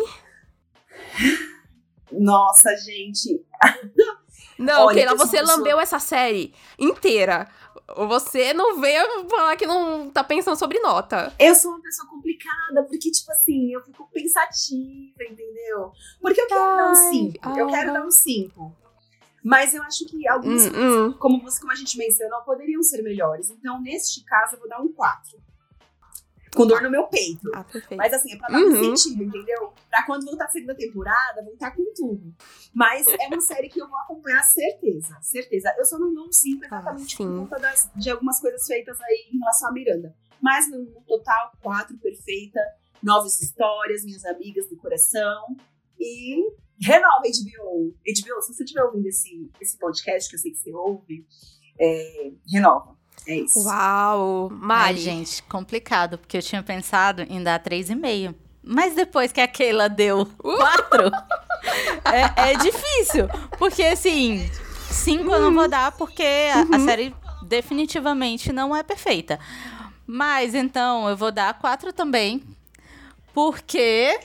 Nossa, gente. Não, Olha, Keila, eu sou você uma pessoa- lambeu essa série inteira. Você não veio falar que não tá pensando sobre nota. Eu sou uma pessoa complicada, porque, tipo assim, eu fico pensativa, entendeu? Porque eu quero dar um Ai, cinco. Eu ai. quero dar um cinco. Mas eu acho que algumas Hum, coisas, hum. como, você, como a gente mencionou, poderiam ser melhores. Então, neste caso, eu vou dar um quatro. Com dor no meu peito. Ah, perfeito. Mas assim, é pra dar Uhum. um sentido, entendeu? Pra quando voltar a segunda temporada, voltar com tudo. Mas é uma série que eu vou acompanhar, certeza. Certeza. Eu só não dou um cinco exatamente Ah, sim. por conta das, de algumas coisas feitas aí em relação à Miranda. Mas no, no total, quatro, perfeita. Novas histórias, minhas amigas do coração. E renova H B O. H B O, se você estiver ouvindo esse, esse podcast, que eu sei que você ouve, é, renova. É isso. Uau, Ai, Mari. gente, complicado, porque eu tinha pensado em dar três e meio. Mas depois que a Keila deu quatro, é, é difícil. Porque, assim, cinco eu não vou dar, porque a, a série definitivamente não é perfeita. Mas, então, eu vou dar quatro também, porque...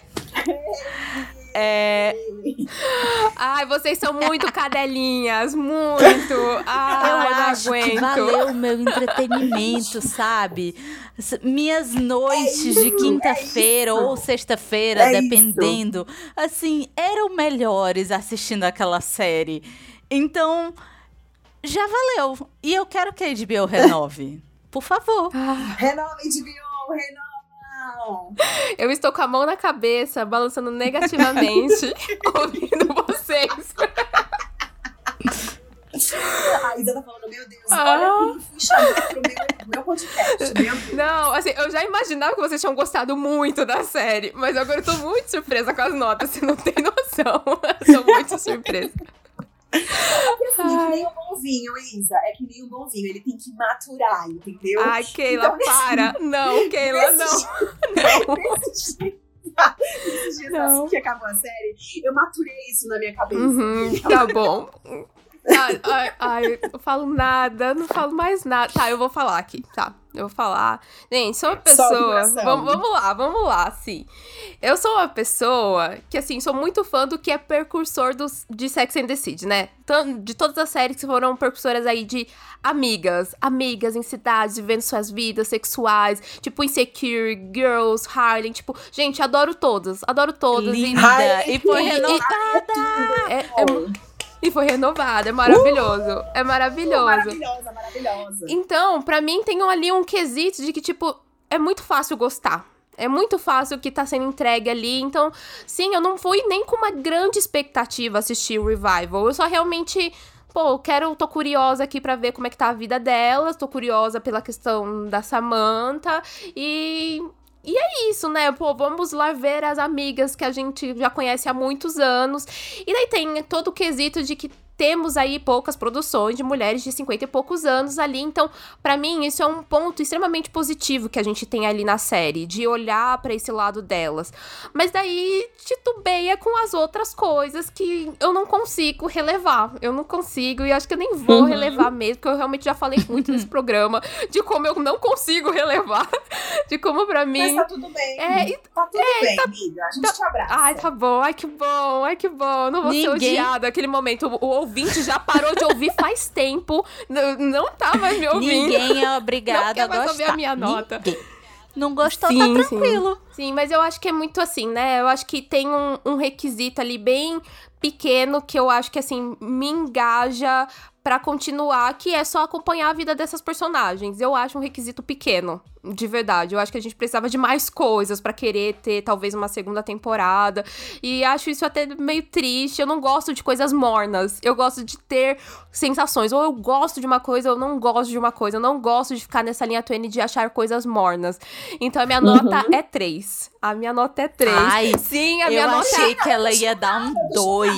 É, Ai, vocês são muito cadelinhas, muito. Ai, eu não acho aguento. que valeu o meu entretenimento, sabe? S- Minhas noites isso, de quinta-feira é isso. ou sexta-feira, É dependendo, assim, eram melhores assistindo aquela série. Então, já valeu. E eu quero que a H B O renove. Por favor. Renova H B O, renova! Eu estou com a mão na cabeça, balançando negativamente, ouvindo vocês. A Isa tá falando, meu Deus, Ah. olha quem fui chamar pro meu, meu podcast. Meu Deus. Não, assim, eu já imaginava que vocês tinham gostado muito da série, mas agora eu tô muito surpresa com as notas, você não tem noção. Eu tô muito surpresa. Assim, é que nem um bom vinho, Isa. É que nem um bom vinho. Ele tem que maturar, entendeu? Ai, Keila, Então, para. Não, Keila, Nesse não. Nesses dias, nesses dias Não. assim que acabou a série, eu maturei isso na minha cabeça. Uhum, tá bom. Ai, ai, ai, eu falo nada, não falo mais nada. Tá, eu vou falar aqui, tá. Eu vou falar. Gente, sou uma pessoa... Vamos, vamos lá, vamos lá, sim. Eu sou uma pessoa que, assim, sou muito fã do que é precursor dos, de Sex and the City, né? De todas as séries que foram precursoras aí de amigas. Amigas em cidades, vivendo suas vidas sexuais. Tipo, Insecure, Girls, Harlem. Tipo, gente, adoro todas. Adoro todas. Linda! E, e foi renovada! É, é, é, E foi renovada, é maravilhoso. Uh! É maravilhoso. Maravilhosa, maravilhosa. Então, pra mim, tem ali um quesito de que, tipo, é muito fácil gostar. É muito fácil o que tá sendo entregue ali. Então, sim, eu não fui nem com uma grande expectativa assistir o Revival. Eu só realmente... Pô, quero, tô curiosa aqui pra ver como é que tá a vida delas. Tô curiosa pela questão da Samantha. E... E é isso, né? Pô, vamos lá ver as amigas que a gente já conhece há muitos anos. E daí tem todo o quesito de que temos aí poucas produções de mulheres de cinquenta e poucos anos ali. Então, pra mim, isso é um ponto extremamente positivo que a gente tem ali na série, de olhar pra esse lado delas. Mas daí titubeia com as outras coisas que eu não consigo relevar. Eu não consigo, e acho que eu nem vou uhum. relevar mesmo, porque eu realmente já falei muito nesse programa de como eu não consigo relevar. De como pra mim... Mas tá tudo bem. É, e, tá tudo é, bem, tá, amiga. A gente tá, te abraça. Ai, tá bom. Ai, que bom. Ai, que bom. Não vou Ninguém... ser odiada. Aquele momento, o, o ouvinte já parou de ouvir faz tempo. Não, não tá mais me ouvindo. Ninguém é obrigado a gostar. Não quer mais ouvir a minha nota. Ninguém. Não gostou, sim, tá tranquilo. Sim. sim, mas eu acho que é muito assim, né? Eu acho que tem um, um requisito ali bem pequeno que eu acho que, assim, me engaja pra continuar, que é só acompanhar a vida dessas personagens. Eu acho um requisito pequeno, de verdade. Eu acho que a gente precisava de mais coisas pra querer ter, talvez, uma segunda temporada. E acho isso até meio triste. Eu não gosto de coisas mornas. Eu gosto de ter sensações. Ou eu gosto de uma coisa, ou eu não gosto de uma coisa. Eu não gosto de ficar nessa linha tênue de achar coisas mornas. Então, a minha uhum. nota é três. A minha nota é três. Ai, sim, a minha eu nota achei é... que ela ia dar um dois.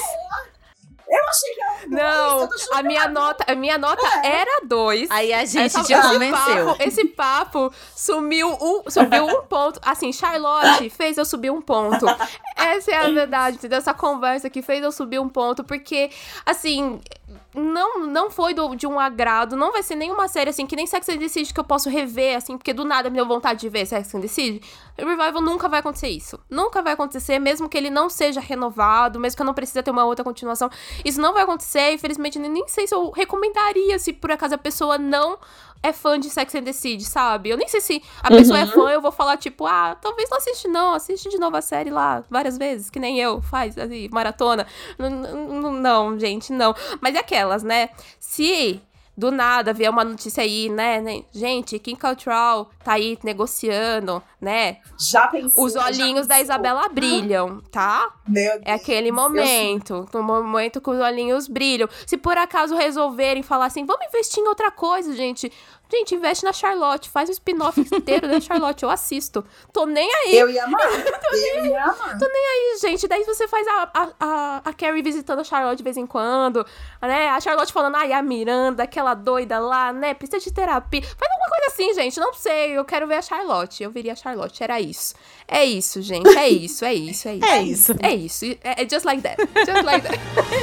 Eu achei que era Não, dois, a minha nota, a minha nota é. era dois. Aí a gente Essa, te convenceu. Papo, esse papo sumiu um, subiu um ponto. Assim, Charlotte fez eu subir um ponto. Essa é a verdade, entendeu? Essa conversa que fez eu subir um ponto. Porque, assim... Não, não foi do, de um agrado, não vai ser nenhuma série, assim, que nem Sex and the City que eu posso rever, assim, porque do nada me deu vontade de ver Sex and the City. Revival nunca vai acontecer isso. Nunca vai acontecer, mesmo que ele não seja renovado, mesmo que eu não precise ter uma outra continuação. Isso não vai acontecer, infelizmente, nem sei se eu recomendaria se por acaso a pessoa não é fã de Sex and the City, sabe? Eu nem sei se a pessoa uhum. é fã, eu vou falar, tipo, ah, talvez não assiste não, assiste de novo a série lá, várias vezes, que nem eu, faz, assim, maratona. Não, não, gente, não. Mas é aquelas, né? Se do nada vier uma notícia aí, né, né? Gente, Kim Cattrall tá aí negociando, né? Já pensou, os olhinhos da Isabela brilham, tá? Meu Deus, é aquele momento, no momento que os olhinhos brilham. Se por acaso resolverem falar assim, vamos investir em outra coisa, gente. Gente, investe na Charlotte, faz um spin-off inteiro da Charlotte, eu assisto. Tô nem aí. Eu ia amar, eu ia amar. Tô nem aí, gente. Daí você faz a, a, a, a Carrie visitando a Charlotte de vez em quando, né? A Charlotte falando, ai, a Miranda, aquela doida lá, né? Precisa de terapia. Faz alguma coisa assim, gente, não sei. Eu quero ver a Charlotte. Eu viria a Charlotte, era isso. É isso, gente, é isso, é isso, é isso. É isso. É isso, é, é just like that, just like that.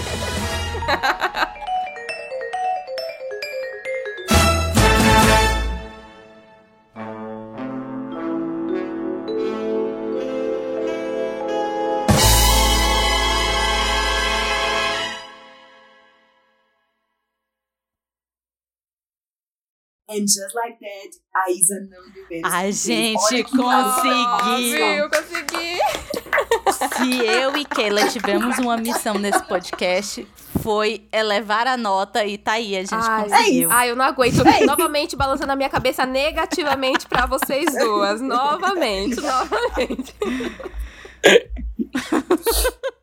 And just like that, a Isa não deu A gente conseguiu! Eu consegui! Se eu e Keila tivemos uma missão nesse podcast, foi elevar a nota e tá aí, a gente ai, conseguiu. Ai, eu não aguento. É novamente balançando a minha cabeça negativamente pra vocês duas. Novamente, novamente.